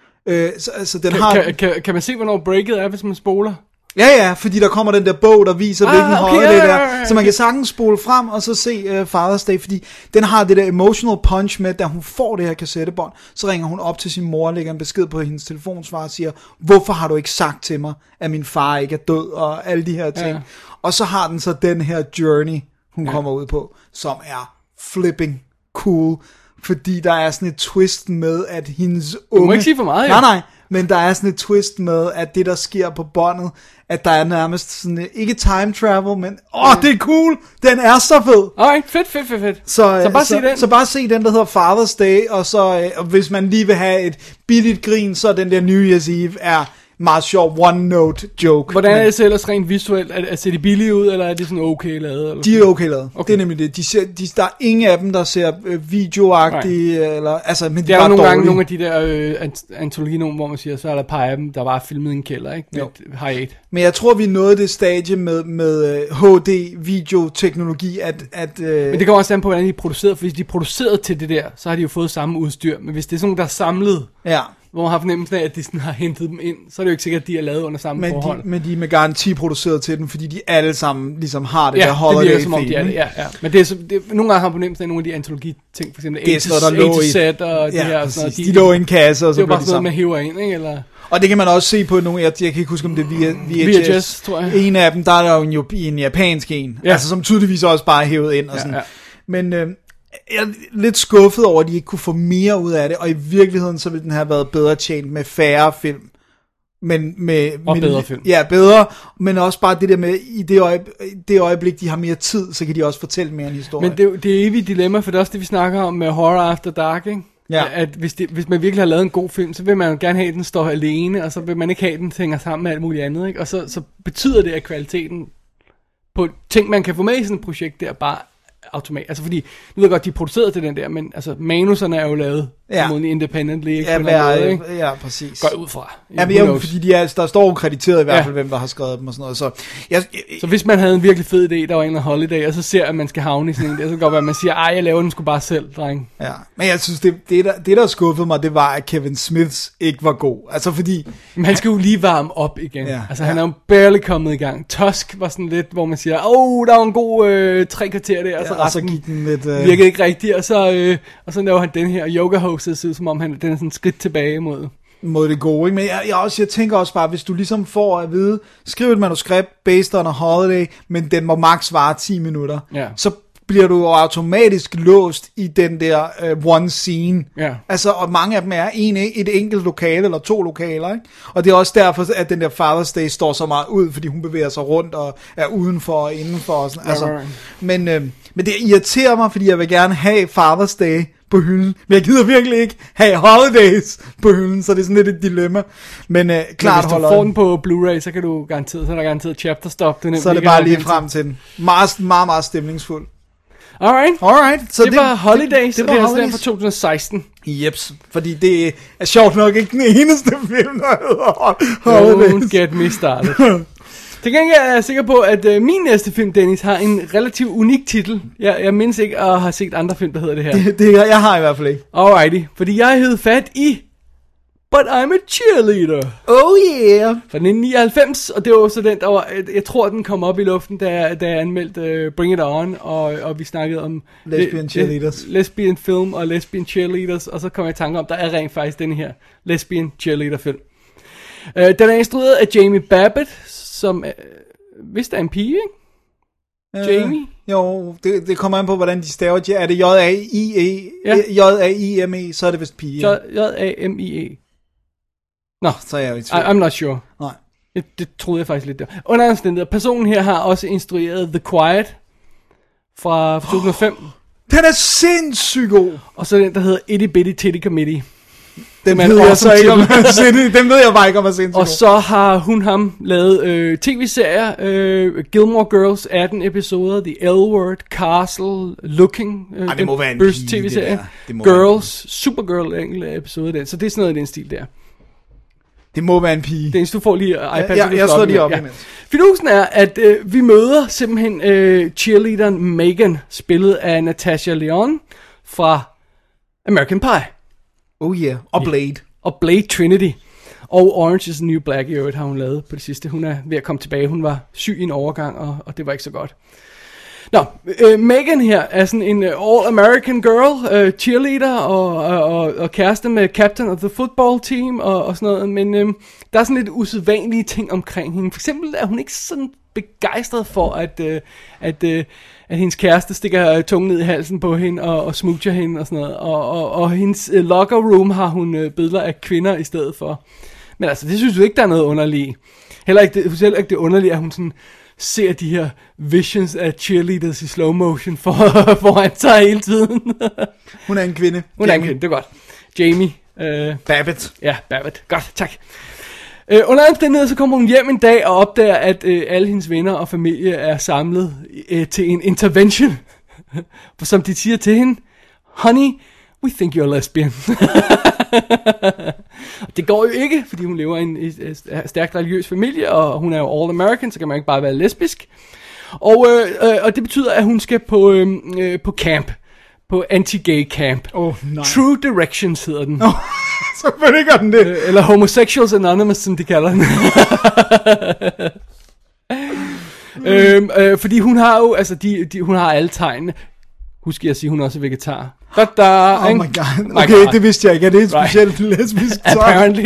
D: Så den
C: kan man se, hvornår breaket er, hvis man spoler?
D: Ja, fordi der kommer den der bog, der viser, hvilken højde det er. Så man kan sagtens spole frem og så se Father's Day, fordi den har det der emotional punch med, da hun får det her kassettebånd, så ringer hun op til sin mor og lægger en besked på hendes telefonsvar og siger, hvorfor har du ikke sagt til mig, at min far ikke er død, og alle de her ting. Ja. Og så har den så den her journey, hun kommer ud på, som er flipping cool, fordi der er sådan et twist med, at hendes unge...
C: Du må ikke sige for meget,
D: ja. Nej, men der er sådan et twist med, at det der sker på båndet, at der er nærmest sådan, ikke time travel, men det er cool, den er så fed.
C: Okay, fedt. Så bare se den.
D: Så bare se den, der hedder Father's Day, og så hvis man lige vil have et billigt grin, så den der New Year's Eve er meget sjov one-note joke.
C: Hvordan er det så ellers rent visuelt? Ser de billige ud, eller er de sådan okay lavet? Eller?
D: De er okay lavet. Okay. Det er nemlig det. Der er ingen af dem, der ser videoagtige, eller, altså, men
C: det er jo nogle gange nogle af de der antologinummer, hvor man siger, så er der et par af dem, der bare er filmet i en kælder, ikke? Med
D: men jeg tror, vi nåede det stadie med HD-videoteknologi, at
C: Men det kommer også an på, hvordan de er produceret, for hvis de er produceret til det der, så har de jo fået samme udstyr, men hvis det er sådan, der er samlet...
D: Ja.
C: Hvor man har fornemmelsen af, at de sådan har hentet dem ind, så er det jo ikke sikkert, at de er lavet under samme forhold.
D: Men de er med garanti produceret til den, fordi de alle sammen ligesom har det der holiday
C: theme. Ja, det som om de er det, ja. Men det er nogle gange har fornemmelsen af nogle af de antologi-ting, for eksempel A-to-Z og de her. Sådan
D: de lå i en kasse, og så
C: det var bare sådan noget med hiver ind, ikke? Eller...
D: Og det kan man også se på nogle, jeg kan ikke huske, om det er VHS,
C: tror jeg.
D: En af dem, der er der jo en japansk en, altså som tydeligvis også bare er hævet ind og sådan. Ja. Men... jeg er lidt skuffet over, at de ikke kunne få mere ud af det, og i virkeligheden så ville den have været bedre tjent med færre film. Men
C: bedre film.
D: Ja, bedre, men også bare det der med, i det øjeblik, de har mere tid, så kan de også fortælle mere en historie.
C: Men det er evigt dilemma, for det er også det, vi snakker om med Horror After Dark, ikke? Ja. At hvis man virkelig har lavet en god film, så vil man jo gerne have, at den står alene, og så vil man ikke have, at den hænger sammen med alt muligt andet, ikke? Og så betyder det, at kvaliteten på ting, man kan få med i sådan et projekt der, bare automat. Altså fordi, nu ved jeg godt, de er produceret til den der, men altså manuserne er jo lavet independently, ikke?
D: Ja, præcis.
C: Går ud fra.
D: Fordi der står jo krediteret i hvert fald, hvem der har skrevet dem og sådan noget.
C: Så hvis man havde en virkelig fed idé, der var en af Holiday, og så ser at man skal havne i sådan en der, så kan det godt være, at man siger, jeg laver den sgu bare selv, dreng.
D: Ja, men jeg synes, det der skuffede mig, det var, at Kevin Smiths ikke var god. Altså fordi...
C: Men han skal jo lige varme op igen. Ja, altså han er jo barely kommet i gang. Tusk var sådan lidt, hvor man siger, der var en god 3 kvarter der, og så gik den lidt... virkede ikke rigtigt, og så laver han den her yoga hosted, som om den er sådan et skridt tilbage mod
D: det gode, ikke? Men jeg tænker også bare, hvis du ligesom får at vide, skriv et manuskript based on a holiday, men den må maks vare 10 minutter, så bliver du jo automatisk låst i den der one scene. Ja. Altså, og mange af dem er et enkelt lokale, eller 2 lokaler, ikke? Og det er også derfor, at den der Father's Day står så meget ud, fordi hun bevæger sig rundt, og er udenfor og indenfor, og sådan. Altså, men det irriterer mig, fordi jeg vil gerne have Father's Day på hylden, men jeg gider virkelig ikke have Holidays på hylden, så det er sådan lidt et dilemma. Men klart
C: hvis du får den på Blu-ray, så kan du garanteret, så er der garanteret chapter stop.
D: Så er det bare lige frem til den. Meget, meget, meget stemningsfuld.
C: Alright. Så det var Holidays, det var Holidays fra 2016.
D: Jeps, fordi det er sjovt nok ikke den eneste film, der hedder Holidays.
C: Don't get me started. Til gengæld er jeg sikker på, at min næste film, Dennis, har en relativt unik titel. Jeg mindes ikke at have set andre film, der hedder det her.
D: Det jeg har i hvert fald ikke.
C: Alrighty, fordi jeg hed fat i But I'm a Cheerleader.
D: Oh yeah.
C: Fra 1999, og det var så den, der var, jeg tror, den kom op i luften, da jeg anmeldte Bring It On, og vi snakkede om
D: lesbian cheerleaders.
C: Lesbian film og lesbian cheerleaders, og så kom jeg i tanke om, der er rent faktisk den her lesbian cheerleader film. Den er instrueret af Jamie Babbitt, som vist er en pige, ikke? Jamie?
D: Jo, det kommer an på, hvordan de staver. Er det J-A-I-E? Ja. J-A-I-M-E, så er det vist pige.
C: J-A-M-I-E. Nå,
D: så er jeg i tvivl.
C: I'm not sure.
D: Nej.
C: Det troede jeg faktisk lidt der. Under omstændigheder, personen her har også instrueret The Quiet fra 2005.
D: Den er sindssygt god.
C: Og så den, der hedder Itty Bitty Titty Committee.
D: Den ved jeg så ikke, om at se det. Den ved jeg bare ikke, om at se det.
C: Og så har hun ham lavet tv-serier, Gilmore Girls, 18 episoder, The L Word, Castle, Looking,
D: det må være en pige,
C: tv-serie, Girls, Supergirl, enkelte episode der. Så det er sådan noget i den stil der.
D: Det må være en pige.
C: Det eneste, du får lige iPad.
D: Jeg slår lige op imens.
C: Fidusen er, at vi møder simpelthen cheerleaderen Megan, spillet af Natasha Lyonne fra American Pie.
D: Oh yeah, og Blade.
C: Og Blade Trinity. Og Orange is the New Black i øvrigt har hun lavet på det sidste. Hun er ved at komme tilbage. Hun var syg i en overgang, og det var ikke så godt. Nå, Megan her er sådan en all-American girl, cheerleader og kæreste med captain of the football team og sådan noget. Men der er sådan lidt usædvanlige ting omkring hende. For eksempel er hun ikke sådan begejstret for, at hendes kæreste stikker tungen ned i halsen på hende og smoocher hende og sådan noget. Og hendes locker room har hun billeder af kvinder i stedet for. Men altså, det synes jeg ikke, der er noget underligt. Heller ikke det underlige, at hun sådan ser de her visions af cheerleaders i slow motion foran sig hele tiden.
D: Hun er en kvinde.
C: Hun er en kvinde, det er godt. Jamie.
D: Babbitt.
C: Ja, Babbitt. Godt, tak. Under omstændigheder, så kommer hun hjem en dag og opdager, at alle hendes venner og familie er samlet til en intervention. Som de siger til hende, honey, we think you're lesbian. Det går jo ikke, fordi hun lever i en stærkt religiøs familie, og hun er jo all-American, så kan man ikke bare være lesbisk. Og det betyder, at hun skal på camp. På anti-gay camp. True Directions hedder den.
D: Selvfølgelig gør den det.
C: Eller Homosexuals Anonymous, som de kalder den. Fordi hun har jo, altså hun har alle tegnene. Husk jeg at sige, hun er også vegetar.
D: Oh my god. Okay, det vidste jeg ikke. Er det et specielt lesbisk tegn?
C: Apparently.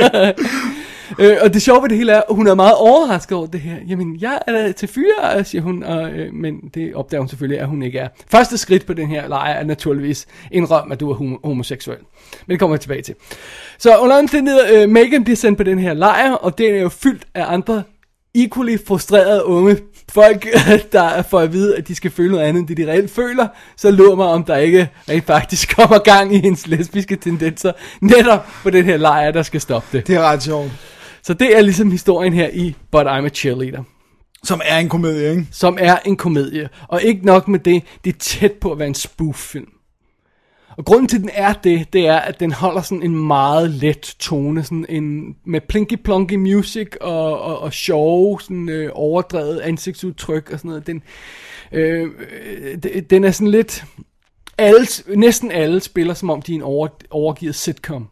C: Og det sjove ved det hele er, at hun er meget overrasket over det her. Jamen, jeg er da til fyre, siger hun, men det opdager hun selvfølgelig, at hun ikke er. Første skridt på den her lejr er naturligvis indrømme, at du er homoseksuel. Men det kommer jeg tilbage til. Så under omstændigheder, Megan bliver sendt på den her lejr, og den er jo fyldt af andre equally frustrerede unge folk, der får at vide, at de skal føle noget andet, end det de reelt føler. Så lurer mig, om der ikke rent faktisk kommer gang i hendes lesbiske tendenser, netop på den her lejr, der skal stoppe det.
D: Det er ret sjovt.
C: Så det er ligesom historien her i But I'm a Cheerleader.
D: Som er en komedie, ikke?
C: Som er en komedie. Og ikke nok med det, det er tæt på at være en spoof-film. Og grunden til, at den er det er, at den holder sådan en meget let tone, sådan en, med plinky-plonky music og sjove, sådan overdrevet ansigtsudtryk og sådan noget. Den er sådan lidt, næsten alle spiller, som om de er en overgivet sitcom.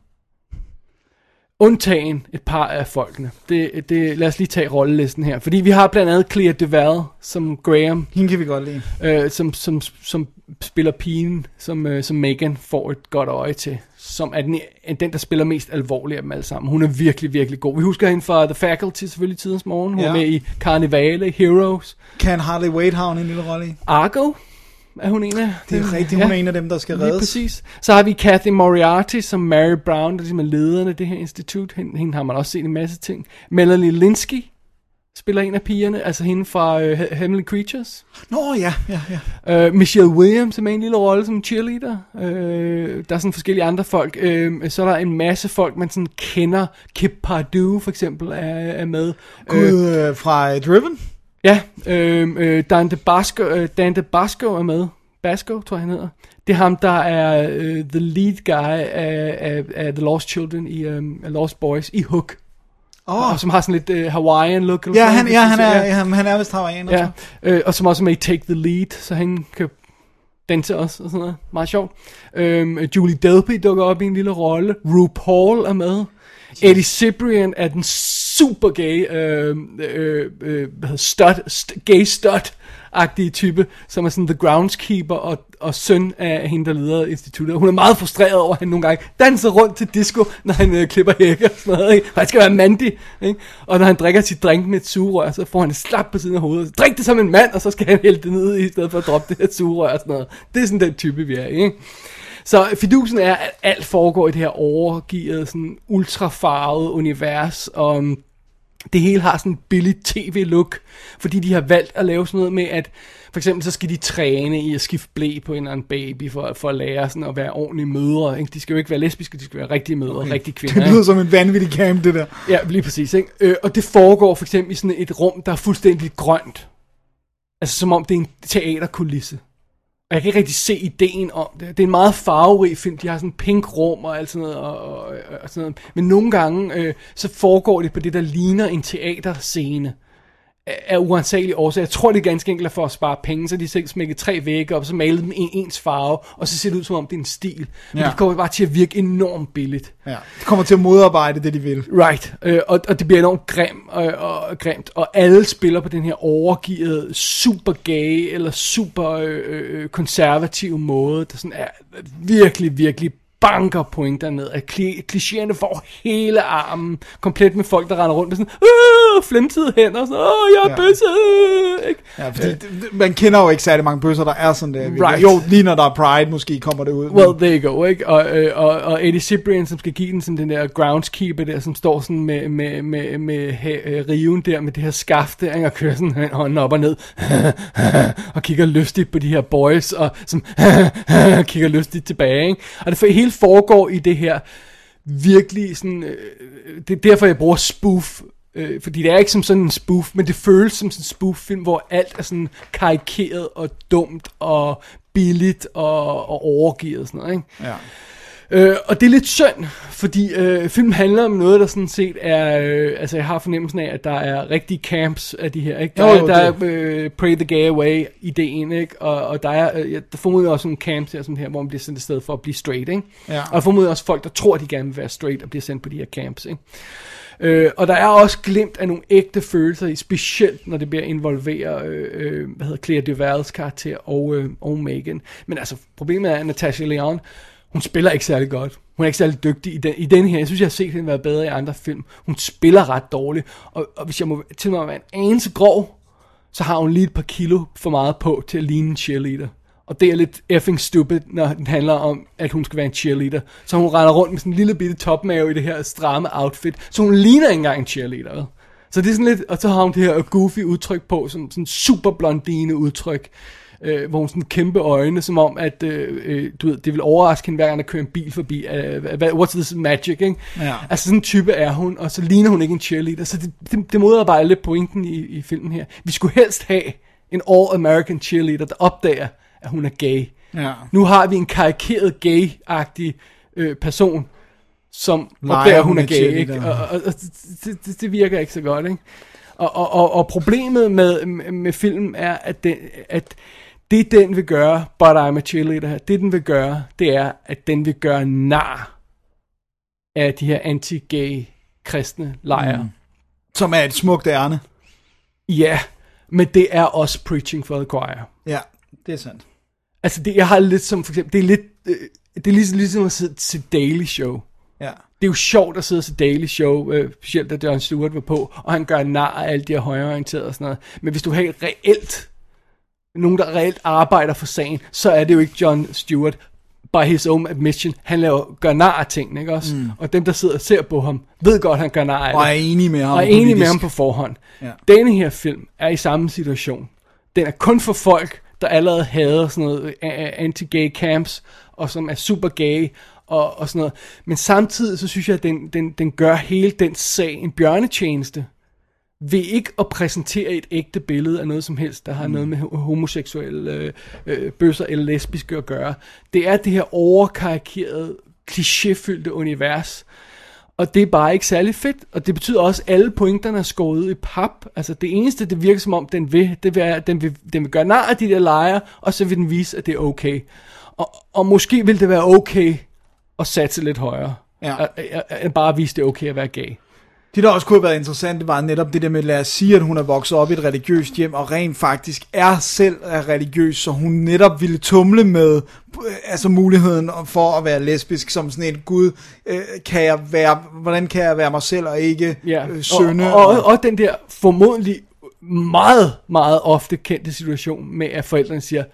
C: Undtagen et par af folkene. Lad os lige tage rollelisten her. Fordi vi har blandt andet Clea Duvall som Graham.
D: Hende kan vi godt lide.
C: Som spiller pigen, som Megan får et godt øje til. Som er den, der spiller mest alvorligt af dem alle sammen. Hun er virkelig, virkelig god. Vi husker hende fra The Faculty, selvfølgelig tidens morgen. Hun er med i Carnivale, Heroes.
D: Can Harley Wade have en lille rolle i?
C: Argo er hun en af.
D: Det er rigtigt, hun er en af dem, der skal reddes.
C: Præcis. Så har vi Kathy Moriarty som Mary Brown, der er lederen af det her institut. Hende har man også set en masse ting. Melanie Linsky spiller en af pigerne, altså hende fra Heavenly Creatures.
D: Nå, ja.
C: Michelle Williams er med en lille rolle som cheerleader. Der er sådan forskellige andre folk. Så er der en masse folk, man sådan kender. Kip Pardue for eksempel er med.
D: Gud, fra Driven?
C: Ja, Dan DeBasco er med. Basco, tror jeg han hedder. Det er ham, der er the lead guy af The Lost Children i Lost Boys i Hook. Og som har sådan lidt Hawaiian look.
D: Ja, han er vist Hawaiian.
C: Ja, og som også er med i Take the Lead, så han kan danse også og sådan noget. Meget sjovt. Julie Delpy dukker op i en lille rolle. RuPaul er med. Eddie Cibrian er den super gay gay stud-agtige type, som er sådan the groundskeeper og søn af hende, der leder instituttet. Hun er meget frustreret over, at han nogle gange danser rundt til disco, når han klipper hække og sådan noget. Ikke? Han skal være mandig. Ikke? Og når han drikker sit drink med et sugerør, så får han et slap på siden af hovedet. Så drik det som en mand, og så skal han hælde det ned i stedet for at droppe det her sugerør og sådan noget. Det er sådan den type, vi er i. Ikke? Så fidusen er, at alt foregår i det her overgivet, sådan ultrafarvet univers, og det hele har sådan en billig tv-look, fordi de har valgt at lave sådan noget med, at for eksempel så skal de træne i at skifte ble på en eller anden baby, for at lære sådan at være ordentlige mødre. Ikke? De skal jo ikke være lesbiske, de skal være rigtige mødre, rigtige kvinder.
D: Det lyder som en vanvittig camp, det der.
C: Ja, lige præcis. Ikke? Og det foregår for eksempel i sådan et rum, der er fuldstændig grønt. Altså som om det er en teaterkulisse. Og jeg kan ikke rigtig se ideen om det. Det er en meget farverig film. De har sådan en pink rum og alt sådan noget. Og sådan noget. Men nogle gange, så foregår det på det, der ligner en teaterscene. Af uansagelige årsager. Jeg tror, det er ganske enkelt for at spare penge, så de selv smækket 3 vægge op, så malede dem ens farve, og så ser det ud som om det er en stil. Men det kommer bare til at virke enormt billigt.
D: Ja, det kommer til at modarbejde det, de vil.
C: Right, og det bliver enormt grimt, og alle spiller på den her overgivet, super gay, eller super konservative måde, der sådan er virkelig, virkelig banker pointerne ned, at klichéerne får hele armen, komplet med folk, der render rundt med sådan, flimtede hænder, sådan, jeg er bøsse, ikke?
D: Ja, fordi man kender jo ikke særlig mange bøsser, der er sådan der.
C: Right.
D: Jo, lige når der er Pride, måske kommer det ud.
C: Well, there you go, ikke? Og Eddie Cibrian, som skal give den sådan den der groundskeeper der, som står sådan med riven der, med det her skaft der, ikke? Og kører sådan hånden op og ned, og kigger lystigt på de her boys, og som kigger lystigt tilbage, ikke? Og det hele foregår i det her virkelig sådan, det er derfor jeg bruger spoof, fordi det er ikke som sådan en spoof, men det føles som sådan en spoof-film, hvor alt er sådan karikeret og dumt og billigt og overgivet og sådan noget, ikke? Ja. Og det er lidt synd, fordi filmen handler om noget, der sådan set er, altså jeg har fornemmelsen af, at der er rigtige camps af de her, ikke? Der er Pray the Gay Away ideen, ikke? Og der er, der formodentlig også nogle camps her, sådan her, hvor man bliver sendt et sted for at blive straight, ikke? Ja. Og der formodentlig også folk, der tror, de gerne vil være straight og bliver sendt på de her camps, ikke? Og der er også glimt af nogle ægte følelser i, specielt når det bliver involveret Claire Duvals karakter og Megan. Men altså, problemet er, at Natasha Lyonne, hun spiller ikke særlig godt. Hun er ikke særlig dygtig i den her. Jeg synes, jeg har set hende være bedre i andre film. Hun spiller ret dårligt. Og hvis jeg må til mig være en anelse grov, så har hun lige et par kilo for meget på til at ligne en cheerleader. Og det er lidt effing stupid, når den handler om, at hun skal være en cheerleader. Så hun render rundt med sådan en lille bitte topmave i det her stramme outfit. Så hun ligner ikke engang en cheerleader. Så det er sådan lidt, og så har hun det her goofy udtryk på, som sådan super blondine udtryk. Hvor hun sådan kæmpe øjne, som om, at du ved, det vil overraske hende, hver gang der kører en bil forbi. What's this magic, ikke? Ja. Altså sådan en type er hun, og så ligner hun ikke en cheerleader. Så det modarbejder lidt pointen i filmen her. Vi skulle helst have en all-American cheerleader, der opdager, at hun er gay. Ja. Nu har vi en karikeret gay-agtig person, som opdager, at hun er gay, ikke? Og det virker ikke så godt, ikke? Og problemet med filmen er, at det den vil gøre, but I'm a cheerleader her, det den vil gøre, det er, at den vil gøre nar af de her anti-gay kristne lejre.
D: Som er et smukt ærne.
C: Ja, men det er også preaching for the choir.
D: Ja, det er sandt.
C: Altså, jeg har lidt som, for eksempel, det er ligesom at sidde til Daily Show. Ja. Det er jo sjovt at sidde og se Daily Show, specielt da Jon Stewart var på, og han gør nar af alle de her højreorienterede og sådan noget. Men hvis du har nogen, der reelt arbejder for sagen, så er det jo ikke Jon Stewart, by his own admission. Han gør nar af tingene, ikke også? Og dem, der sidder og ser på ham, ved godt, han gør nar af det.
D: Og er enige med ham.
C: Og er enige med ham på forhånd. Ja. Denne her film er i samme situation. Den er kun for folk, der allerede hader sådan noget anti-gay camps, og som er super gay, og sådan noget. Men samtidig, så synes jeg, at den gør hele den sag en bjørnetjeneste, ved ikke at præsentere et ægte billede af noget som helst, der har noget med homoseksuelle bøsser eller lesbiske at gøre. Det er det her overkarikerede, klichéfyldte univers, og det er bare ikke særlig fedt, og det betyder også, at alle pointerne er skåret ud i pap. Altså det eneste, det virker som om, den vil, det er, at den vil gøre nar af de der lejre, og så vil den vise, at det er okay. Og måske vil det være okay at satse lidt højere. Ja. At bare vise, det er okay at være gay.
D: Det, der også kunne have været interessant, det var netop det der med, lad os sige, at hun er vokset op i et religiøst hjem, og rent faktisk selv er religiøs, så hun netop ville tumle med altså muligheden for at være lesbisk, som sådan et gud, hvordan kan jeg være mig selv og ikke synde?
C: Og den der formodentlig meget, meget ofte kendte situation med, at forældrene siger,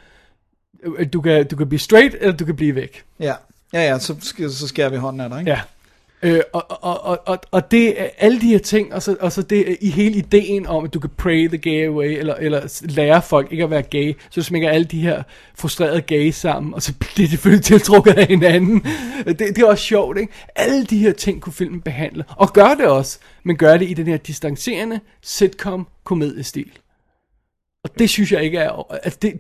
C: du kan blive straight, eller du kan blive væk.
D: Ja, så skærer vi hånden af dig, ikke?
C: Ja. Og det er alle de her ting, og så det i hele ideen om, at du kan pray the gay away, eller lære folk ikke at være gay, så smækker alle de her frustrerede gays sammen, og så bliver de selvfølgelig tiltrukket af hinanden. Det er også sjovt, ikke? Alle de her ting kunne filmen behandle, og gør det også, men gør det i den her distancerende sitcom-komediestil. Og det synes jeg ikke er... Altså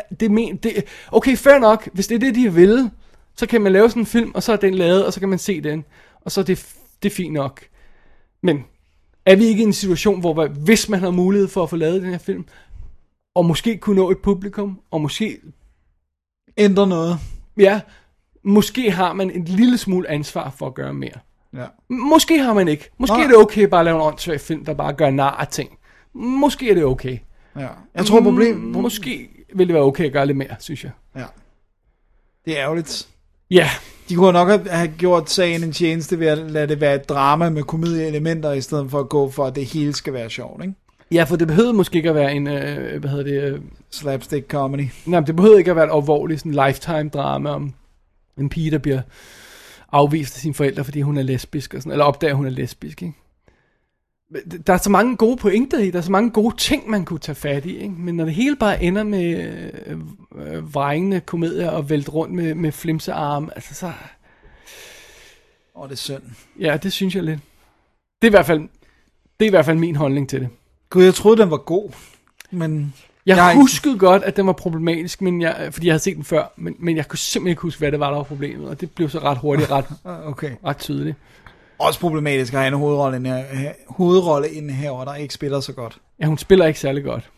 C: okay, fair nok, hvis det er det, de vil, så kan man lave sådan en film, og så er den lavet, og så kan man se den. Og så er det fint nok. Men er vi ikke i en situation, hvor hvis man har mulighed for at få lavet den her film, og måske kunne nå et publikum, og måske...
D: ændre noget.
C: Ja, måske har man en lille smule ansvar for at gøre mere.
D: Ja.
C: Måske har man ikke. Måske er det okay bare at lave en åndssvag film, der bare gør nar af ting. Måske er det okay.
D: Ja. Jeg tror
C: måske vil det være okay at gøre lidt mere, synes jeg.
D: Ja. Det er ærgerligt.
C: Ja.
D: De kunne nok have gjort sagen en tjeneste ved at lade det være et drama med komedieelementer, i stedet for at gå for, at det hele skal være sjovt, ikke?
C: Ja, for det behøvede måske ikke at være en,
D: slapstick comedy.
C: Nej, det behøvede ikke at være et alvorligt sådan lifetime drama om en pige, der bliver afvist af sine forældre, fordi hun er lesbisk, og sådan, eller opdager, hun er lesbisk, ikke? Der er så mange gode pointer i, der er så mange gode ting, man kunne tage fat i, ikke? Men når det hele bare ender med vrængende komedier og vælt rundt med flimsearme, altså så...
D: det er synd.
C: Ja, det synes jeg lidt. Det er i hvert fald min holdning til det.
D: Gud, jeg troede, den var god, men...
C: Jeg huskede godt, at den var problematisk, fordi jeg havde set den før, men jeg kunne simpelthen ikke huske, hvad det var, der var problemet, og det blev så ret hurtigt ret tydeligt.
D: Også problematisk at have en hovedrolleindehaver, der ikke spiller så godt.
C: Ja, hun spiller ikke særlig godt.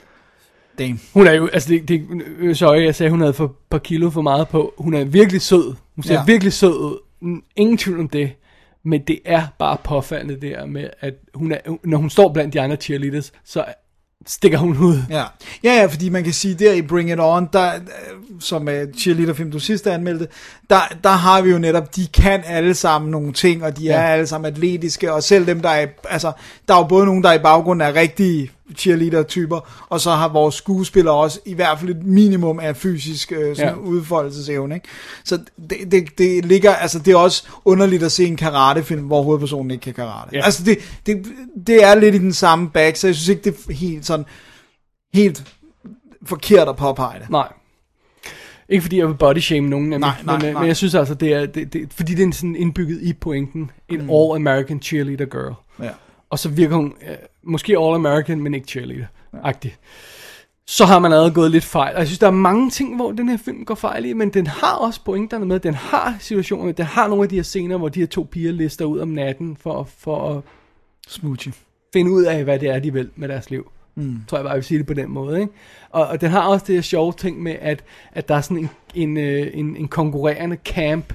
D: Damn.
C: Hun er jo, altså sorry, jeg sagde, hun havde for et par kilo for meget på. Hun er virkelig sød. Hun ser virkelig sød ud. Ingen tvivl om det. Men det er bare påfaldende der med, at når hun står blandt de andre cheerleaders, så stikker hun ud.
D: Ja, fordi man kan sige, der i Bring It On, der, som er cheerleaderfilm, du sidst anmeldte, der har vi jo netop, de kan alle sammen nogle ting, og de er alle sammen atletiske, og selv dem, der er, altså, der er jo både nogen, der i baggrunden er rigtige cheerleader-typer, og så har vores skuespillere også i hvert fald et minimum af fysisk udfoldelsesevne, ikke? Så det ligger, altså det er også underligt at se en karatefilm, hvor hovedpersonen ikke kan karate. Ja. Altså det er lidt i den samme bag, så jeg synes ikke, det er helt forkert at påpege det.
C: Nej. Ikke fordi jeg vil bodysshame nogen, men jeg synes altså, det er fordi det er sådan indbygget i pointen, en all-American cheerleader girl.
D: Ja.
C: Og så virker hun måske all-American, men ikke cheerleader-agtig. Så har man allerede gået lidt fejl. Og jeg synes, der er mange ting, hvor den her film går fejl i, men den har også pointerne med. Den har situationer, den har nogle af de her scener, hvor de her to piger lister ud om natten for at
D: smoochie.
C: Finde ud af, hvad det er, de vil med deres liv. Tror jeg bare, jeg vil sige det på den måde, ikke? Og den har også det her sjove ting med, at der er sådan en konkurrerende camp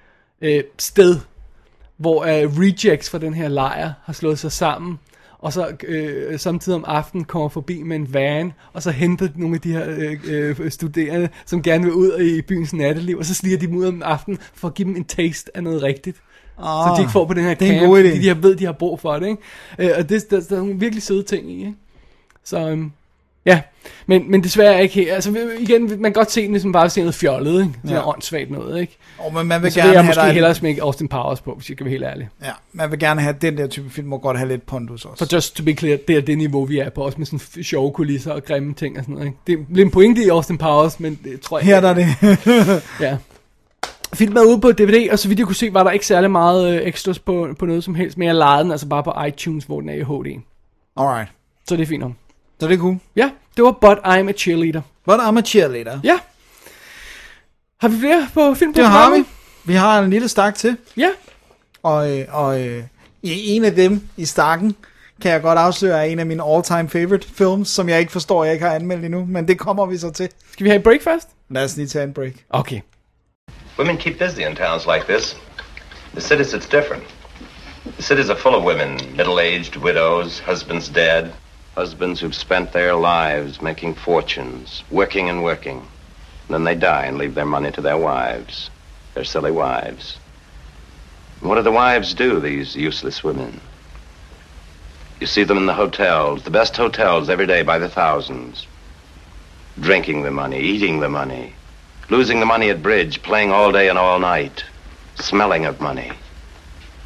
C: sted, hvor rejects fra den her lejr har slået sig sammen, og så samtidig om aftenen kommer forbi med en van, og så henter nogle af de her studerende, som gerne vil ud i byens natteliv, og så sliger de dem ud om aftenen, for at give dem en taste af noget rigtigt. Så de ikke får på den her camp, fordi de ved, de har brug for det, ikke? Og der er nogle virkelig søde ting i, ikke? Så ja, men desværre ikke helt. Altså igen, man kan godt se den ligesom bare se noget fjollet, ikke? Det er åndssvagt noget, ikke?
D: Men man vil
C: så
D: gerne
C: jeg måske hellere smække Austin Powers på, hvis jeg kan være helt ærlig.
D: Ja, man vil gerne have den der type film, må godt have lidt pondus også.
C: For just to be clear, det er det niveau, vi er på, også med sådan sjove kulisser og grimme ting og sådan noget, ikke? Det er lidt en pointe i Austin Powers, men det tror jeg...
D: Her der er det.
C: Ja. Filmen er ude på DVD, og så vidt jeg kunne se, var der ikke særlig meget extras på noget som helst, men jeg lejede den altså bare på iTunes, hvor den er i HD.
D: Alright.
C: Så det er fint om.
D: Så det er cool.
C: Ja, det var But I'm a Cheerleader.
D: But I'm a Cheerleader.
C: Ja. Har vi flere på film?
D: Det har vi. Vi har en lille stak til.
C: Ja.
D: Og en af dem i stakken, kan jeg godt afsløre, er en af mine all-time favorite films, som jeg ikke forstår, jeg ikke har anmeldt endnu, men det kommer vi så til.
C: Skal vi have en break først?
D: Lad os lige tage en break.
C: Okay.
H: Women keep busy in towns like this. The cities, it's different. The cities are full of women, middle-aged widows, husbands dead. Husbands who've spent their lives making fortunes, working and working. And then they die and leave their money to their wives, their silly wives. And what do the wives do, these useless women? You see them in the hotels, the best hotels every day by the thousands. Drinking the money, eating the money, losing the money at bridge, playing all day and all night, smelling of money.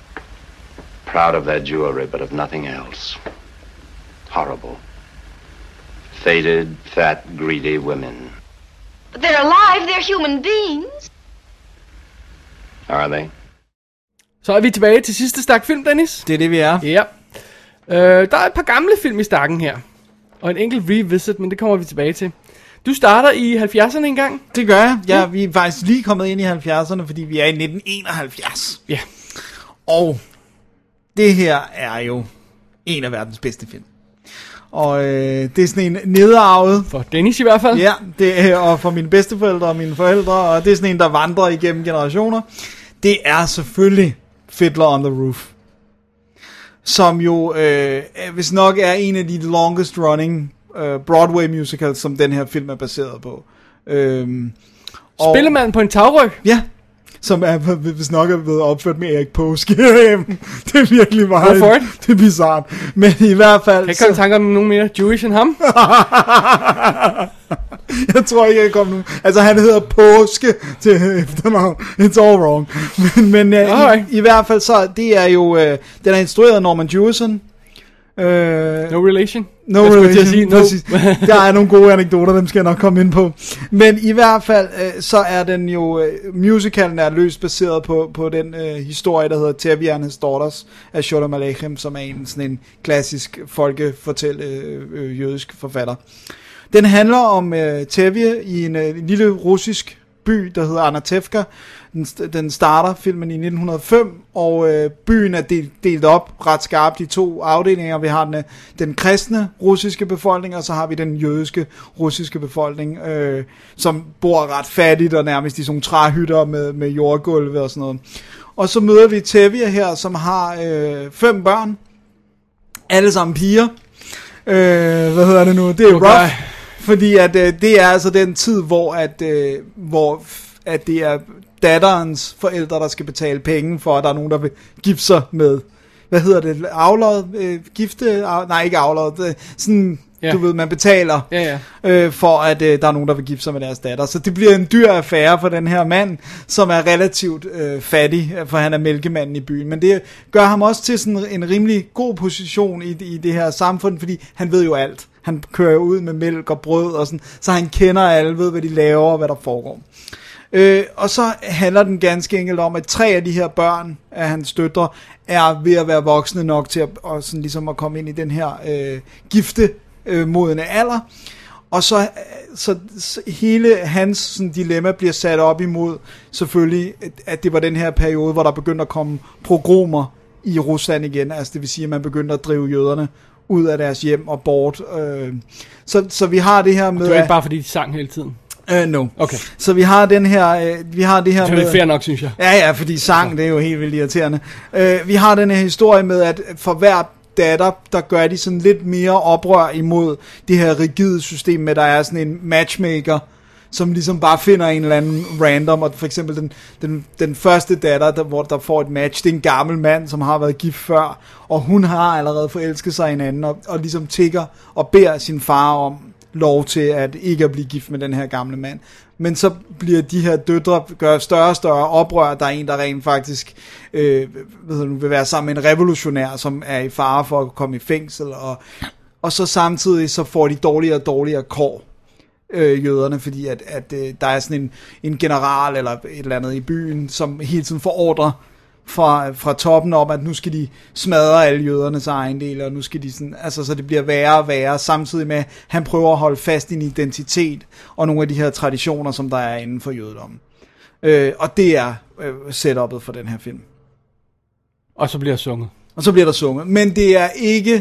H: proud of their jewelry, but of nothing else. Horrible. Faded, fat, greedy women.
F: But they're alive, they're human beings.
H: Are they?
C: Så er vi tilbage til sidste stak film, Dennis.
D: Det er det, vi er.
C: Ja. Der er et par gamle film i stakken her. Og en enkelt revisit, men det kommer vi tilbage til. Du starter i 70'erne engang.
D: Det gør jeg. Ja, vi er faktisk lige kommet ind i 70'erne, fordi vi er i 1971.
C: Ja.
D: Og det her er jo en af verdens bedste film. Og det er sådan en nedarvet.
C: For Dennis i hvert fald.
D: Ja, det er, og for mine bedsteforældre og mine forældre. Og det er sådan en, der vandrer igennem generationer. Det er selvfølgelig Fiddler on the Roof. Som jo, hvis nok er en af de longest running Broadway musicals, som den her film er baseret på.
C: Spiller man på en tagryg?
D: Ja, som er, hvis nok er blevet opført med Erik Påske. Det er virkelig meget. Det er bizarrt. Men i hvert fald...
C: Kan jeg komme i tanke om nogen mere Jewish end ham?
D: Jeg tror ikke, jeg kommer nu. Altså, han hedder Påske til efternavn. It's all wrong. Men i hvert fald så, det er jo... den er instrueret af Norman Jewison.
C: No relation.
D: No relation. Sige, no. Der er nogle gode anekdoter, dem skal jeg nok komme ind på. Men i hvert fald, så er den jo... musicalen er løst baseret på den historie, der hedder Tevye and His Daughters af Sholem Aleichem, som er sådan en klassisk jødisk forfatter. Den handler om Tevye i en lille russisk by, der hedder Anatevka. Den starter filmen i 1905, og byen er delt op ret skarpt i 2 afdelinger. Vi har den kristne russiske befolkning, og så har vi den jødiske russiske befolkning, som bor ret fattigt og nærmest i sådan nogle træhytter med jordgulve og sådan noget. Og så møder vi Tevye her, som har 5 børn, alle sammen piger. Hvad hedder det nu? Det er rough, fordi at det er altså den tid, hvor det er datterens forældre, der skal betale penge for, at der er nogen, der vil gifte sig med, hvad hedder det, aflod, gifte, nej ikke aflod, sådan, du ved, man betaler for, at der er nogen, der vil gifte sig med deres datter. Så det bliver en dyr affære for den her mand, som er relativt fattig, for han er mælkemanden i byen. Men det gør ham også til sådan en rimelig god position i det her samfund, fordi han ved jo alt. Han kører ud med mælk og brød og sådan, så han kender alle, ved hvad de laver og hvad der foregår. Og så handler den ganske enkelt om, at 3 af de her børn af hans døtre er ved at være voksne nok til at sådan ligesom at komme ind i den her giftemodne alder. Og så hele hans sådan, dilemma bliver sat op imod selvfølgelig, at det var den her periode, hvor der begyndte at komme pogromer i Rusland igen. Altså det vil sige, at man begyndte at drive jøderne ud af deres hjem og bort. Så vi har det her med...
C: Det er ikke bare fordi de sang hele tiden?
D: No.
C: Okay.
D: Så vi har den her, det
C: er fair nok, synes jeg.
D: Ja, fordi sang, det er jo helt vildt irriterende. Vi har den her historie med, at for hver datter, der gør de sådan lidt mere oprør imod det her rigide system med, der er sådan en matchmaker, som ligesom bare finder en eller anden random, og for eksempel den første datter, hvor der får et match, det er en gammel mand, som har været gift før, og hun har allerede forelsket sig i hinanden, og ligesom tigger og beder sin far om lov til at ikke at blive gift med den her gamle mand. Men så bliver de her døtre gør større og større oprør. Der er en, der rent faktisk vil være sammen med en revolutionær, som er i fare for at komme i fængsel, og så samtidig så får de dårligere og dårligere kår, jøderne, fordi at der er sådan en general eller et eller andet i byen, som hele tiden får ordre fra toppen om, at nu skal de smadre alle jødernes ejendele, og nu skal de sådan, altså så det bliver værre og værre, samtidig med, at han prøver at holde fast i en identitet, og nogle af de her traditioner, som der er inden for jødedommen. Og det er setup'et for den her film.
C: Og så bliver der sunget.
D: Men det er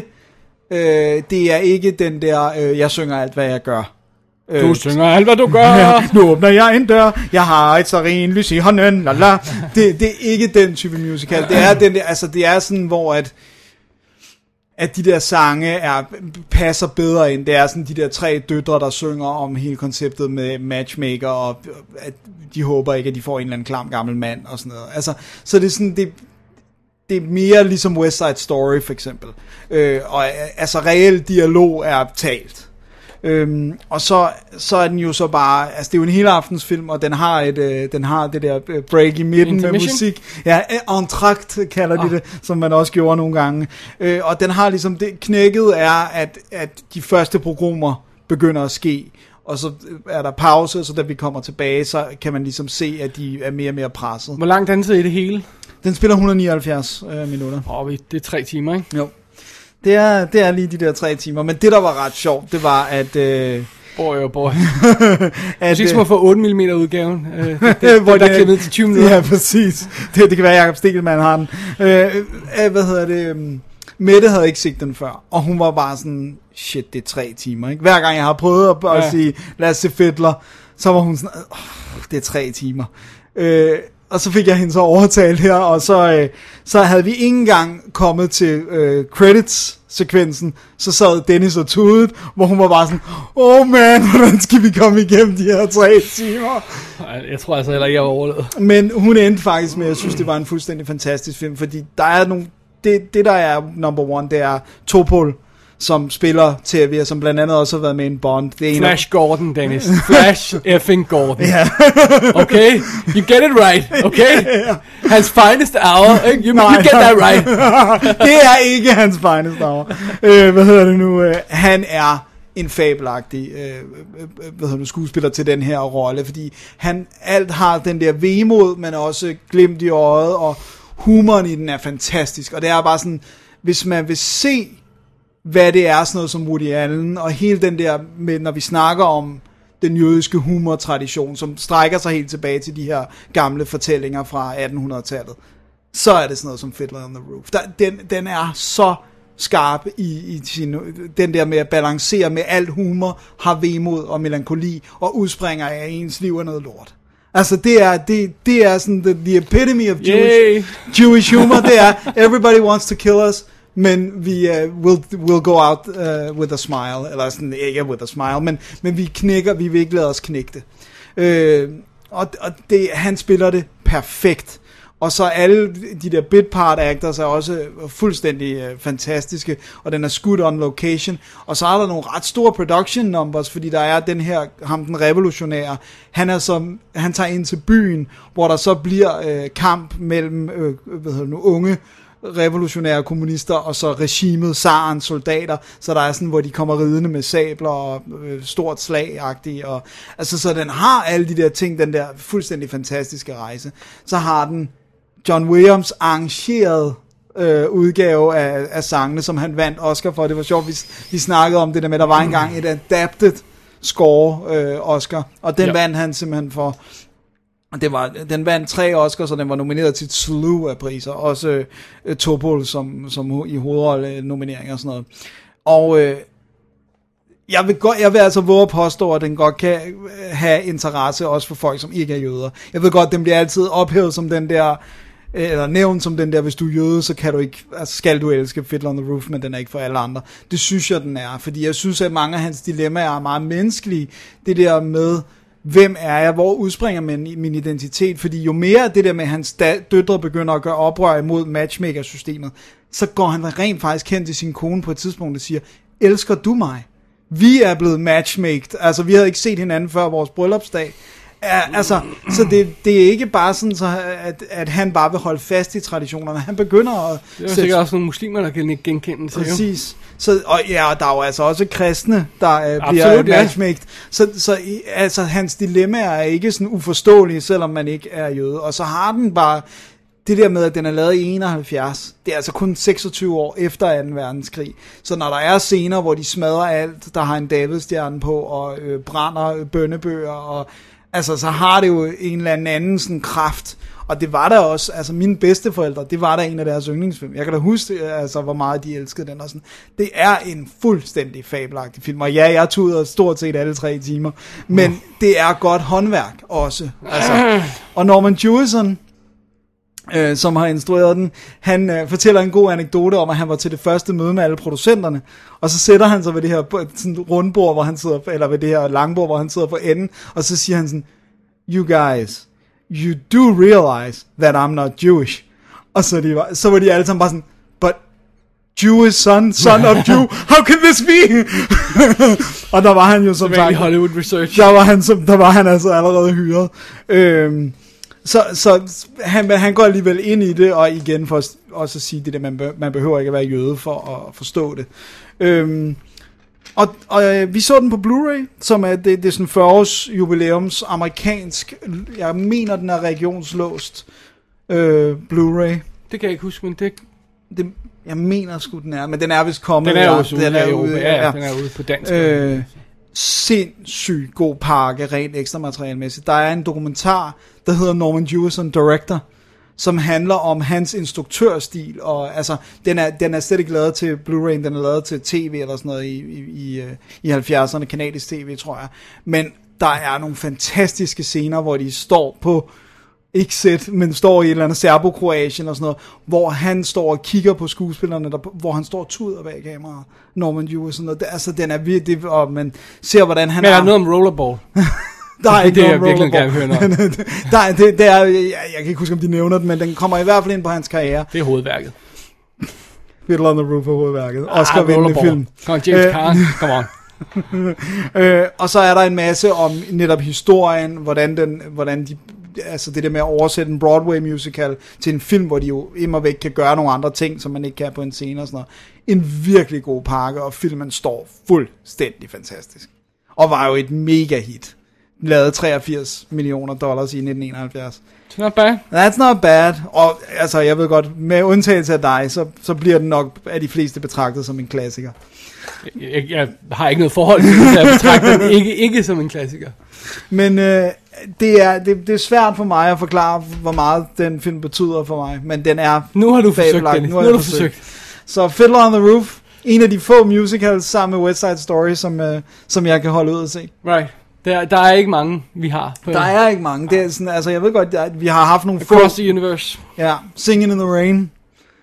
D: ikke den der, jeg synger alt, hvad jeg gør.
C: Du synger alt, hvad du gør.
D: Nu åbner jeg en dør. Jeg har et stearinlys i hånden. Lala. Det er ikke den type musical. Det er den der, altså det er sådan, hvor at de der sange passer bedre ind. Det er sådan de der 3 døtre, der synger om hele konceptet med matchmaker, og at de håber ikke, at de får en eller anden klam gammel mand og sådan noget. Altså, så det er sådan, det er mere ligesom West Side Story for eksempel. Og altså reel dialog er talt. Og så er den jo så bare, altså det er jo en hele aftens film, og den har det der break i midten med musik. Ja, entracte kalder de det, som man også gjorde nogle gange. Og den har ligesom, det knækket er, at de første programmer begynder at ske, og så er der pause, så da vi kommer tilbage, så kan man ligesom se, at de er mere og mere presset.
C: Hvor langt den sidder i det hele?
D: Den spiller 179 minutter.
C: Det er 3 timer, ikke?
D: Jo. Det er lige de der 3 timer, men det der var ret sjovt, det var at...
C: Boy. Hvis ikke må få 8 mm udgaven, hvor der er klippet til 20 minutter.
D: Ja, præcis. Det kan være, Jacob Stikkelmann har den. Mette havde ikke set den før, og hun var bare sådan, shit, det er 3 timer, ikke? Hver gang jeg har prøvet at sige, lad os se Fiddler, så var hun sådan, det er 3 timer. Og så fik jeg hende så overtalt her, og så havde vi ikke engang kommet til credits-sekvensen, så sad Dennis og tudet, hvor hun var bare sådan, man, hvordan skal vi komme igennem de her 3 timer?
C: Jeg tror altså heller ikke, jeg var overlevet.
D: Men hun endte faktisk med, jeg synes, det var en fuldstændig fantastisk film, fordi der er nogle, det der er number one, det er Topol, som spiller TV, som blandt andet også har været med i en Bond. Det er
C: Flash Gordon, Dennis. Flash effing Gordon. Okay? You get it right, okay? Hans finest hour. You get that right.
D: Det er ikke hans finest hour. Hvad hedder det nu? Han er en fabelagtig skuespiller til den her rolle, fordi han alt har den der vemod, men også glimt i øjet, og humoren i den er fantastisk. Og det er bare sådan, hvis man vil se hvad det er, sådan noget som Woody Allen, og hele den der, med, når vi snakker om den jødiske humortradition, som strækker sig helt tilbage til de her gamle fortællinger fra 1800-tallet, så er det sådan noget som Fiddler on the Roof. Den er så skarp i sin, den der med at balancere med alt humor, har vemod og melankoli,
C: og
D: udspringer af ens liv af noget lort. Altså det er sådan the epitome of Jewish humor. Det er everybody wants to kill us, men vi will go out with a smile, eller sådan ikke with a smile, men vi knækker, vi vil ikke lade os knække det. Og det, han spiller det perfekt. Og så alle de der bit part actors er også fuldstændig fantastiske, og den er skudt on location. Og så er der nogle ret store production numbers, fordi der er den her, ham den revolutionære, han tager ind til byen, hvor der så bliver kamp mellem unge revolutionære kommunister, og så regimet, zarens soldater, så der er sådan, hvor de kommer ridende med sabler og stort slag-agtige, og altså, så den har alle de der ting, den der fuldstændig fantastiske rejse. Så har den John Williams arrangeret udgave af sangene, som han vandt Oscar for. Det var sjovt, vi snakkede om det der med, der var engang et adapted score Oscar, og den vandt han simpelthen for. Den vandt 3 Oscars, og den var nomineret til et slew af priser, også Topol som i hovedrolle nominering og sådan noget. Og jeg vil altså våge at påstå, at den godt kan have interesse også for folk, som ikke er jøder. Jeg ved godt, den bliver altid ophævet som den der, eller nævnt som den der, hvis du er jøde, så kan du ikke, altså skal du elske Fiddler on the Roof, men den er ikke for alle andre. Det synes jeg, den er, fordi jeg synes, at mange af hans dilemmaer er meget menneskelige. Det der med, hvem er jeg, hvor udspringer min identitet, fordi jo mere det der med, hans døtre begynder at gøre oprør imod matchmaker-systemet, så går han rent faktisk hen til sin kone på et tidspunkt og siger, elsker du mig? Vi er blevet matchmaked, altså vi havde ikke set hinanden før vores bryllupsdag. Altså, så det er ikke bare sådan, så at han bare vil holde fast i traditionerne. Han begynder at...
C: Det er sikkert også nogle muslimer, der kan genkende det.
D: Præcis. Så, og der er jo altså også kristne, der bliver matchmaked. Så altså, hans dilemmaer er ikke sådan uforståelige, selvom man ikke er jøde. Og så har den bare... Det der med, at den er lavet i 71, det er altså kun 26 år efter 2. verdenskrig. Så når der er scener, hvor de smadrer alt, der har en Davidstjerne på, og brænder bønnebøger, og altså, så har det jo en eller anden sådan kraft. Og det var der også, altså mine bedsteforældre, det var der en af deres yndlingsfilm. Jeg kan da huske, altså, hvor meget de elskede den og sådan. Det er en fuldstændig fabelagtig film. Og ja, jeg tuder stort set alle 3 timer. Men det er godt håndværk også. Altså. Og Norman Jewison, som har instrueret den, han fortæller en god anekdote om, at han var til det første møde med alle producenterne, og så sætter han sig ved det her sådan rundbord, hvor han sidder, eller ved det her langbord, hvor han sidder for enden, og så siger han sådan, you guys, you do realize that I'm not Jewish. Og så var de alle sammen bare sådan, but Jewish son of Jew, how can this be? Og der var han jo som sagt
C: Hollywood Research.
D: Der var han altså allerede hyret. Så han går alligevel ind i det, og igen for også at sige det der, man behøver ikke at være jøde for at forstå det. Og vi så den på Blu-ray, som er det er sådan 40 års jubilæums amerikansk, jeg mener den er regionslåst Blu-ray.
C: Det kan jeg ikke huske, men det
D: jeg mener sgu den er, men den er vist kommet.
C: Den er også ude, den er ude på dansk.
D: Sindssygt god pakke, rent ekstra materialmæssigt. Der er en dokumentar, der hedder Norman Jewison Director, som handler om hans instruktørstil, og altså, den er slet ikke lavet til Blu-ray, den er lavet til tv eller sådan noget i 70'erne, kanadisk tv, tror jeg. Men der er nogle fantastiske scener, hvor de står på, ikke sæt, men står i et eller andet Serbo-Kroatien og sådan noget, hvor han står og kigger på skuespillerne, hvor han står og tuder bag kameraet, Norman Jewison, og altså, den er virkelig, og man ser, hvordan han
C: men er der noget om rollerball?
D: Der er ikke
C: det, jeg virkelig gerne høre noget.
D: det er, jeg kan ikke huske, om de nævner det, men den kommer i hvert fald ind på hans karriere.
C: Det er hovedværket.
D: Fiddler on the Roof er hovedværket. Oscar-vindende film.
C: Come on, James Caan, come on.
D: Og så er der en masse om netop historien, hvordan de, altså det der med at oversætte en Broadway musical til en film, hvor de jo immer væk kan gøre nogle andre ting, som man ikke kan på en scene og sådan noget. En virkelig god pakke, og filmen står fuldstændig fantastisk. Og var jo et mega hit. Lavede $83 million i 1971.
C: It's not bad.
D: That's not bad. Og altså, jeg ved godt, med undtagelse af dig, så bliver den nok af de fleste betragtet som en klassiker.
C: Jeg har ikke noget forhold til det, jeg betragter den ikke som en klassiker.
D: Men det er svært for mig at forklare, hvor meget den film betyder for mig. Men den er
C: nu har du forsøgt, Dennis. Nu har du forsøgt.
D: Så Fiddler on the Roof, en af de få musicals sammen med West Side Story, som jeg kan holde ud at se.
C: Right. Der er ikke mange, vi har.
D: Der er ikke mange. Det er sådan, altså, jeg ved godt, vi har haft nogle
C: Across the Universe.
D: Ja, Singing in the Rain.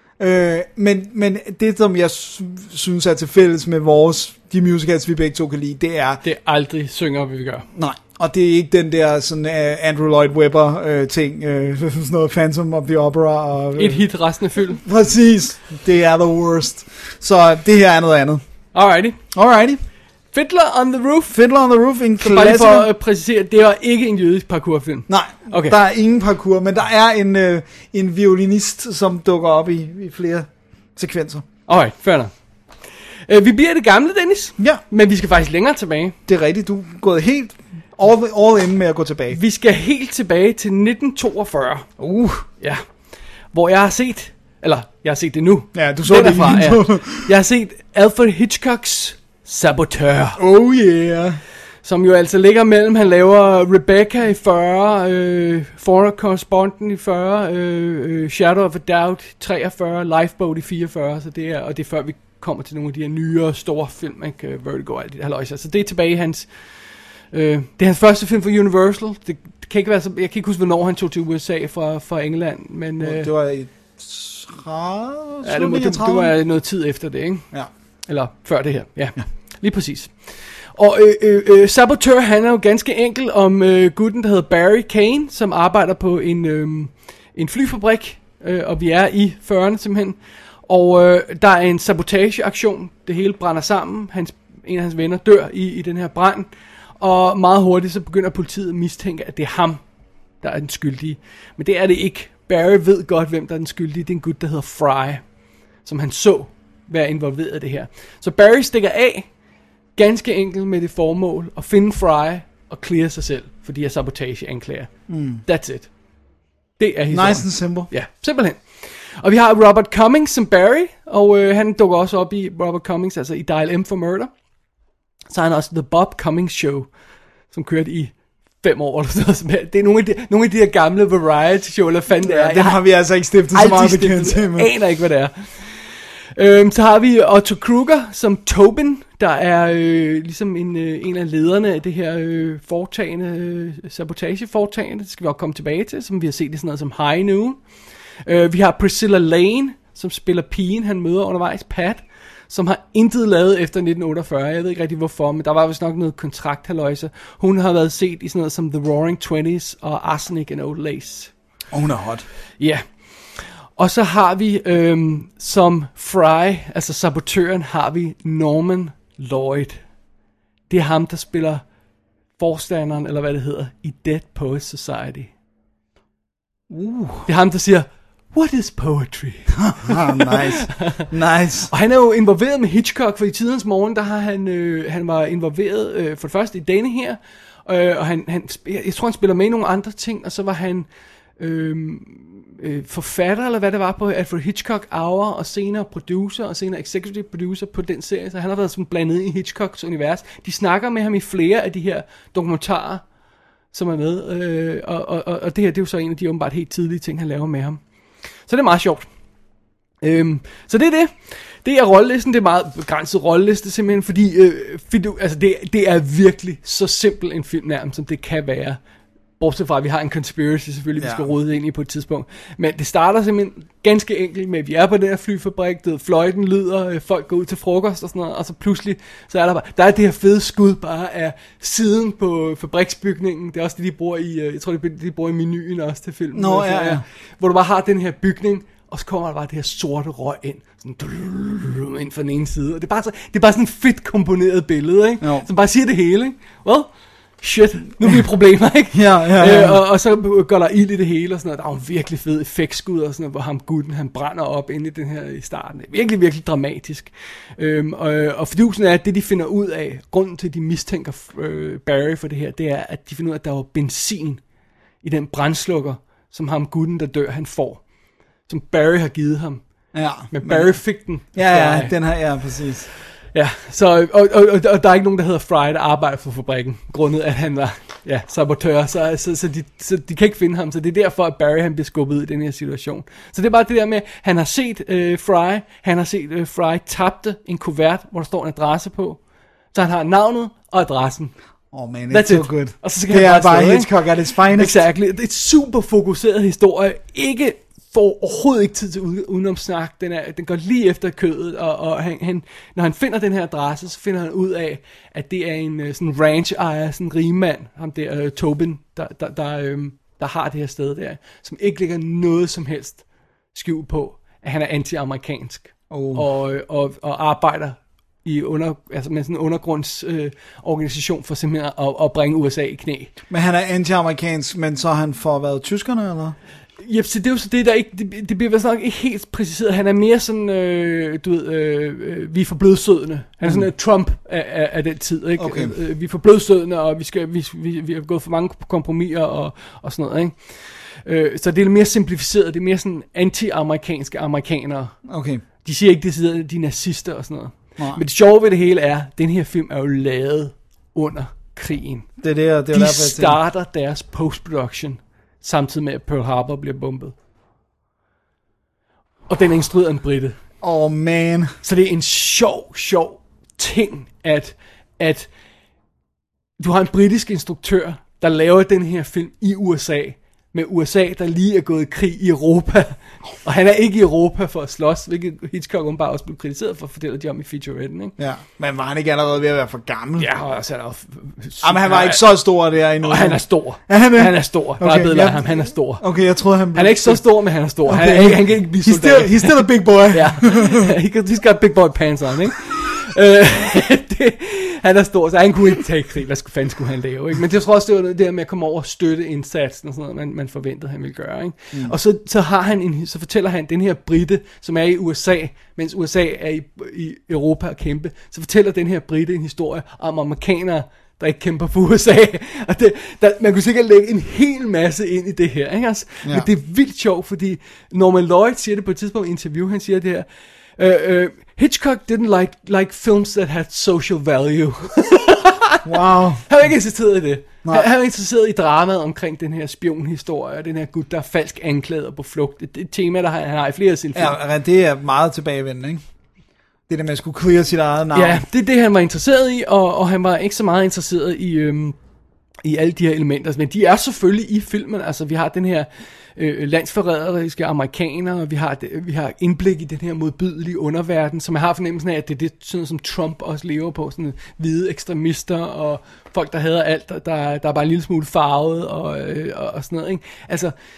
D: Men det, som jeg synes er til fælles med de musicals, vi begge to kan lide, det er
C: aldrig synger, vi gør.
D: Nej, og det er ikke den der sådan Andrew Lloyd Webber ting, sådan noget Phantom of the Opera. Og,
C: et hit resten af film.
D: Præcis, det er the worst. Så det her er noget andet. Alrighty.
C: Fiddler on the Roof.
D: Fiddler on the Roof, en klassiker.
C: Bare for at præcisere, det er ikke en jødisk parkourfilm.
D: Nej, okay. Der er ingen parkour, men der er en violinist, som dukker op i flere sekvenser.
C: Alright, fair nok. Vi bliver det gamle, Dennis.
D: Ja.
C: Men vi skal faktisk længere tilbage.
D: Det er rigtigt, du er gået helt all in med at gå tilbage.
C: Vi skal helt tilbage til 1942. Ja. Hvor jeg har set det nu.
D: Ja, du så det
C: derfra, ja. Jeg har set Alfred Hitchcocks Sabotør.
D: Oh yeah.
C: Som jo altså ligger mellem, han laver Rebecca i 40, Foreigner Correspondent i 40, Shadow of a Doubt 43, Lifeboat i 44, så det er, og det er før vi kommer til nogle af de her nyere store film, ikke? Vertigo og alt det her. Så det er tilbage i hans, det er hans første film for Universal. Det kan ikke være så, jeg kan ikke huske, hvornår han tog til USA fra England, men
D: det var i 30,
C: det var noget tid efter det, ikke?
D: Ja.
C: Eller før det her, ja. Lige præcis. Og Sabotør handler jo ganske enkelt om gutten, der hedder Barry Kane, som arbejder på en flyfabrik, og vi er i 40'erne simpelthen. Og der er en sabotageaktion, det hele brænder sammen, en af hans venner dør i den her brand, og meget hurtigt så begynder politiet at mistænke, at det er ham, der er den skyldige. Men det er det ikke. Barry ved godt, hvem der er den skyldige. Det er en gut, der hedder Fry, som han så være involveret i det her. Så Barry stikker af, ganske enkelt med det formål at finde Fry og clear sig selv for de her sabotageanklager. That's it. Det er historien.
D: Nice and simple.
C: Ja, simpelthen. Og vi har Robert Cummings som Barry, og han dukker også op i Robert Cummings, altså i Dial M for Murder. Så har han også The Bob Cummings Show, som kørte i 5 år eller sådan noget. Det er nogle af de her gamle variety show, eller fanden det er.
D: Det har vi altså ikke stiftet så meget bekendt til.
C: Jeg aner ikke, hvad det er. Så har vi Otto Kruger som Tobin, der er ligesom en af lederne af det her sabotageforetagende. Det skal vi også komme tilbage til, som vi har set i sådan noget som High Noon. Vi har Priscilla Lane, som spiller pigen, han møder undervejs, Pat, som har intet lavet efter 1948. Jeg ved ikke rigtig hvorfor, men der var vist nok noget kontrakthaløjse. Hun har været set i sådan noget som The Roaring Twenties og Arsenic and Old Lace.
D: Og hun er hot.
C: Ja. Og så har vi som Fry, altså sabotøren, har vi Norman Lloyd. Det er ham, der spiller forstanderen, eller hvad det hedder, i Dead Poets Society. Det er ham, der siger, what is poetry?
D: Nice.
C: Og han er jo involveret med Hitchcock, for i tidens morgen, der har han var involveret for det første i denne her, og jeg tror, han spiller med i nogle andre ting, og så var han forfatter, eller hvad det var, på Alfred Hitchcock Hour, og senere producer, og senere executive producer på den serie, så han har været sådan blandet i Hitchcocks univers. De snakker med ham i flere af de her dokumentarer, som er med, og det her, det er jo så en af de åbenbart helt tidlige ting, han laver med ham. Så det er meget sjovt. Så det er det. Det er rollelisten, det er meget begrænset rolleliste simpelthen, fordi altså det er virkelig så simpel en film nærmest, som det kan være. Bortset fra, at vi har en conspiracy selvfølgelig, vi skal rode ind i på et tidspunkt. Men det starter simpelthen ganske enkelt med, at vi er på den her flyfabrik, fløjten lyder, folk går ud til frokost og sådan noget, og så pludselig, så er der er det her fede skud bare af siden på fabriksbygningen. Det er også det, de bruger i, jeg tror, de bruger i menuen også til filmen. Hvor du bare har den her bygning, og så kommer der bare det her sorte røg ind, sådan ind fra den ene side. Og det er bare sådan et fedt komponeret billede, ikke? Som bare siger det hele, ikke? Well, shit, nu bliver problemer, ikke? Og så går der ild i det hele og sådan noget. Der er jo en virkelig fed effektskud og sådan noget, hvor ham gutten, han brænder op inde i den her i starten. Det er virkelig, virkelig dramatisk. Og fidusen er, at det de finder ud af, grunden til, at de mistænker Barry for det her, det er, at de finder ud af, at der var benzin i den brandslukker, som ham gutten, der dør, han får. Som Barry har givet ham. Men Barry fik den.
D: Den her, præcis.
C: Ja, så, og der er ikke nogen, der hedder Fry, der arbejder for fabrikken, grundet at han var sabotør, så de kan ikke finde ham, så det er derfor, at Barry han bliver skubbet ud i den her situation. Så det er bare det der med, han har set Fry, Fry tabte en kuvert, hvor der står en adresse på, så han har navnet og adressen.
D: Man, it's so good.
C: Og så skal
D: det
C: han
D: er bare Hitchcock at its finest.
C: Exactly. Det er et super fokuseret historie, ikke får overhovedet ikke tid til udenomsnak. Den går lige efter kødet, og når han finder den her adresse, så finder han ud af, at det er en sådan ranch-ejer, sådan en rigmand, ham der Tobin, der har det her sted der, som ikke lægger noget som helst skjul på, at han er anti-amerikansk, og arbejder med sådan en undergrundsorganisation for simpelthen at bringe USA i knæ.
D: Men han er anti-amerikansk, men så har han for været tyskerne, eller?
C: Ja, så det er jo så det, der ikke, det bliver nok ikke helt præciseret. Han er mere sådan, vi er for blødsødende. Han er sådan Trump af den tid, ikke?
D: Okay.
C: Vi er for blødsødende, og vi har gået for mange kompromiser og sådan noget, ikke? Så det er mere simplificeret, det er mere sådan anti-amerikanske amerikanere.
D: Okay.
C: De siger ikke, de er nazister og sådan noget.
D: Nej.
C: Men det sjove ved det hele er, den her film er jo lavet under krigen. De starter deres post-production samtidig med, at Pearl Harbor bliver bombet. Og den er instrueret af en brite.
D: Man.
C: Så det er en sjov ting, at du har en britisk instruktør, der laver den her film i USA, med USA, der lige er gået i krig i Europa. Og han er ikke i Europa for at slås, hvilket Hitchcock bare også blev kritiseret for at fortælle de om i featuretten, ikke?
D: Ja, men var han ikke allerede ved at være for gammel?
C: Ja, og så er der
D: men han var ikke så stor der endnu.
C: Og han er stor. Han er stor. Der er bedre af ham, han er stor.
D: Okay, jeg troede han blev...
C: Han er ikke så stor, men han er stor. Okay. Han kan ikke blive soldat.
D: He's still a big boy.
C: Ja, he's got big boy pants on, ikke? Han er stor, så han kunne ikke tage krig. Hvad fanden skulle han lave, ikke? Men jeg tror også, det var det der med at komme over og støtte indsatsen og sådan noget, man forventede, han ville gøre, ikke? Og så har han så fortæller han den her brite, som er i USA, mens USA er i Europa og kæmpe, så fortæller den her brite en historie om amerikanere, der ikke kæmper for USA. Og man kunne sikkert lægge en hel masse ind i det her, ikke? Altså, ja. Men det er vildt sjovt, fordi Norman Lloyd siger det på et tidspunkt i interview, han siger det her, Hitchcock didn't like films that had social value.
D: Wow.
C: Han var ikke interesseret i det. Han var interesseret i dramaet omkring den her spionhistorie, og den her gut, der er falsk anklaget på flugt. Et tema, der han har i flere af sine film.
D: Ja, det er meget tilbagevendende, ikke? Det der med at skulle clear sit eget navn.
C: Ja, det er det, han var interesseret i, og han var ikke så meget interesseret i alle de her elementer. Men de er selvfølgelig i filmen. Altså, vi har den her landsforræderiske amerikanere, vi har indblik i den her modbydelige underverden, som jeg har fornemmelsen af, at det er det, sådan som Trump også lever på, sådan hvide ekstremister og folk, der hader alt, der er bare en lille smule farvet og sådan noget, ikke? Altså,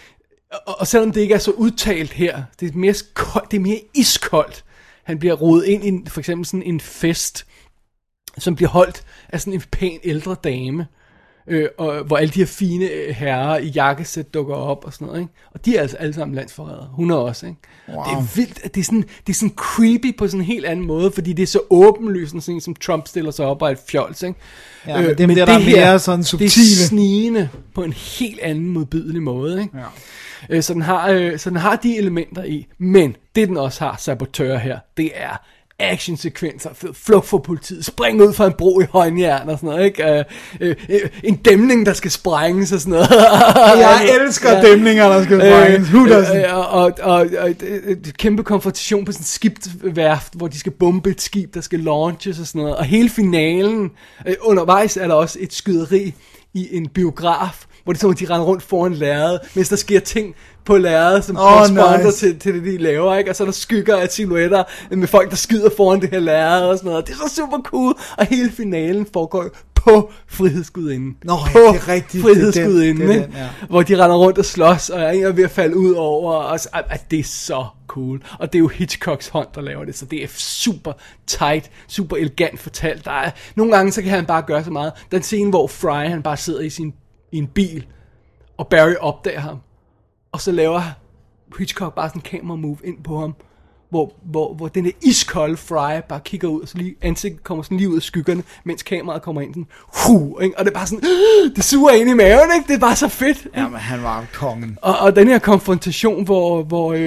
C: Og selvom det ikke er så udtalt her, det er mere iskoldt. Han bliver rodet ind i for eksempel sådan en fest, som bliver holdt af sådan en pæn ældre dame, og hvor alle de her fine herrer i jakkesæt dukker op og sådan noget, ikke? Og de er altså alle sammen landsforrædere. Hun er også, ikke? Wow. Det er vildt, det er sådan creepy på sådan en helt anden måde, fordi det er så åbenlyst, sådan som Trump stiller sig op og et fjols, ikke?
D: Ja, men det der her, mere sådan subtile.
C: Det er snigende på en helt anden modbydelig måde, ikke? Ja. Så den har de elementer i, men det den også har, Sabotør her, det er actionsekvenser, flugt for politiet, spring ud fra en bro i håndjern og sådan noget, ikke? En dæmning, der skal sprænges og sådan noget.
D: Jeg elsker dæmninger, der skal sprænges.
C: Og kæmpe konfrontation på sådan et skibsværft, hvor de skal bombe et skib, der skal launches og sådan noget. Og hele finalen, undervejs er der også et skyderi i en biograf, hvor det er sådan, at de render rundt foran lærredet, mens der sker ting på lærredet, som korresponder til det, de laver, ikke? Og så er der skygger af silhuetter med folk, der skyder foran det her lærred og sådan noget. Det er så super cool, og hele finalen foregår på Frihedsgudinden.
D: Nå, ja, det er rigtigt.
C: Frihedsgudinden, ikke? Ja. Hvor de render rundt og slås, og er ved at falde ud over, og det er så cool. Og det er jo Hitchcocks hånd, der laver det, så det er super tight, super elegant fortalt. Nogle gange, så kan han bare gøre så meget. Den scene, hvor Fry, han bare sidder i en bil, og Barry opdager ham. Og så laver Hitchcock bare sådan en camera move ind på ham, hvor den der iskolde Fry bare kigger ud, og så lige ansigtet kommer sådan lige ud af skyggerne, mens kameraet kommer ind sådan, ikke? Og det er bare sådan, det suger ind i maven, ikke? Det er bare så fedt.
D: Jamen, han var kongen.
C: Og den her konfrontation, hvor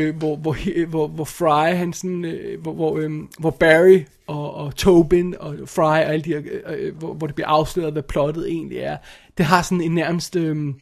C: Fry, han sådan, hvor Barry og Tobin og Fry og alle de her, hvor det bliver afsløret, hvad plottet egentlig er, det har sådan en nærmest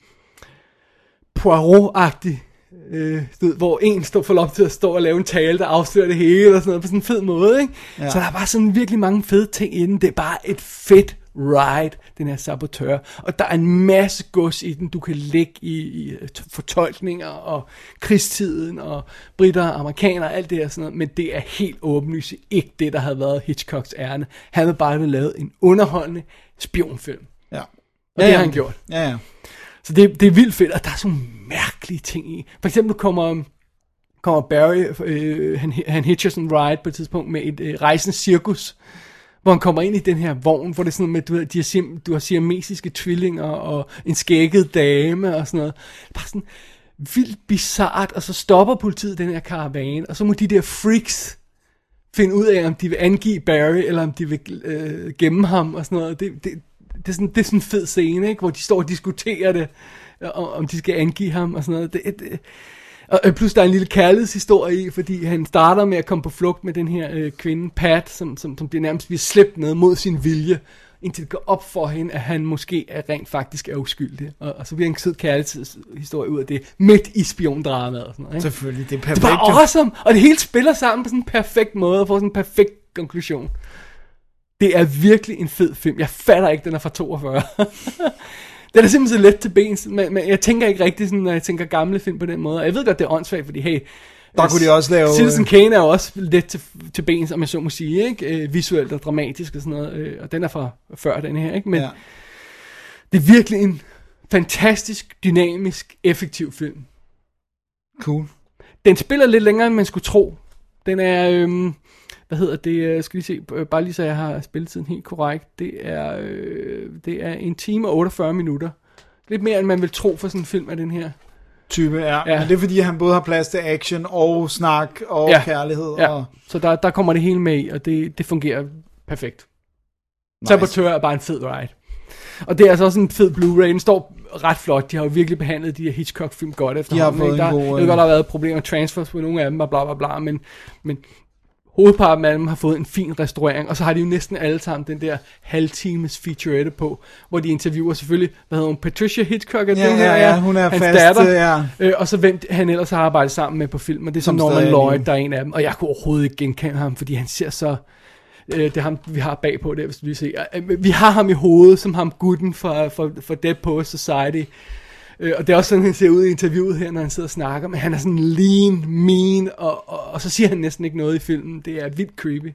C: Poirot-agtig, hvor en får lov til at stå og lave en tale, der afslører det hele, og sådan noget, på sådan en fed måde, ikke? Ja. Så der er bare sådan virkelig mange fede ting inden. Det er bare et fedt ride, den her Sabotør. Og der er en masse gods i den, du kan lægge i fortolkninger, og krigstiden, og britter og amerikanere, alt det her sådan noget, men det er helt åbenlyst ikke det, der havde været Hitchcocks ærne. Han havde bare lavet en underholdende spionfilm.
D: Ja.
C: Og det har han gjort.
D: Ja.
C: Så det er vildt fedt, og der er sådan mærkelige ting i. For eksempel kommer Barry, han hitcher sådan en ride på et tidspunkt med et rejsende cirkus, hvor han kommer ind i den her vogn, hvor det er sådan med, du har siamesiske tvillinger og en skægget dame og sådan noget. Bare sådan vildt bizarrt, og så stopper politiet den her karavane, og så må de der freaks finde ud af, om de vil angive Barry, eller om de vil gemme ham og sådan noget. Det er sådan en fed scene, ikke? Hvor de står og diskuterer det, om de skal angive ham og sådan noget. Og plus der er en lille kærlighedshistorie i, fordi han starter med at komme på flugt med den her kvinde, Pat, som bliver nærmest bliver slæbt ned mod sin vilje, indtil det går op for hende, at han måske rent faktisk er uskyldig. Og så bliver en sød kærlighedshistorie ud af det, midt i spiondramaet og sådan noget, ikke?
D: Selvfølgelig, det er perfekt.
C: Det er bare awesome, og det hele spiller sammen på sådan en perfekt måde, og får sådan en perfekt konklusion. Det er virkelig en fed film. Jeg fatter ikke, den er fra 42. Den er simpelthen så let til bens, men jeg tænker ikke rigtig sådan, når jeg tænker gamle film på den måde. Og jeg ved godt, det er åndssvagt, fordi hey,
D: der kunne de også lave
C: Citizen Kane er jo også let til bens, om jeg så må sige, ikke? Visuelt og dramatisk og sådan noget, og den er fra før den her, ikke? Men det er virkelig en fantastisk, dynamisk, effektiv film.
D: Cool.
C: Den spiller lidt længere, end man skulle tro. Den er skal vi se, bare lige så jeg har spilletiden helt korrekt, det er 1 time og 48 minutter. Lidt mere, end man vil tro for sådan en film af den her
D: type, ja. Men det er fordi, han både har plads til action og snak og kærlighed.
C: Ja,
D: og
C: så der kommer det hele med i, og det fungerer perfekt. Nice. Sabotør er bare en fed ride. Og det er altså også en fed Blu-ray. Den står ret flot. De har jo virkelig behandlet de her Hitchcock-film godt efterhånden. Jeg ved godt, der har været problemer med transfers på nogle af dem, og bla bla bla, men hovedparten af dem har fået en fin restaurering, og så har de jo næsten alle sammen den der halvtimes featurette på, hvor de interviewer selvfølgelig, Patricia Hitchcock,
D: hun er fast, datter,
C: og så hvem han ellers har arbejdet sammen med på film, og det er som Norman Lloyd, der er en af dem, og jeg kunne overhovedet ikke genkende ham, fordi han ser så, det er ham, vi har bagpå der, hvis du vil se, vi har ham i hovedet, som ham gutten for Dead Poets Society, og det er også sådan, han ser ud i interviewet her, når han sidder og snakker, men han er sådan lean, mean, og så siger han næsten ikke noget i filmen. Det er vildt creepy.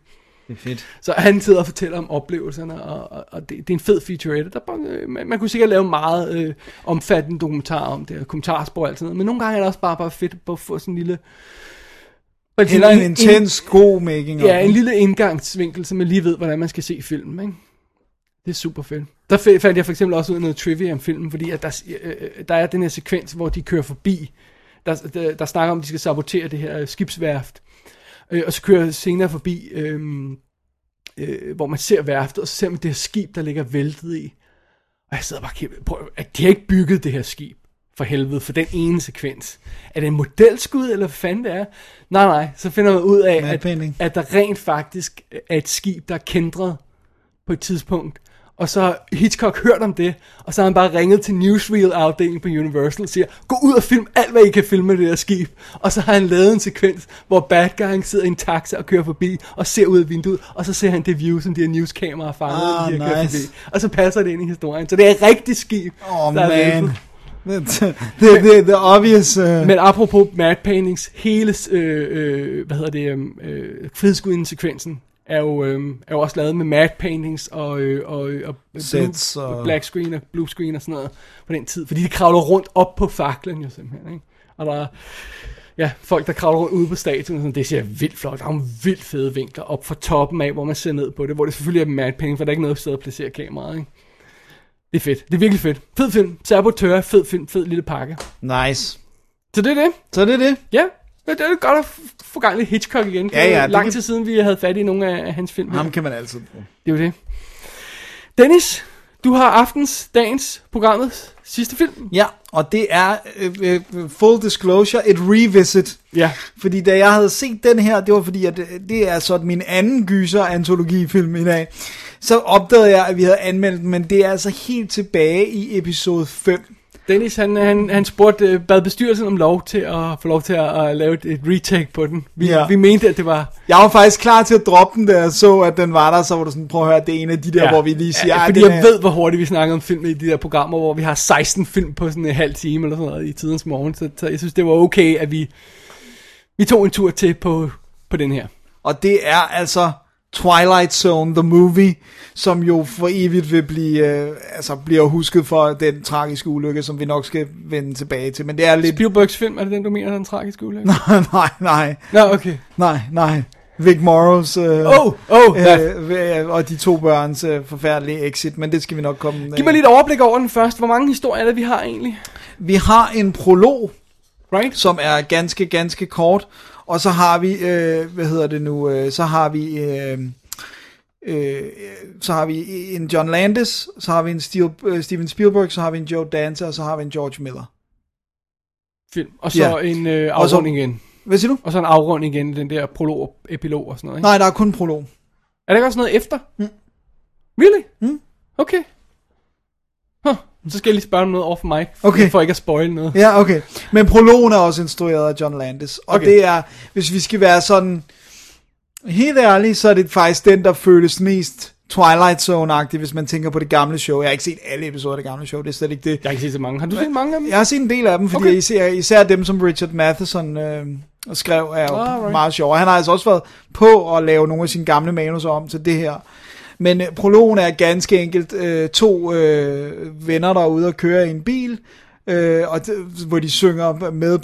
D: Det er fedt.
C: Så han sidder og fortæller om oplevelserne, og det er en fed featurette. Man kunne sikkert lave meget omfattende dokumentar om det, kommentarspor og alt sådan noget, men nogle gange er det også bare fedt at få sådan en lille...
D: Eller en intens god making of.
C: Ja, en lille indgangsvinkel, så man lige ved, hvordan man skal se filmen, ikke? Det er super fedt. Der fandt jeg for eksempel også ud af noget trivia om filmen, fordi at der er den her sekvens, hvor de kører forbi, der snakker om, at de skal sabotere det her skibsværft. Og så kører senere forbi, hvor man ser værftet, og så ser man det her skib, der ligger væltet i. Og jeg sidder bare og kigger på, at de har ikke bygget det her skib, for helvede, for den ene sekvens. Er det en modelskud, eller hvad fanden det er? Nej, så finder man ud af, at der rent faktisk er et skib, der er kæntret på et tidspunkt. Og så har Hitchcock hørt om det, og så har han bare ringet til Newsreel-afdelingen på Universal og siger, gå ud og film alt, hvad I kan filme med det der skib. Og så har han lavet en sekvens, hvor bad guyen sidder i en taxa og kører forbi, og ser ud af vinduet, og så ser han det view, som de her newskameraer fanger, de her kører forbi. Og så passer det ind i historien. Så det er et rigtigt skib, der er væltet.
D: The obvious...
C: Men apropos matte paintings, hele, frihedsgudinden-sekvensen er jo også lavet med matte paintings og
D: sets og
C: black screen og blue screen og sådan noget på den tid, fordi de kravler rundt op på faklen jo simpelthen, ikke? Og der er folk, der kravler rundt ude på statuen, sådan, det ser vildt flot. Der er nogle vildt fede vinkler op fra toppen af, hvor man ser ned på det, hvor det selvfølgelig er matte painting, for der er ikke noget sted at placere kameraet, ikke? Det er fedt. Det er virkelig fedt. Fed film. Sabotør. Fed film. Fed lille pakke.
D: Nice.
C: Så det er det. Ja. Det er godt at få gang i Hitchcock igen.
D: Ja,
C: lang tid siden, vi havde fat i nogle af hans film.
D: Ham kan man altid bruge.
C: Det er jo det. Dennis, du har dagens programmets sidste film.
D: Ja, og det er full disclosure, et revisit.
C: Ja.
D: Fordi da jeg havde set den her, det var fordi, at det er sådan min anden gyser-antologifilm i dag. Så opdagede jeg, at vi havde anmeldt den, men det er altså helt tilbage i episode 5.
C: Dennis, han spurgte, bad bestyrelsen om lov til at få lov til at lave et retake på den. Vi mente, at det var...
D: Jeg var faktisk klar til at droppe den, da jeg så, at den var der, så var du sådan, prøv at høre, det er en af de der, hvor vi lige siger...
C: fordi jeg ved, hvor hurtigt vi snakker om film i de der programmer, hvor vi har 16 film på sådan en halv time eller sådan noget i tidens morgen, så jeg synes, det var okay, at vi tog en tur til på den her.
D: Og det er altså... Twilight Zone, the movie, som jo for evigt vil bliver husket for den tragiske ulykke, som vi nok skal vende tilbage til. Men det er lidt...
C: Spielbergs film, er det den, du mener, den tragiske ulykke?
D: Nej.
C: Nå, okay.
D: Nej. Vic Morrows og de to børns forfærdelige exit, men det skal vi nok komme...
C: Giv mig lidt overblik over den først. Hvor mange historier er det, vi har egentlig?
D: Vi har en prolog, som er ganske, ganske kort. Og så har vi, så har vi en John Landis, så har vi en Steven Spielberg, så har vi en Joe Dante, og så har vi en George Miller.
C: Film. Og så en afrunding igen.
D: Hvad siger du?
C: Og så en afrunding igen, den der prolog, epilog og sådan noget, ikke?
D: Nej, der er kun prolog.
C: Er der ikke også noget efter? Really? Okay. Så skal jeg lige spørge om noget over for mig, for ikke at spoil noget.
D: Ja, okay. Men prologen er også instrueret af John Landis. Og det er, hvis vi skal være sådan helt ærlige, så er det faktisk den, der føles mest Twilight Zone-agtig, hvis man tænker på det gamle show. Jeg har ikke set alle episoder af det gamle show, det er slet ikke det.
C: Jeg har ikke set så mange. Har du set mange af dem?
D: Jeg har set en del af dem, fordi især dem, som Richard Matheson skrev, er jo meget sjove. Han har altså også været på at lave nogle af sine gamle manuser om til det her. Men prologen er ganske enkelt to venner, der er ude og køre i en bil, hvor de synger med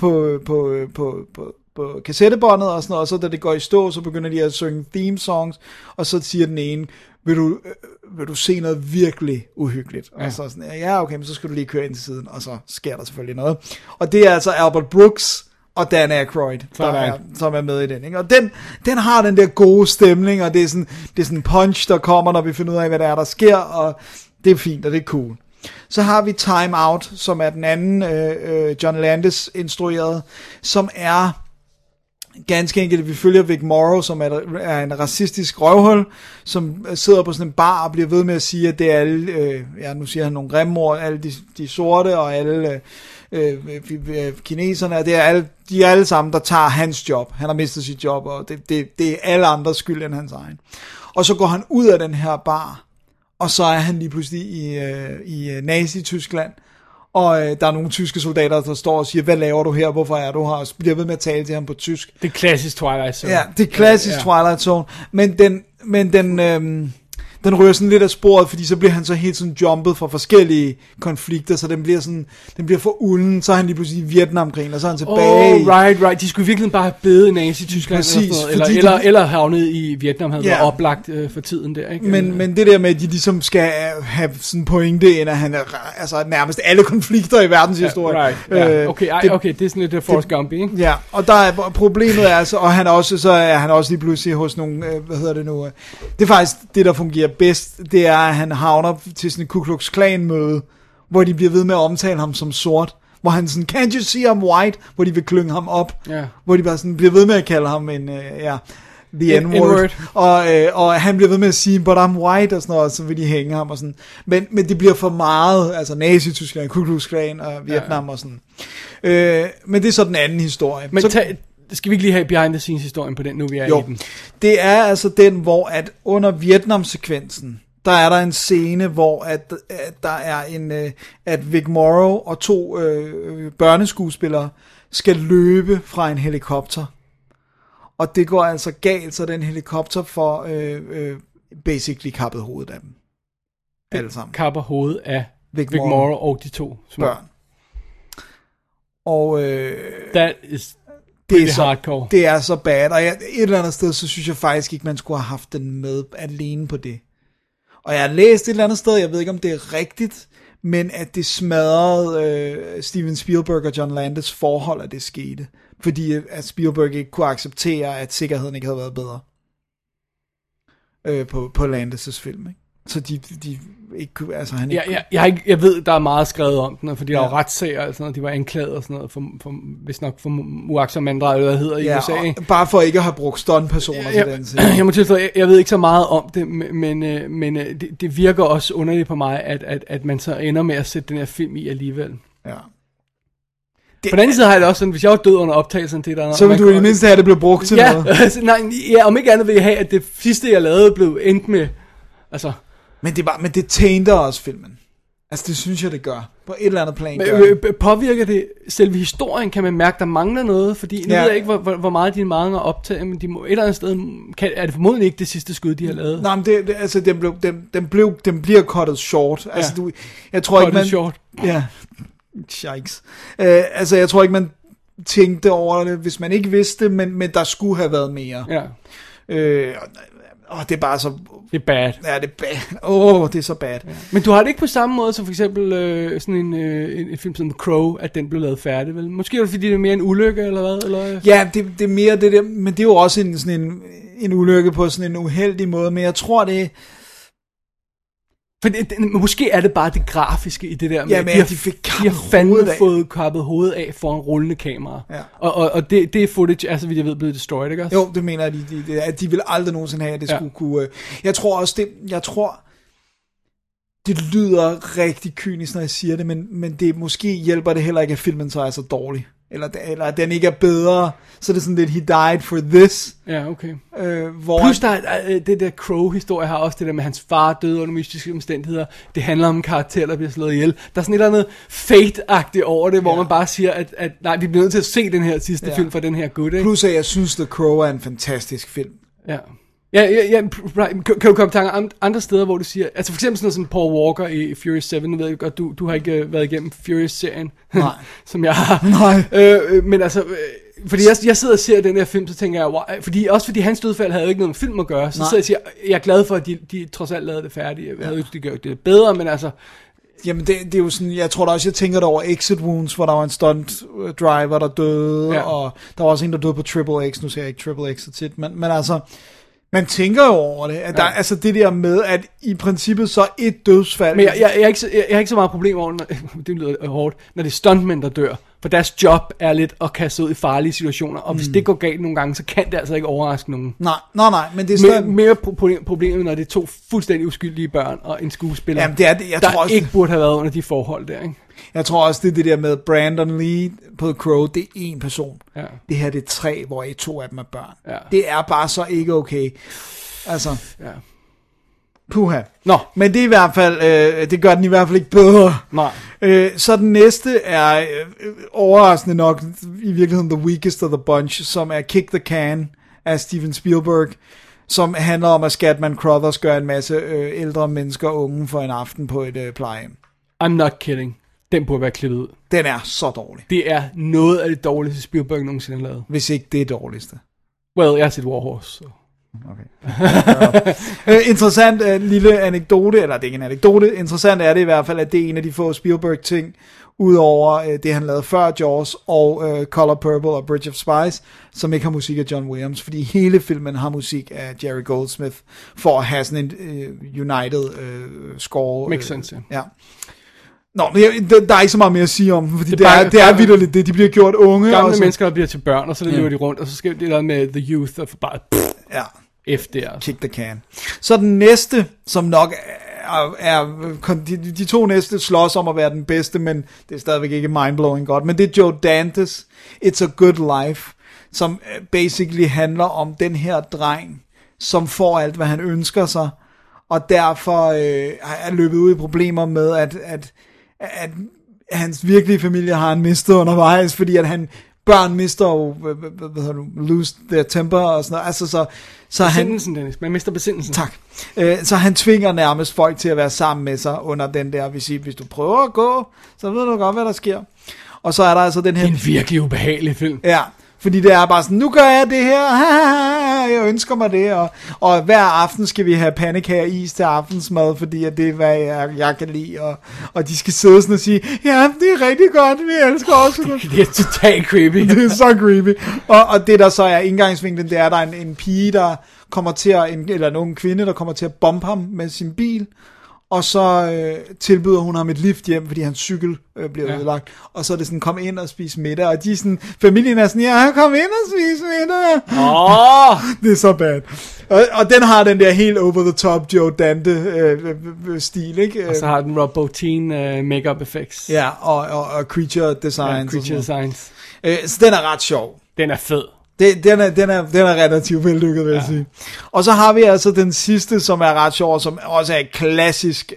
D: på kassettebåndet og sådan noget, og så da det går i stå, så begynder de at synge theme songs, og så siger den ene, vil du se noget virkelig uhyggeligt? Ja. Og så sådan, okay, men så skal du lige køre ind til siden, og så sker der selvfølgelig noget. Og det er altså Albert Brooks og Dan Aykroyd, som er med i den, ikke? Og den har den der gode stemning, og det er sådan en punch, der kommer, når vi finder ud af, hvad der sker, og det er fint, og det er cool. Så har vi Time Out, som er den anden John Landis instrueret, som er ganske enkelt, vi følger Vic Morrow, som er en racistisk røvhul, som sidder på sådan en bar og bliver ved med at sige, at det er alle, nu siger han nogle grimme ord, alle de sorte og alle kineserne, det er de er alle sammen, der tager hans job. Han har mistet sit job, og det er alle andres skyld end hans egen. Og så går han ud af den her bar, og så er han lige pludselig i Nazi-Tyskland, Og der er nogle tyske soldater, der står og siger, hvad laver du her, hvorfor er du her, og bliver ved med at tale til ham på tysk.
C: Det er klassisk Twilight Zone.
D: Ja, det er klassisk Twilight Zone, men den rører sådan lidt af sporet, fordi så bliver han så helt sådan jumpet fra forskellige konflikter, så den bliver for ulden, så er han lige pludselig i Vietnamkrigen, og så er han tilbage.
C: Right. De skulle virkelig bare bede Nazi-Tyskland eller havnet i Vietnam, havde været oplagt for tiden der, ikke?
D: Men det der med, at de ligesom skal have sådan pointe ind, at han er altså nærmest alle konflikter i verdenshistorien.
C: Okay, det er sådan lidt Forrest Gump, ikke?
D: Ja, og der er problemet altså, og han er han også lige pludselig hos nogle, det er faktisk det, der fungerer bedst, det er, at han havner til sådan en Ku Klux Klan møde, hvor de bliver ved med at omtale ham som sort, hvor han sådan, can't you see I'm white, hvor de vil klynge ham op, hvor de bare sådan bliver ved med at kalde ham en, the N-word, og han bliver ved med at sige, but I'm white, og sådan noget, og så vil de hænge ham, og sådan, men det bliver for meget, altså Nazi-Tyskland, Ku Klux Klan og Vietnam, og sådan, men det er så den anden historie.
C: Men skal vi ikke lige have behind the scenes historien på den, nu vi er i den?
D: Det er altså den, hvor at under Vietnam-sekvensen, der er der en scene, hvor at der er at Vic Morrow og 2 børneskuespillere skal løbe fra en helikopter. Og det går altså galt, så den helikopter får basically kappet hovedet af dem. Alle sammen.
C: Kapper hovedet af Vic Morrow og de 2 små
D: børn. Og
C: that is hardcore.
D: Det er så bad, og et eller andet sted, så synes jeg faktisk ikke, man skulle have haft den med alene på det. Og jeg har læst et eller andet sted, jeg ved ikke, om det er rigtigt, men at det smadrede Steven Spielberg og John Landis forhold, at det skete. Fordi at Spielberg ikke kunne acceptere, at sikkerheden ikke havde været bedre på Landis' film, ikke? Så de ikke kunne, altså han ikke
C: jeg ved, der er meget skrevet om den, fordi der er jo retssager og sådan noget, de var anklaget og sådan noget, hvis nok for uagtsom manddrag, eller hvad hedder i USA.
D: Bare for ikke at have brugt stuntpersoner til den scene.
C: Jeg må tilstå, jeg ved ikke så meget om det, men det virker også underligt på mig, at man så ender med at sætte den her film i alligevel.
D: Ja.
C: På den anden side har jeg det også sådan, hvis jeg var død under optagelsen til der,
D: så vil du i det mindste have, det blev brugt til noget.
C: Om ikke andet vil jeg have, at det sidste jeg lavede blev endt med, altså.
D: Men det tainter også filmen. Altså det synes jeg, det gør. På et eller andet plan
C: påvirker det selve historien? Kan man mærke, der mangler noget? Fordi nu ved jeg ikke, hvor meget de mangler at optage, men de må et eller andet sted, er det formodentlig ikke det sidste skud, de har lavet?
D: Nej, men altså, den bliver cuttet short. Altså, jeg tror ikke, man...
C: short.
D: Ja, shikes. Altså, jeg tror ikke, man tænkte over det, hvis man ikke vidste, men der skulle have været mere.
C: Ja.
D: Det er bare så...
C: Det er bad.
D: Ja, det er bad. Det er så bad. Ja.
C: Men du har det ikke på samme måde som for eksempel sådan en film som The Crow, at den blev lavet færdig, vel? Måske er det fordi, det er mere en ulykke, eller hvad? Eller?
D: Ja, det er mere det der, men det er jo også en ulykke på sådan en uheldig måde, men jeg tror det...
C: For måske er det bare det grafiske i det der med,
D: at de har
C: fandme fået kappet hovedet af for en rullende kamera. Ja. Og det er footage, altså vi ved, blevet destroyed, ikke også?
D: Jo, det mener jeg, at de vil aldrig nogensinde have, at det skulle kunne... Jeg tror også, det lyder rigtig kynisk, når jeg siger det, men det måske hjælper det heller ikke, at filmen så er så dårlig. Eller at den ikke er bedre, så det er sådan lidt, he died for this.
C: Ja, okay. Plus der er det der Crow-historie har også det der med hans far døde under mystiske omstændigheder. Det handler om en karakter, der bliver slået ihjel. Der er sådan et eller andet fate-agtigt over det, hvor man bare siger, at nej, vi bliver nødt til at se den her sidste film for den her good, ikke?
D: Plus at jeg synes, The Crow er en fantastisk film.
C: Ja. Ja, kan du komme til andre steder, hvor du siger, altså for eksempel sådan noget som Paul Walker i Furious 7, nu ved jeg godt, du har ikke været igennem Furious-serien, som jeg har.
D: Nej.
C: Men altså, fordi jeg sidder og ser den her film, så tænker jeg, wow, fordi hans dødfald havde jo ikke noget med film at gøre, så sidder jeg og siger, jeg er glad for, at de trods alt lavede det færdigt. Jeg havde jo ikke gjort det bedre, men altså...
D: Jamen det er jo sådan, jeg tror da også, jeg tænker det over Exit Wounds, hvor der var en stunt driver, der døde, og der var også en, der døde på Triple X, nu ser jeg ikke Triple X så tit, men altså... Man tænker jo over det, at der, altså det der med, at i princippet så et dødsfald...
C: Men jeg har ikke så meget problem over, det lyder hårdt, når det er stuntmænd, der dør. For deres job er lidt at kaste ud i farlige situationer, og hvis det går galt nogle gange, så kan det altså ikke overraske nogen.
D: Nej, men det er sådan...
C: Mere problemet, når det er 2 fuldstændig uskyldige børn og en skuespiller,
D: jamen, det er det. Jeg tror også,
C: ikke burde have været under de forhold der, ikke?
D: Jeg tror også, det der med Brandon Lee på The Crow, det er 1 person.
C: Ja.
D: Det her, det er 3, hvor 2 af dem er børn.
C: Ja.
D: Det er bare så ikke okay. Altså...
C: Ja.
D: Puha.
C: Nå.
D: Men det er i hvert fald, det gør den i hvert fald ikke bedre.
C: Nej.
D: Så den næste er overraskende nok i virkeligheden the weakest of the bunch, som er Kick the Can af Steven Spielberg, som handler om, at Scatman Crothers gør en masse ældre mennesker unge for en aften på et plejehjem.
C: I'm not kidding. Den burde være klippet ud.
D: Den er så dårlig.
C: Det er noget af det dårligste Spielberg nogensinde har lavet.
D: Hvis ikke det dårligste.
C: Well, jeg har set War Horse. Så.
D: Okay. Interessant lille anekdote, eller det er ikke en anekdote, interessant er det i hvert fald, at det er en af de få Spielberg-ting, udover det han lavede før Jaws og Color Purple og Bridge of Spies, som ikke har musik af John Williams, fordi hele filmen har musik af Jerry Goldsmith, for at have sådan en United score.
C: Makes sense,
D: ja. Nå, men der er ikke så meget mere at sige om, fordi det er vitterligt det, de bliver gjort unge.
C: Gamle mennesker, der bliver til børn, og så løber de rundt, og så skal det der med The Youth, og bare F der.
D: Kick the can. Så den næste, som nok er de to næste slås om at være den bedste, men det er stadigvæk ikke mindblowing godt, men det er Joe Dantes It's a Good Life, som basically handler om den her dreng, som får alt, hvad han ønsker sig, og derfor er løbet ud i problemer med, at hans virkelige familie har han mistet undervejs, fordi at børn mister jo, lose their temper og sådan noget. Altså, så
C: besindelsen, Dennis. Man mister besindelsen.
D: Tak. Så han tvinger nærmest folk til at være sammen med sig under den der, hvis du prøver at gå, så ved du godt, hvad der sker. Og så er der altså den her...
C: Det er en virkelig ubehagelig film.
D: Ja, fordi det er bare sådan, nu gør jeg det her, jeg ønsker mig det, og hver aften skal vi have pandekager og is til aftensmad, fordi at det er, hvad jeg kan lide, og de skal sidde sådan og sige, ja, det er rigtig godt, vi elsker også.
C: Det er totalt creepy.
D: Det er så creepy. Og det der så er indgangsvinklen, det er, der er en pige, der kommer til at, eller nogen kvinde, der kommer til at bombe ham med sin bil, og så tilbyder hun ham et lift hjem, fordi hans cykel bliver ødelagt. Og så er det sådan, kom ind og spise middag. Og de sådan, familien er sådan, ja, kom ind og spise middag. Det er så bad. Og den har den der helt over the top Joe Dante stil, ikke?
C: Og så har den Rob Bottin makeup effects.
D: Ja, og creature designs.
C: Ja, creature designs.
D: Så den er ret sjov.
C: Den er fed.
D: Den er relativt vellykket, vil jeg sige. Og så har vi altså den sidste, som er ret sjov, som også er et klassisk,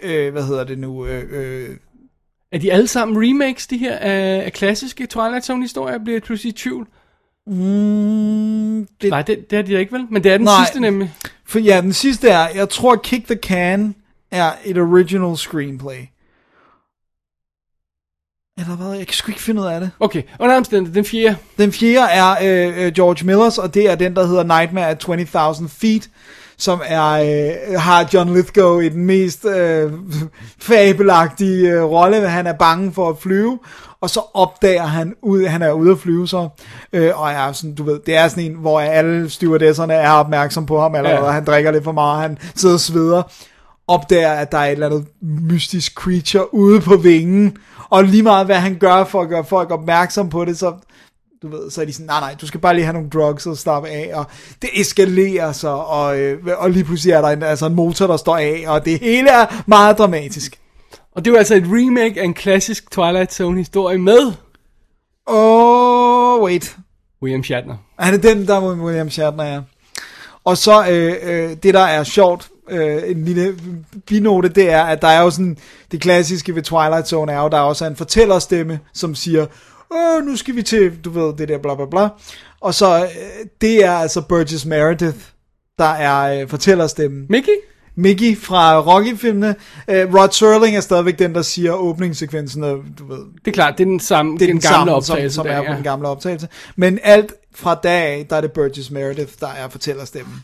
C: Er de alle sammen remakes, de her, af klassiske Twilight Zone-historier? Bliver det pludselig i tvivl? Nej, det er de ikke, vel? Men det er den sidste nemlig.
D: For ja, den sidste er, jeg tror Kick the Can er et original screenplay. Eller hvad? Jeg kan sgu ikke finde ud af det.
C: Okay, under omstændigheden, den fjerde.
D: Den fjerde er George Millers, og det er den, der hedder Nightmare at 20,000 Feet, som har John Lithgow i den mest fabelagtige rolle. Han er bange for at flyve, og så opdager han er ude at flyve så, og er sådan, du ved, det er sådan en, hvor alle stewardesserne er opmærksom på ham, eller han drikker lidt for meget, han sidder og sveder, opdager, at der er et eller andet mystisk creature ude på vingen, og lige meget hvad han gør for at gøre folk opmærksom på det, så du ved, så er de sådan, nej, du skal bare lige have nogle drugs og slappe af, og det eskalerer så, og lige pludselig er der en motor, der står af, og det hele er meget dramatisk.
C: Og det er jo altså et remake af en klassisk Twilight Zone-historie med...
D: Wait.
C: William Shatner.
D: Han er den, der er William Shatner, ja. Og så det, der er sjovt, en lille binote, det er, at der er jo sådan, det klassiske ved Twilight Zone er jo, der er også en fortællerstemme, som siger, nu skal vi til, du ved, det der bla bla bla. Og så, det er altså Burgess Meredith, der er fortællerstemmen. Mickey fra Rocky-filmene. Rod Serling er stadigvæk den, der siger åbningssekvensen, du ved.
C: Det er klart, det er den samme, det er den gamle optagelse.
D: Som er på den gamle optagelse. Men alt fra dag af, der er det Burgess Meredith, der er fortællerstemmen.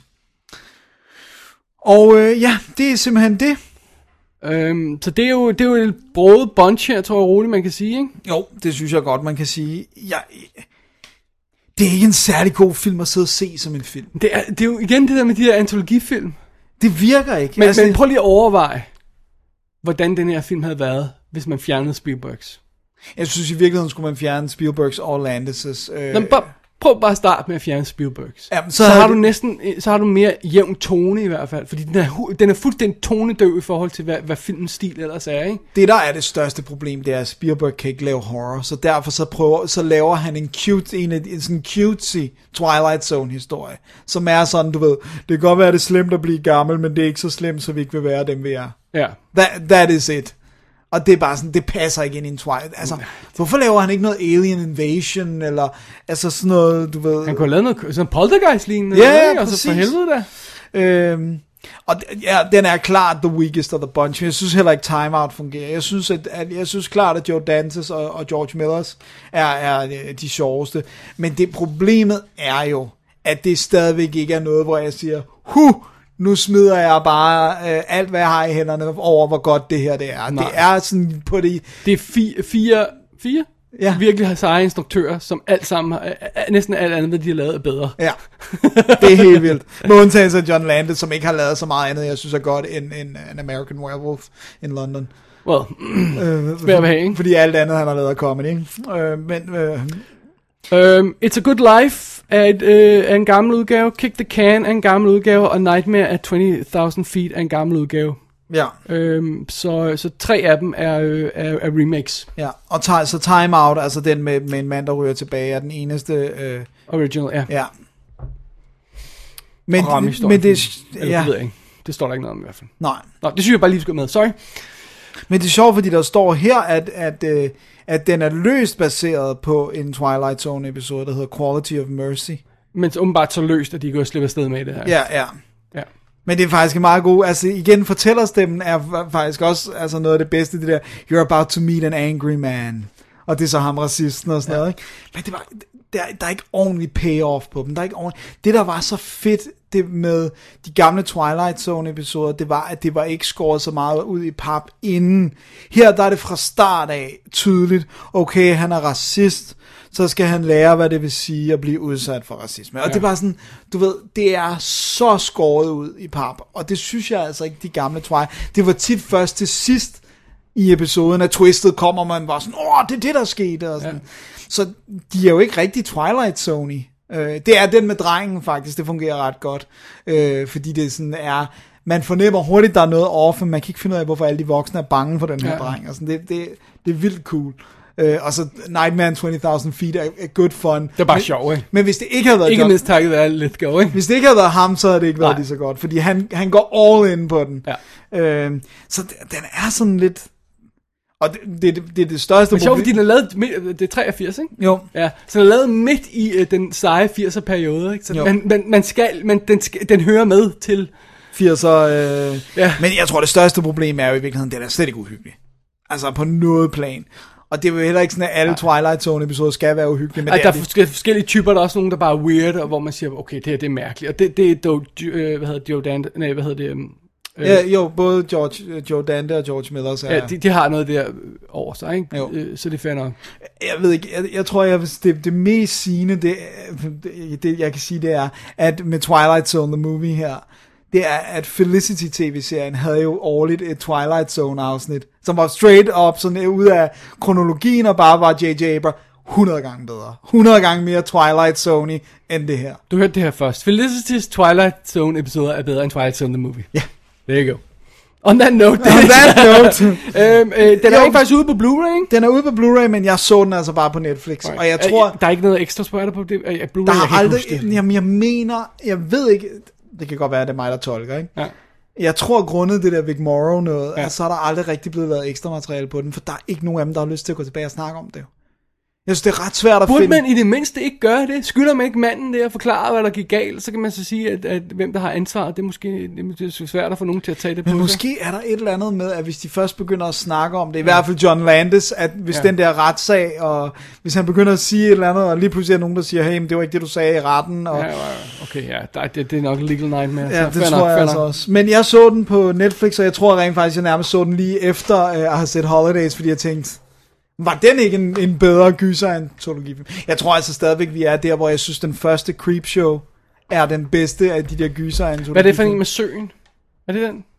D: Og ja, det er simpelthen det.
C: Så det er jo et broget bunch her, tror jeg roligt, man kan sige, ikke?
D: Jo, det synes jeg godt, man kan sige. Det er ikke en særlig god film at sidde og se som en film.
C: Det er jo igen det der med de her antologifilm.
D: Det virker ikke.
C: Men prøv lige at overveje, hvordan den her film havde været, hvis man fjernede Spielbergs.
D: Jeg synes i virkeligheden skulle man fjerne Spielbergs og Landis'.
C: prøv bare at starte med at fjerne Spielbergs.
D: Jamen,
C: så har du mere jævn tone i hvert fald, fordi den er fuldstændig tonedøv i forhold til, hvad filmens stil ellers er, ikke?
D: Det, der er det største problem, det er, at Spielberg kan ikke lave horror, så derfor så laver han en sådan cutesy Twilight Zone-historie, som er sådan, du ved, det kan godt være, det er slemt at blive gammel, men det er ikke så slemt, så vi ikke vil være dem, vi er.
C: Ja.
D: That is it. Og det er bare sådan, det passer ikke ind i en Twilight. Altså, hvorfor laver han ikke noget Alien Invasion, eller altså sådan noget, du ved...
C: Han kunne have lavet noget sådan Poltergeist-lignende,
D: ja,
C: og så for helvede da.
D: Og ja, den er klart the weakest of the bunch. Jeg synes heller ikke Time Out fungerer. Jeg synes klart, at Joe Dantes og George Millers er de sjoveste. Men det problemet er jo, at det stadigvæk ikke er noget, hvor jeg siger, nu smider jeg bare alt, hvad jeg har i hænderne over, hvor godt det her det er. Nej. Det er sådan på det...
C: Det er fire? Ja. Virkelig har seje instruktører, som alt sammen, næsten alt andet, hvad de har lavet, er bedre. Ja,
D: det er helt vildt. Med undtagelse af John Landis, som ikke har lavet så meget andet, jeg synes er godt, end An American Werewolf in London.
C: Well, spær behag, ikke?
D: Fordi alt andet, han har lavet comedy, ikke?
C: It's a Good Life er en gammel udgave, Kick the Can er en gammel udgave, og Nightmare at 20,000 Feet er en gammel udgave.
D: Ja.
C: Så 3 af dem er remakes.
D: Ja, og så Time Out, altså den med en mand, der ryger tilbage, er den eneste...
C: original, ja.
D: Ja.
C: Men det... Ja. Ved jeg ikke. Det står der ikke noget om i hvert fald.
D: Nej.
C: Nå, det synes jeg bare lige skal med. Sorry.
D: Men det er sjovt, fordi der står her, at den er løst baseret på en Twilight Zone episode, der hedder Quality of Mercy.
C: Men åbenbart så løst, at de kan slippe afsted med det her.
D: Ja. Men det er faktisk meget god. Altså igen, fortællerstemmen er faktisk også altså noget af det bedste, det der, you're about to meet an angry man. Og det er så ham racisten og sådan noget, ikke? Men der er ikke ordentlig payoff på dem. Der er ikke ordentlig... Det, der var så fedt det med de gamle Twilight Zone episoder, det var, at det var ikke skåret så meget ud i pap inden. Her der er det fra start af tydeligt, okay, han er racist, så skal han lære, hvad det vil sige at blive udsat for racisme. Og det er bare sådan, du ved, det er så skåret ud i pap. Og det synes jeg altså ikke, de gamle Twilight. Det var tit først til sidst i episoden, at twistet kommer, man var sådan, det er det, der skete. Og sådan. Ja. Så de er jo ikke rigtig Twilight Zone. Det er den med drengen faktisk, det fungerer ret godt. Fordi det sådan er, man fornemmer hurtigt, der er noget off, men man kan ikke finde ud af, hvorfor alle de voksne er bange for den her dreng. Og sådan, det er vildt cool. Og så Nightmare 20,000 Feet er good fun.
C: Det er bare sjovt, ikke?
D: Men hvis det ikke havde været
C: ikke mindst takket af Let Go, ikke?
D: Hvis det ikke havde været ham, så havde det ikke været lige så godt. Fordi han går all in på den. Ja. Så den er sådan lidt... Og det er det største
C: problem. Men sjovt, fordi den er lavet... Det er 83, ikke?
D: Jo.
C: Ja, så den er lavet midt i den seje 80'er periode, ikke? Så den hører med til...
D: 80'er... Ja. Men jeg tror, det største problem er jo i virkeligheden, den er slet ikke uhyggelig. Altså på noget plan. Og det er jo heller ikke sådan, at alle Twilight Zone episoder skal være uhyggelige. Men
C: der er forskellige typer, der er også nogle, der bare er weird, og hvor man siger, okay, det er mærkeligt. Og det er hvad hedder Joe Dante, nej, hvad hedder det...
D: Ja, jo, både Joe Dante og George Millers er...
C: Ja, de har noget der over sig, ikke? Jo. Så det er fair nok.
D: Jeg ved ikke, jeg tror, det mest sigende, det jeg kan sige, det er, at med Twilight Zone, the movie her, det er, at Felicity TV-serien havde jo årligt et Twilight Zone-afsnit, som var straight up, sådan ud af kronologien, og bare var J.J. Abrams 100 gange bedre. 100 gange mere Twilight Zone end det her.
C: Du hørte det her først. Felicity's Twilight Zone-episoder er bedre end Twilight Zone the Movie. Ja. There you go. On that note. Den er ikke faktisk ude på Blu-ray, ikke?
D: Den er ude på Blu-ray, men jeg så den altså bare på Netflix.
C: Right.
D: Og jeg tror...
C: Der er ikke noget ekstra spørgsmål på det? Blu-ray,
D: der har aldrig... Jamen, jeg mener... Jeg ved ikke... Det kan godt være, at det er mig, der tolker, ikke? Ja. Jeg tror, grundet det der Vic Morrow noget, at så er der aldrig rigtig blevet lavet ekstra materiale på den, for der er ikke nogen af dem, der har lyst til at gå tilbage og snakke om det. Jeg synes, det er ret svært at finde...
C: Burde man i det mindste ikke gøre det? Skylder man ikke manden der at forklare, hvad der gik galt? Så kan man så sige, at hvem der har ansvaret, det er måske det er svært at få nogen til at tage det på.
D: Men måske er der et eller andet med, at hvis de først begynder at snakke om det, i hvert fald John Landis, at hvis den der retssag, og hvis han begynder at sige et eller andet, og lige pludselig er nogen, der siger, hey, men det var ikke det, du sagde i retten. Og...
C: Okay, det er nok legal nightmare.
D: Ja, det tror jeg altså også. Men jeg så den på Netflix, og jeg tror rent faktisk, jeg nærmest så den lige efter at have set Holidays, fordi jeg tænkte... Var den ikke en bedre gyser-antologifilm? Jeg tror altså stadigvæk, vi er der, hvor jeg synes, den første Creepshow er den bedste af de der gyser-antologifilm.
C: Hvad er det for en med søen? Er det den?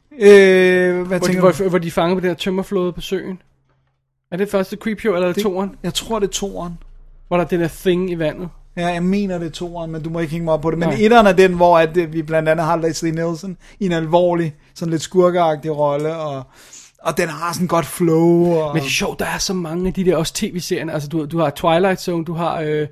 C: Hvor de fanger på den her tømmerflåde på søen? Er det første Creepshow, eller er det toeren?
D: Jeg tror, det er toeren.
C: Hvor der er den her thing i vandet.
D: Ja, jeg mener det er toeren, men du må ikke hænge mig op på det. Men etteren er den, hvor at, vi blandt andet har Leslie Nielsen i en alvorlig, sådan lidt skurkeagtig rolle, og den har sådan godt flow. Og...
C: Men det er sjovt, der er så mange af de der også tv-serierne. Altså, du har Twilight Zone, du har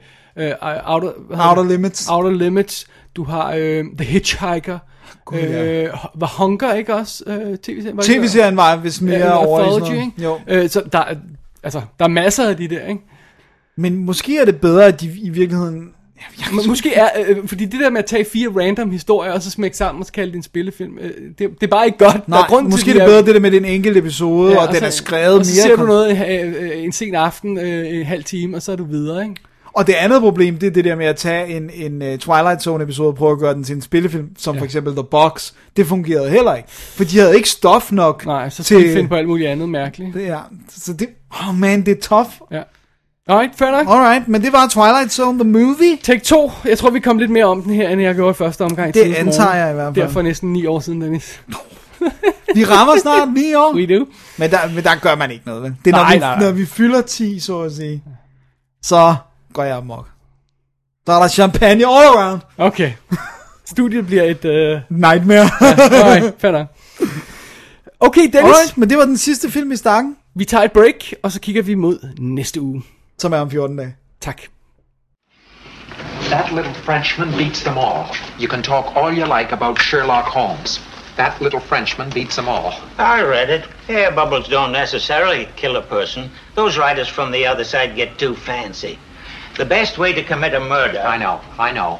C: Outer Limits, du har The Hitchhiker, var Hunger ikke også tv-serien?
D: TV-serien var vist mere over i sådan
C: noget. Så der er masser af de der, ikke?
D: Men måske er det bedre, at de i virkeligheden...
C: Måske er, fordi det der med at tage 4 random historier, og så smække sammen og så kalde det en spillefilm, det er bare ikke godt.
D: Nej, måske er det bedre det der med den enkelte episode, og den er skrevet mere...
C: Og så ser du noget en sen aften, en halv time, og så er du videre, ikke?
D: Og det andet problem, det er det der med at tage en Twilight Zone episode og prøve at gøre den til en spillefilm, som for eksempel The Box. Det fungerede heller ikke, for de havde ikke stof nok.
C: Nej, så skal de finde på alt muligt andet mærkeligt.
D: Så det... det er tough.
C: Ja. Alright, fair nok.
D: Alright, men det var Twilight Zone, the movie.
C: Take 2. Jeg tror, vi kom lidt mere om den her, end jeg gjorde i første omgang.
D: Det antager jeg i hvert fald.
C: Det er for næsten 9 år siden, Dennis.
D: Vi rammer snart 9 år.
C: We do.
D: Men der gør man ikke noget, vel? Det er, når vi fylder 10, så at sige. Så går jeg amok. Der er der champagne all around.
C: Okay. Studiet bliver et...
D: Nightmare.
C: Alright, fair nok. Okay, Dennis.
D: Alright, men det var den sidste film i stakken.
C: Vi tager et break, og så kigger vi mod næste uge.
D: Som er om 14 dage.
C: Tak.
I: That little Frenchman beats them all. You can talk all you like about Sherlock Holmes. That little Frenchman beats them all.
E: I read it. Air bubbles don't necessarily kill a person. Those writers from the other side get too fancy. The best way to commit a murder...
I: I know.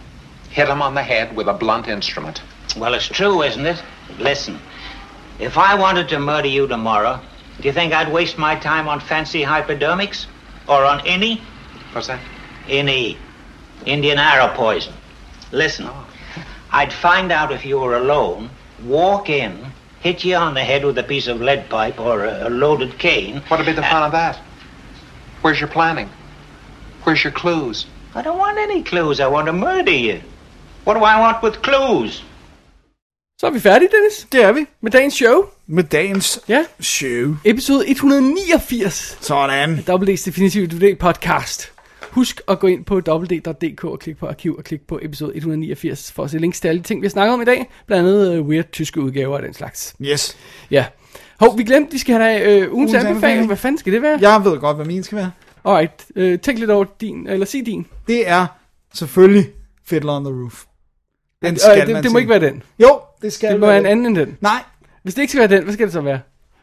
I: Hit him on the head with a blunt instrument.
E: Well, it's true, isn't it? Listen, if I wanted to murder you tomorrow, do you think I'd waste my time on fancy hypodermics? Or on INI?
I: What's that?
E: INI. Indian arrow poison. Listen, I'd find out if you were alone, walk in, hit you on the head with a piece of lead pipe or a loaded cane.
I: What'd be the fun of that? Where's your planning? Where's your clues?
E: I don't want any clues. I want to murder you. What do I want with clues?
C: Så er vi færdige, Dennis.
D: Det er vi.
C: Med dagens show.
D: Med dagens show.
C: Episode 189.
D: Sådan.
C: WD's Definitive DVD podcast. Husk at gå ind på www.dk og klikke på arkiv og klikke på episode 189 for at se links til alle de ting, vi har snakket om i dag. Blandt andet weird tyske udgaver og den slags.
D: Yes.
C: Ja. Hov, vi glemte, vi skal have ugens anbefaling. Hvad fanden skal det være?
D: Jeg ved godt, hvad min skal være.
C: Alright. Tænk lidt over din, eller sig din.
D: Det er selvfølgelig Fiddler on the Roof. Den skal
C: det må ikke være den.
D: Jo, det skal
C: det må være en anden end den.
D: Nej.
C: Hvis det ikke skal være den, hvad skal det så være?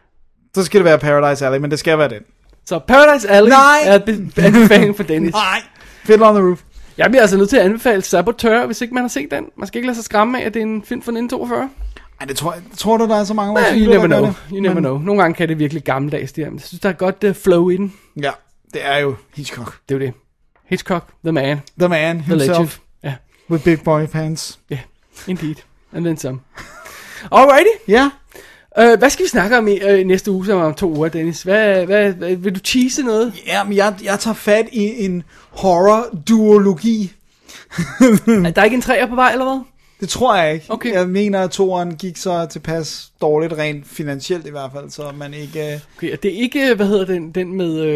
D: Så skal det være Paradise Alley, men det skal være den.
C: Så Paradise Alley er anbefaling for Dennis.
D: Nej. Fiddler on the Roof.
C: Jeg bliver altså nødt til at anbefale Saboteur, hvis ikke man har set den. Man skal ikke lade sig skræmme af, at det er en film fra 1942.
D: Ej, det tror du, der er så mange år?
C: You never know. Nogle gange kan det virkelig gammeldags det her. Men jeg synes, der er godt flow i den.
D: Ja, det er jo Hitchcock.
C: Det er jo det. Hitchcock, the man.
D: The man himself.
C: Ja.
D: With big boy pants.
C: Ja, indeed. And then some. Alrighty.
D: Ja.
C: Hvad skal vi snakke om i næste uge, som om 2 uger, Dennis? Vil du tease noget?
D: Ja, men jeg tager fat i en horror-duologi.
C: Er der ikke en 3'er på vej, eller hvad?
D: Det tror jeg ikke.
C: Okay.
D: Jeg mener, at 2'eren gik så tilpas dårligt, rent finansielt i hvert fald, så man ikke...
C: Okay, det er ikke, den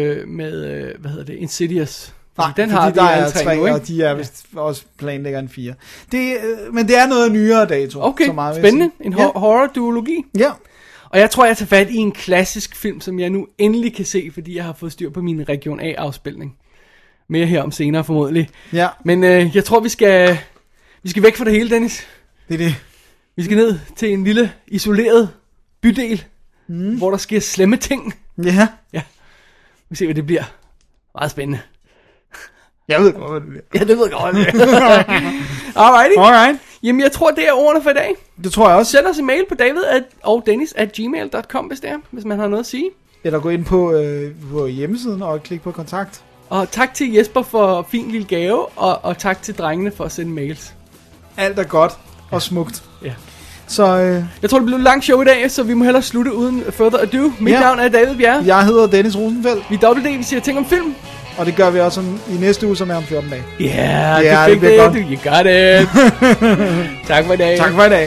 C: med Insidious?
D: Nej,
C: den har
D: der er 3, og de er vist også planlægger en 4. Men det er noget nyere dato.
C: Okay,
D: så meget,
C: spændende. En horror-duologi.
D: Ja.
C: Og jeg tror, jeg tager fat i en klassisk film, som jeg nu endelig kan se, fordi jeg har fået styr på min Region A-afspilning. Mere herom senere formodentlig.
D: Ja.
C: Men jeg tror, vi skal væk fra det hele, Dennis.
D: Det er det.
C: Vi skal ned til en lille isoleret bydel, hvor der sker slemme ting.
D: Ja.
C: Ja. Vi ser, hvad det bliver. Meget spændende.
D: Jeg ved godt, hvad det bliver.
C: Ja, det ved jeg godt, hvad det bliver. Alright. Jamen, jeg tror, det er ordene for i dag.
D: Det tror jeg også.
C: Send os en mail på david@dennis@gmail.com, hvis man har noget at sige.
D: Eller gå ind på hjemmesiden og klik på kontakt.
C: Og tak til Jesper for fin lille gave, og tak til drengene for at sende mails.
D: Alt er godt og smukt.
C: Ja.
D: Så
C: jeg tror, det blev et langt show i dag, så vi må hellere slutte uden further ado. Mit navn er David Bjerre.
D: Jeg hedder Dennis Rosenfeldt.
C: Vi er WD, vi siger ting om film.
D: Og det gør vi også i næste uge, som er om 14 dage.
C: Yeah, det bliver godt. You got it. Tak for i dag.
D: Tak for i dag.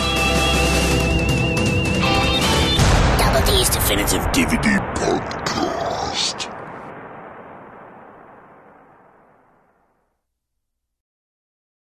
B: Double D's Definitive DVD Podcast.